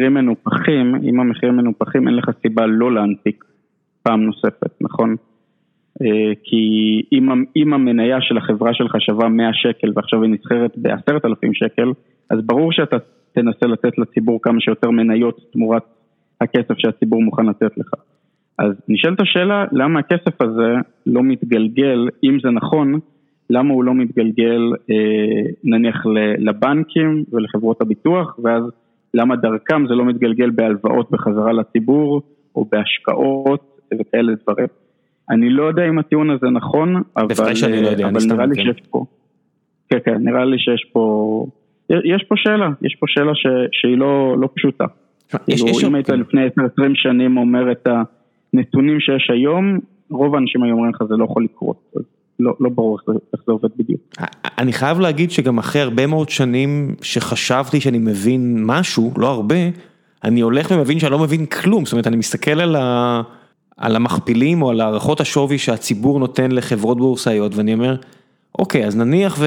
המחירים מנופחים, אין לך סיבה לא להנפיק פעם נוספת, נכון? כי אם המניה של החברה שלך שווה 100 שקל, ועכשיו היא נסחרת ב10,000 שקל, אז ברור שאתה תנסה לתת לציבור כמה שיותר מניות תמורת הכסף שהציבור מוכן לתת לך. אז נשאלת השאלה, למה הכסף הזה לא מתגלגל, אם זה נכון, למה הוא לא מתגלגל נניח לבנקים ולחברות הביטוח, ואז למה דרכם זה לא מתגלגל בהלוואות בחזרה לציבור, או בהשקעות וכאלה דברים. אני לא יודע אם הטיעון הזה נכון, אבל נראה לי שיש פה. כן, נראה לי שיש פה, יש פה שאלה שהיא לא פשוטה. אם היית לפני 10-20 שנים אומר את הנתונים שיש היום, רוב האנשים היום אומרים לך זה לא יכול לקרות, לא ברור איך זה עובד בדיוק. אני חייב להגיד שגם אחרי הרבה מאוד שנים שחשבתי שאני מבין משהו, לא הרבה, אני הולך ומבין שאני לא מבין כלום, זאת אומרת אני מסתכל על המכפילים או על הערכות השווי שהציבור נותן לחברות בורסאיות, ואני אומר, אוקיי, אז נניח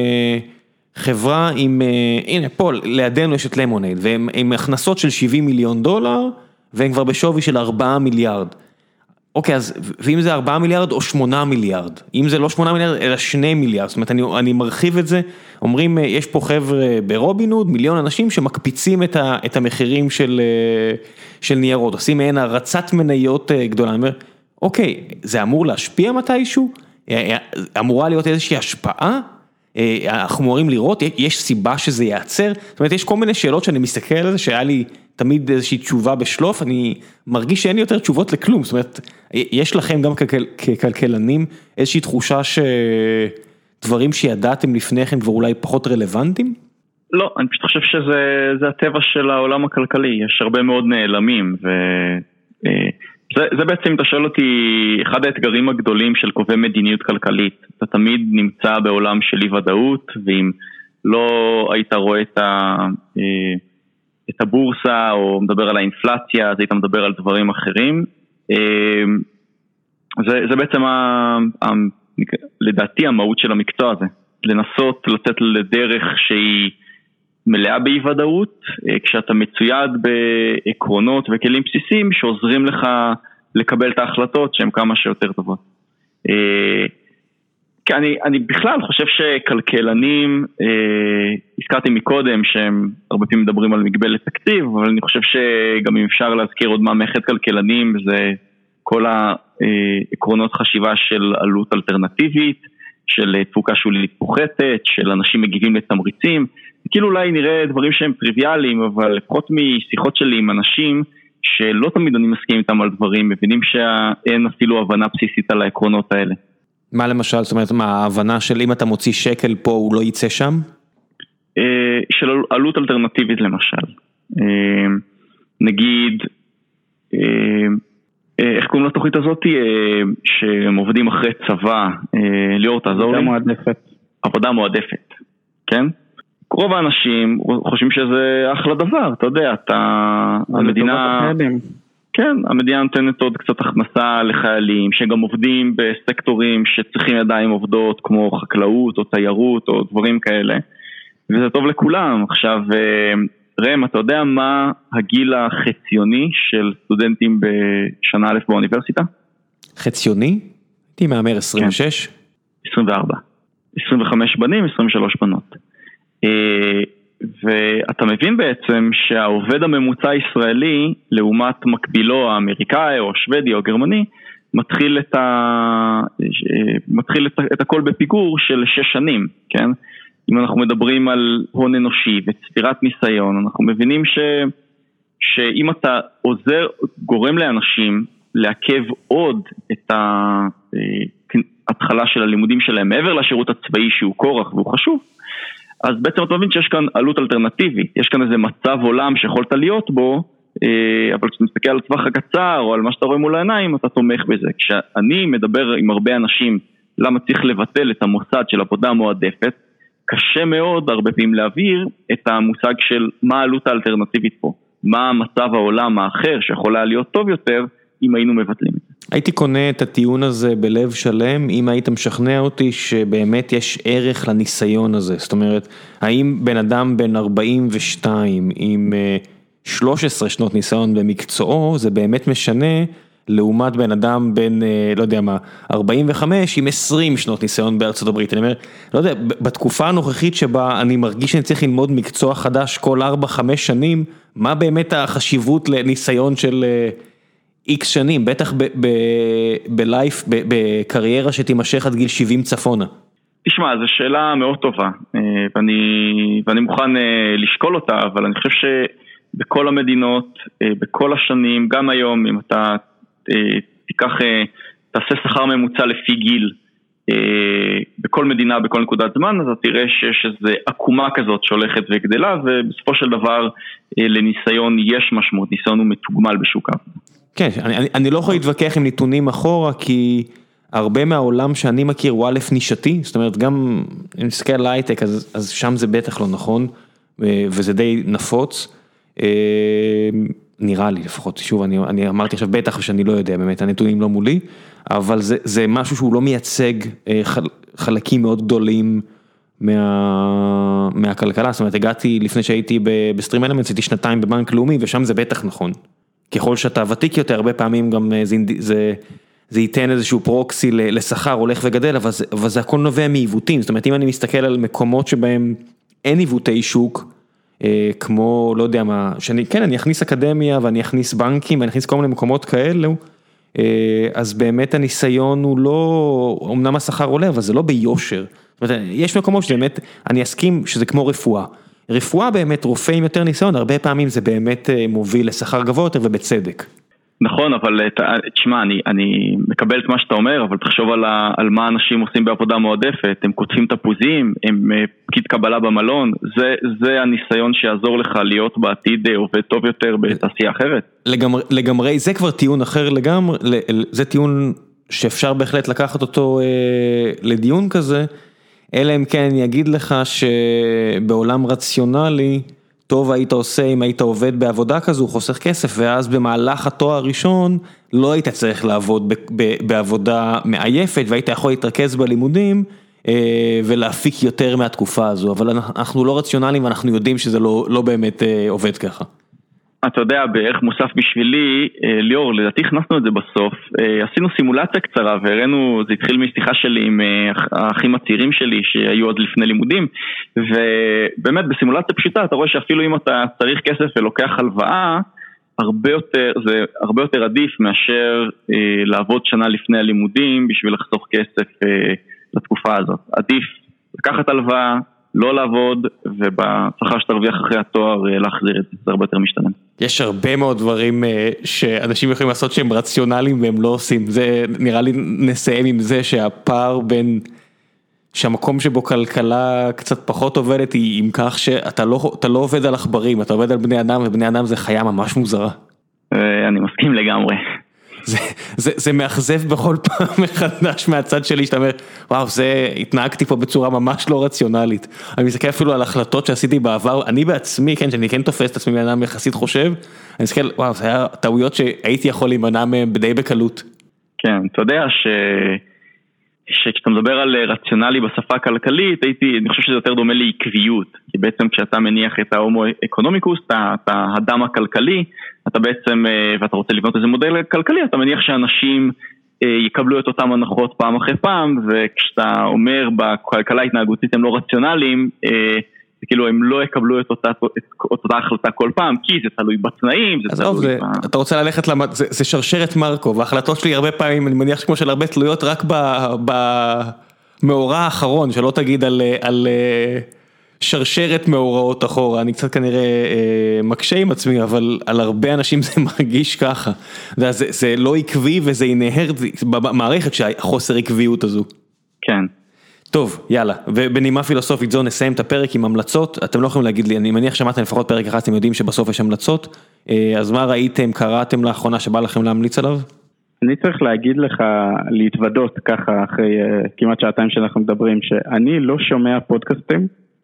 וחברה עם, הנה פה לידינו יש את למונייד, והם עם הכנסות של $70 מיליון, והם כבר בשווי של 4 מיליארד. אוקיי, אז ואם זה 4 מיליארד או 8 מיליארד, אם זה לא 8 מיליארד אלא 2 מיליארד, זאת אומרת אני מרחיב את זה, אומרים יש פה חבר'ה ברובינהוד, מיליון אנשים שמקפיצים את המחירים של ניירות, עושים מעין הרצת מניות גדולה, אני אומר, אוקיי, זה אמור להשפיע מתישהו? אמורה להיות איזושהי השפעה? אנחנו אמורים לראות, יש סיבה שזה ייעצר? זאת אומרת, יש כל מיני שאלות שאני מסתכל על זה, שהיה לי תמיד איזושהי תשובה בשלוף, אני מרגיש שאין לי יותר תשובות לכלום, זאת אומרת, יש לכם גם ככלכלנים איזושהי תחושה שדברים שידעתם לפני כן כבר אולי פחות רלוונטיים? לא, אני פשוט חושב שזה הטבע של העולם הכלכלי, יש הרבה מאוד נעלמים, זה בעצם, אתה שואל אותי, אחד האתגרים הגדולים של קובעי מדיניות כלכלית, אתה תמיד נמצא בעולם של אי ודאות, ואם לא היית רואה את הבורסה, או מדבר על האינפלציה, אז היית מדבר על דברים אחרים. זה בעצם, לדעתי, המהות של המקצוע הזה. לנסות לצאת לדרך שהיא מלאה באי ודאות, כשאתה מצויד בעקרונות וכלים בסיסיים, שעוזרים לך לקבל את ההחלטות שהן כמה שיותר טובות. כי אני בכלל חושב שכלכלנים, הזכרתי מקודם שהם הרבה פעמים מדברים על מגבלת תקציב, אבל אני חושב שגם אם אפשר להזכיר עוד מה מערכת כלכלנים, זה כל העקרונות חשיבה של עלות אלטרנטיבית, של תפוקה שולית פוחתת, של אנשים מגיבים לתמריצים, כאילו אולי נראה דברים שהם טריוויאליים, אבל לפחות משיחות שלי עם אנשים, שלא תמיד אני מסכים איתם על דברים, מבינים שאין אפילו הבנה בסיסית על העקרונות האלה. מה למשל, זאת אומרת, מה ההבנה של אם אתה מוציא שקל פה, הוא לא יצא שם? של עלות אלטרנטיבית למשל. נגיד, איך קוראים לתוכנית הזאת? שהם עובדים אחרי צבא, ליאור תעזור לי? עבודה מועדפת, כן? רוב האנשים חושבים שזה אחלה דבר, אתה יודע, המדינה... כן, המדינה נותנת עוד קצת הכנסה לחיילים, שגם עובדים בסקטורים שצריכים ידיים עובדות, כמו חקלאות או תיירות או דברים כאלה. וזה טוב לכולם. עכשיו, רם, אתה יודע מה הגיל החציוני של סטודנטים בשנה א' באוניברסיטה? חציוני? הייתי מאמר 26? 24. 25 בנים, 23 בנות. ואתה מבין בעצם שהעובד הממוצע הישראלי, לעומת מקבילו האמריקאי או השוודי או הגרמני, מתחיל את הכל בפיגור של 6 שנים, כן? אם אנחנו מדברים על הון אנושי וצבירת ניסיון, אנחנו מבינים שאם אתה גורם לאנשים לעכב עוד את ההתחלה של הלימודים שלהם מעבר לשירות הצבאי שהוא כורח והוא חשוב, אז בעצם אתה מבין שיש כאן עלות אלטרנטיבית, יש כאן איזה מצב עולם שיכולת להיות בו, אבל כשאתה מסתכל על טווח הקצר או על מה שאתה רואה מול העיניים, אתה תומך בזה. כשאני מדבר עם הרבה אנשים למה צריך לבטל את המוסד של עבודה מועדפת, קשה מאוד הרבה פעמים להעביר את המושג של מה העלות האלטרנטיבית פה, מה מצב העולם האחר שיכול להיות טוב יותר אם היינו מבטלים את זה. הייתי קונה את הטיעון הזה בלב שלם, אם היית משכנע אותי שבאמת יש ערך לניסיון הזה. זאת אומרת, האם בן אדם בן 42 עם 13 שנות ניסיון במקצועו, זה באמת משנה לעומת בן אדם בין, לא יודע מה, 45 עם 20 שנות ניסיון בארצות הברית. אני אומר, לא יודע, בתקופה הנוכחית שבה אני מרגיש שאני צריך ללמוד מקצוע חדש כל 4-5 שנים, מה באמת החשיבות לניסיון של X שנים, בטח בלייף, בקריירה שתימשך עד גיל 70 צפונה? תשמע, זו שאלה מאוד טובה, ואני מוכן לשקול אותה, אבל אני חושב שבכל המדינות, בכל השנים, גם היום, אם אתה תעשה שכר ממוצע לפי גיל, בכל מדינה, בכל נקודת זמן, אז אתה תראה שיש איזו עקומה כזאת שהולכת וגדלה, ובסופו של דבר לניסיון יש משמעות, ניסיון הוא מתוגמל בשוק העבודה. כן, אני לא יכול להתווכח עם נתונים אחורה, כי הרבה מהעולם שאני מכיר הוא א' נישתי, זאת אומרת גם אם נסתכל על הייטק, אז שם זה בטח לא נכון, וזה די נפוץ, נראה לי לפחות, שוב אני אמרתי עכשיו בטח שאני לא יודע באמת, הנתונים לא מולי, אבל זה משהו שהוא לא מייצג חלקים מאוד גדולים מהכלכלה, זאת אומרת הגעתי לפני שהייתי בסטרים אלמנטס, הייתי 2 בבנק לאומי, ושם זה בטח נכון. ככל שאתה ותיק יותר, הרבה פעמים גם זה ייתן איזשהו פרוקסי לשכר הולך וגדל, אבל זה הכל נובע מעיוותים. זאת אומרת, אם אני מסתכל על מקומות שבהם אין עיוותי שוק, כמו, לא יודע מה, אני אכניס אקדמיה ואני אכניס בנקים, ואני אכניס כל מיני מקומות כאלו, אז באמת הניסיון הוא לא, אמנם השכר עולה, אבל זה לא ביושר. זאת אומרת, יש מקומות שבאמת, אני אסכים שזה כמו רפואה. רפואה באמת, רופא עם יותר ניסיון, הרבה פעמים זה באמת מוביל לשכר גבוה יותר ובצדק. נכון, אבל תשמע, אני מקבל את מה שאתה אומר, אבל תחשוב על מה אנשים עושים בעבודה מועדפת, הם כותבים תפוזים, הם פקיד קבלה במלון, זה הניסיון שיעזור לך להיות בעתיד עובד טוב יותר בתעשייה אחרת. לגמרי, זה כבר טיעון אחר לגמרי, זה טיעון שאפשר בהחלט לקחת אותו לדיון כזה, אלא אם כן אני אגיד לך שבעולם רציונלי, טוב היית עושה אם היית עובד בעבודה כזו, חוסך כסף, ואז במהלך התואר הראשון, לא היית צריך לעבוד בעבודה מעייפת, והיית יכול להתרכז בלימודים, ולהפיק יותר מהתקופה הזו, אבל אנחנו לא רציונליים, ואנחנו יודעים שזה לא באמת עובד ככה. אתה יודע, בערך מוסף בשבילי, ליאור, לדעתי הכנסנו את זה בסוף, עשינו סימולציה קצרה והראינו, זה התחיל משיחה שלי עם האחים הצעירים שלי שהיו עוד לפני לימודים, ובאמת בסימולציה פשוטה אתה רואה שאפילו אם אתה צריך כסף ולוקח הלוואה, זה הרבה יותר עדיף מאשר לעבוד שנה לפני הלימודים בשביל לחסוך כסף לתקופה הזאת. עדיף לקחת הלוואה, לא לעבוד, ובשכר שתרוויח אחרי התואר להחזיר את זה, זה הרבה יותר משתלם. יש הרבה מאוד דברים שאנשים יכולים לעשות שהם רציונליים והם לא עושים. זה נראה לי נסיים עם זה שהפער בין, שהמקום שבו כלכלה קצת פחות עובדת היא עם כך שאתה לא עובד על עכברים, אתה עובד על בני אדם, ובני אדם זה חיה ממש מוזרה. אני מסכים לגמרי. זה מאכזב בכל פעם מחדש מהצד שלי, שאתה אומר, וואו, התנהגתי פה בצורה ממש לא רציונלית. אני מסתכל אפילו על החלטות שעשיתי בעבר, אני בעצמי, כן, שאני כן תופס את עצמי בנאדם יחסית חושב, אני מסתכל, וואו, זה היה טעויות שהייתי יכול להימנע מהם די בקלות. כן, אתה יודע שכשאתה מדבר על רציונלי בשפה הכלכלית, אני חושב שזה יותר דומה לעקביות, כי בעצם כשאתה מניח את ההומו אקונומיקוס, את האדם הכלכלי, אתה בעצם, ואתה רוצה לבנות איזה מודל כלכלי, אתה מניח שאנשים יקבלו את אותם הנחות פעם אחרי פעם, וכשאתה אומר בכלכלה התנהגותית הם לא רציונליים, כאילו הם לא יקבלו את אותה החלטה כל פעם, כי זה תלוי בתנאים, זה תלוי אתה רוצה ללכת, זה שרשרת מרקו, וההחלטות שלי הרבה פעמים, אני מניח שכמו של הרבה תלויות רק במאורע האחרון, שלא תגיד על שרשרת מאורעות אחורה, אני קצת כנראה מקשה עם עצמי, אבל על הרבה אנשים זה מרגיש ככה, זה לא עקבי וזה ינהר במערכת שהחוסר עקביות הזו. כן. טוב, יאללה, ובנימה פילוסופית זו נסיים את הפרק עם המלצות, אתם לא יכולים להגיד לי, אני מניח שמעתם לפחות פרק אחד, אתם יודעים שבסוף יש המלצות, אז מה ראיתם, קראתם לאחרונה שבא לכם להמליץ עליו? אני צריך להגיד לך, להתוודות ככה אחרי כמעט שעתיים שאנחנו מדברים, שאני לא שומע פודקאסטים,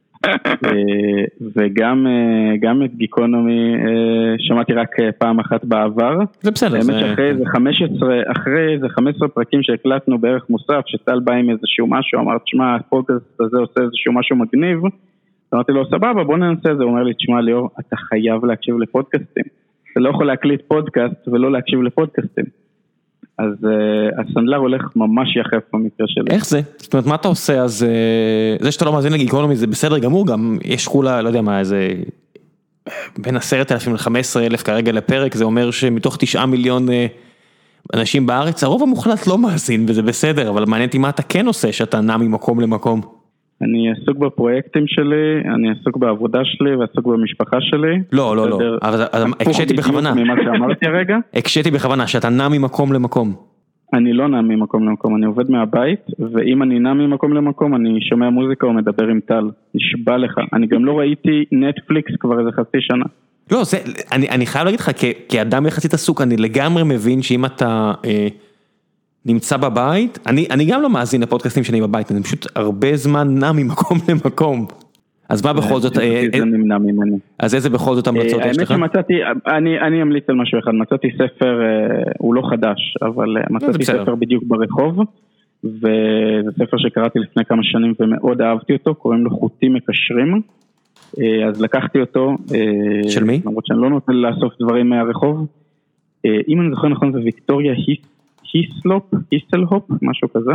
וגם את גיקונומי שמעתי רק פעם אחת בעבר. זה בסדר. האמת שאחרי איזה 15 פרקים שהקלטנו בערך מוסף, שטל בא עם איזשהו משהו, אמרת, שמה, הפודקאסט הזה עושה איזשהו משהו מגניב, אמרתי לו, סבבה, בוא ננסה את זה, הוא אומר לי, תשמע ליאור, אתה חייב להקשיב לפודקאסטים. אתה לא יכול להקליט פודקאסט ולא להקשיב לפודקאסטים. אז הסנדלר הולך ממש יחף במקרה שלי. איך זה? זאת אומרת, מה אתה עושה? אז זה שאתה לא מאזין לגיקונומי זה בסדר גמור, גם יש כולה, לא יודע מה, איזה בין 10,000 ל-15,000 כרגע לפרק, זה אומר שמתוך 9 מיליון אנשים בארץ, הרוב המוחלט לא מאזין, וזה בסדר, אבל מעניין אותי מה אתה כן עושה, שאתה נע ממקום למקום. אני עסוק בפרויקטים שלי, אני עסוק בעבודה שלי, ועסוק במשפחה שלי. לא, הקשיתי בכוונה. ממה שאמרתי הרגע. הקשיתי בכוונה, שאתה נע ממקום למקום. אני לא נע ממקום למקום, אני עובד מהבית, ואם אני נע ממקום למקום, אני שומע מוזיקה ומדבר עם טל. נשבע לך. אני גם לא ראיתי נטפליקס כבר איזה חצי שנה. לא, אני חייב להגיד לך, כאדם יחסית עסוק, אני לגמרי מבין שאם אתה נמצא בבית, אני גם לא מאזין לפודקאסטים שאני בבית, אני פשוט הרבה זמן נע ממקום למקום. אז מה בכל זאת, אז איזה בכל זאת המלצות יש לך? האמת שמצאתי, אני אמליץ על משהו אחד, מצאתי ספר, הוא לא חדש, אבל מצאתי ספר בדיוק ברחוב, וזה ספר שקראתי לפני כמה שנים ומאוד אהבתי אותו, קוראים לו חוטים מקשרים, אז לקחתי אותו. של מי? למרות שאני לא נותן לאסוף דברים מהרחוב, אם אני זוכר נכון זה ויקטוריה היסלהופ, משהו כזה.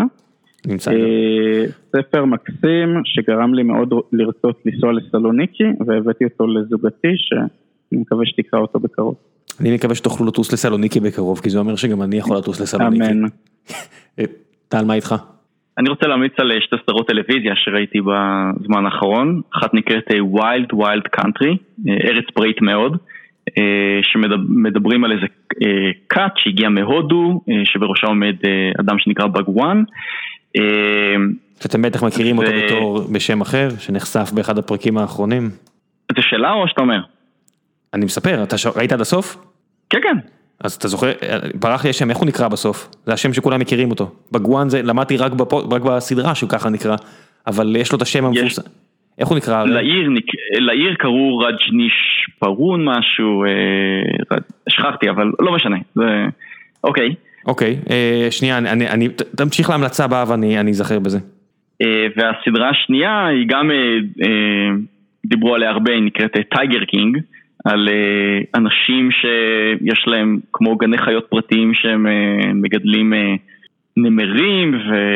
ספר מקסים שגרם לי מאוד לרצות לנסוע לסלוניקי, והבאתי אותו לזוגתי שאני מקווה שתקרא אותו בקרוב. אני מקווה שתוכלו לטוס לסלוניקי בקרוב, כי זה אומר שגם אני יכול לטוס לסלוניקי. אמן. טל, מה איתך? אני רוצה להמליץ על שתי סדרות טלוויזיה שראיתי בזמן האחרון. אחת נקראת Wild Wild Country, ארץ פראית מאוד, שמדברים על איזה קאט שהגיע מהודו, שבראשה עומד אדם שנקרא בגואן. שאתם בטח מכירים אותו בתור בשם אחר, שנחשף באחד הפרקים האחרונים. זה שאלה או שאתה אומר? אני מספר, אתה ראית עד הסוף? כן, כן. אז אתה זוכר, ברח לי השם, איך הוא נקרא בסוף? זה השם שכולם מכירים אותו. בגואן זה, למדתי רק בסדרה שהוא ככה נקרא, אבל יש לו את השם המפורסם. איך הוא נקרא? לעיר קראו רג'ניש פרון משהו, שכחתי, אבל לא משנה. אוקיי. אוקיי, שנייה, תמשיך להמלצה הבאה ואני אזכר בזה. והסדרה השנייה היא גם, דיברו עליה הרבה, היא נקראת טייגר קינג, על אנשים שיש להם כמו גני חיות פרטיים שהם מגדלים נמרים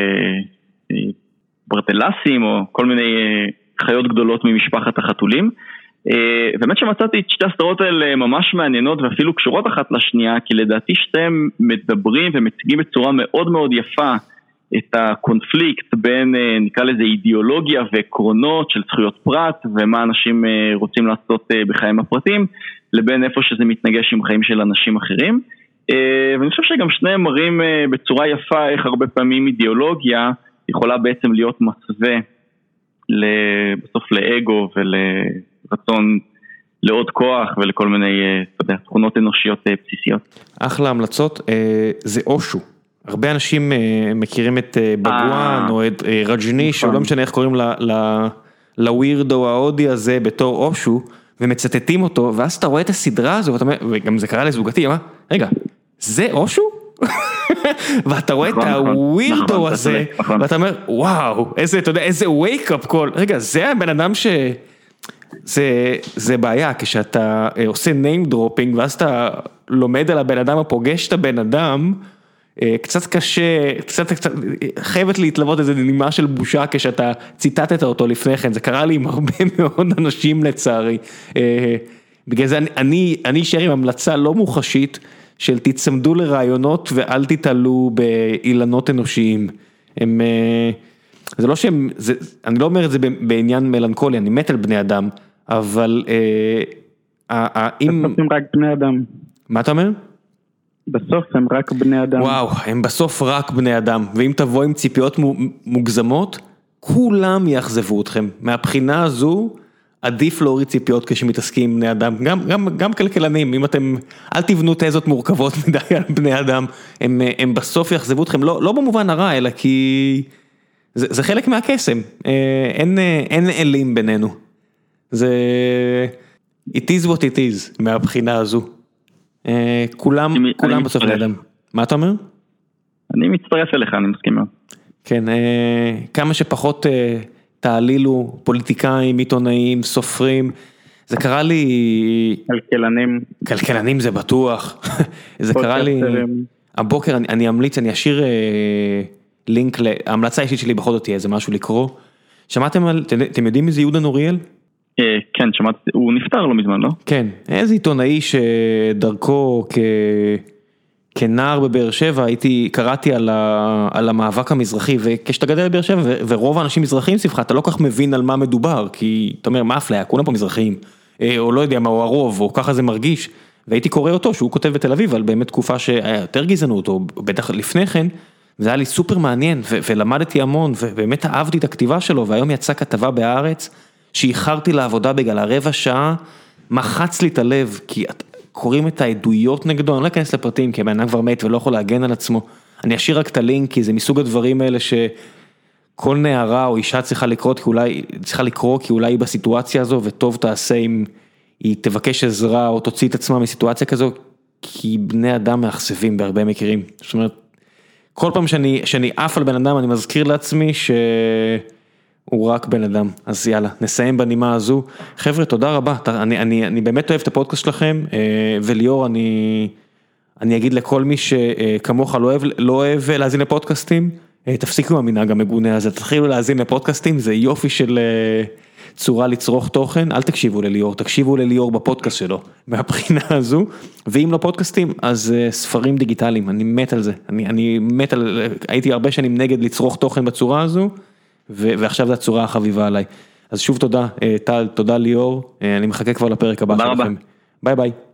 וברטלסים או כל מיני חיות גדולות ממשפחת החתולים. באמת שמצאתי את שתי הסדרות האלה ממש מעניינות ואפילו קשורות אחת לשנייה, כי לדעתי שתיהם מדברים ומציגים בצורה מאוד מאוד יפה את הקונפליקט בין, נקרא לזה, אידיאולוגיה ועקרונות של זכויות פרט ומה אנשים רוצים לעשות בחיים הפרטיים, לבין איפה שזה מתנגש עם חיים של אנשים אחרים. ואני חושב שגם שניהם מראים בצורה יפה איך הרבה פעמים אידיאולוגיה יכולה בעצם להיות מסווה בסוף לאגו ולרצון לעוד כוח ולכל מיני תכונות אנושיות בסיסיות. אחלה המלצות, זה אושו. הרבה אנשים מכירים את בגואן או את רג'ניש, או לא משנה איך קוראים לווירדו ההודי הזה בתור אושו, ומצטטים אותו, ואז אתה רואה את הסדרה הזו, וגם זה קרה לזוגתי, רגע, זה אושו? ואתה רואה את הווילדו הזה, ואתה אומר, וואו, אתה יודע, איזה wake-up call, רגע, זה הבן אדם זה בעיה, כשאתה עושה name dropping, ואז אתה לומד על הבן אדם, פוגש את הבן אדם, קצת קשה, קצת חייבת להתלוות איזו נימה של בושה, כשאתה ציטטת אותו לפני כן, זה קרה לי עם הרבה מאוד אנשים לצערי, בגלל זה אני אשאר עם המלצה לא מוחשית, של תצמדו לרעיונות ואל תתעלו באילנות אנושיים, זה לא שהם, אני לא אומר את זה בעניין מלנכולי, אני מת על בני אדם, אבל בסוף הם רק בני אדם. מה אתה אומר? בסוף הם רק בני אדם. וואו, הם בסוף רק בני אדם, ואם תבוא עם ציפיות מוגזמות, כולם יאכזבו אתכם. מהבחינה הזו, עדיף להוריד ציפיות כשמתעסקים עם בני אדם, גם כלכלנים, אם אתם, אל תבנו תזות מורכבות מדי על בני אדם, הם בסוף יאכזבו אתכם, לא במובן הרע, אלא כי זה חלק מהקסם, אין אלים בינינו, זה it is what it is, מהבחינה הזו, כולם בסוף בני אדם. מה אתה אומר? אני מצטרף אליך, אני מסכים מאוד. כן, כמה שפחות תעלילו, פוליטיקאים, עיתונאים, סופרים, זה קרה לי... כלכלנים זה בטוח, זה קרה לי... הבוקר אני אמליץ, אני אשאיר לינק, ההמלצה האישית שלי בכל זאת תהיה איזה משהו לקרוא. שמעתם על, אתם יודעים איזה יהודה נוריאל? כן, שמעתי, הוא נפטר לא מזמן, לא? כן, איזה עיתונאי שדרכו כנער בבאר שבע, קראתי על המאבק המזרחי, וכשאתה גדל בבאר שבע, ורוב האנשים מזרחים סביבך, אתה לא כך מבין על מה מדובר, כי אתה אומר, מה אפליה, כולם פה מזרחים, או לא יודע מה, או הרוב, או ככה זה מרגיש, והייתי קורא אותו, שהוא כותב בתל אביב, על באמת תקופה שהיה יותר גזענות, או בטח לפני כן, זה היה לי סופר מעניין, ולמדתי המון, ובאמת אהבתי את הכתיבה שלו, והיום יצא כתבה בארץ, שאיחרתי לעבודה בגלל הרבע שעה, מחץ לי את הלב, כי קוראים את העדויות נגדו, אני לא אכנס לפרטים, כי הבן אדם כבר מת ולא יכול להגן על עצמו, אני אשאיר רק את הלינק, כי זה מסוג הדברים האלה שכל נערה או אישה צריכה לקרוא, כי אולי היא בסיטואציה הזו, וטוב תעשה אם היא תבקש עזרה, או תוציא את עצמה מסיטואציה כזו, כי בני אדם מאכזבים בהרבה מקרים, זאת אומרת, כל פעם שאני עף על בן אדם, אני מזכיר לעצמי הוא רק בן אדם, אז יאללה, נסיים בנימה הזו. חבר'ה, תודה רבה, אני באמת אוהב את הפודקאסט שלכם, וליאור, אני אגיד לכל מי שכמוך לא אוהב להאזין לפודקאסטים, תפסיקו המנהג המגונה הזה, תתחילו להאזין לפודקאסטים, זה יופי של צורה לצרוך תוכן, אל תקשיבו לליאור, תקשיבו לליאור בפודקאסט שלו, מהבחינה הזו, ואם לא פודקאסטים, אז ספרים דיגיטליים, אני מת על זה, אני מת על, הייתי הרבה שנים נגד לצרוך תוכן בצורה הזו, ועכשיו זו הצורה החביבה עליי. אז שוב תודה, טל, תודה ליאור, אני מחכה כבר לפרק הבא שלכם. ביי ביי.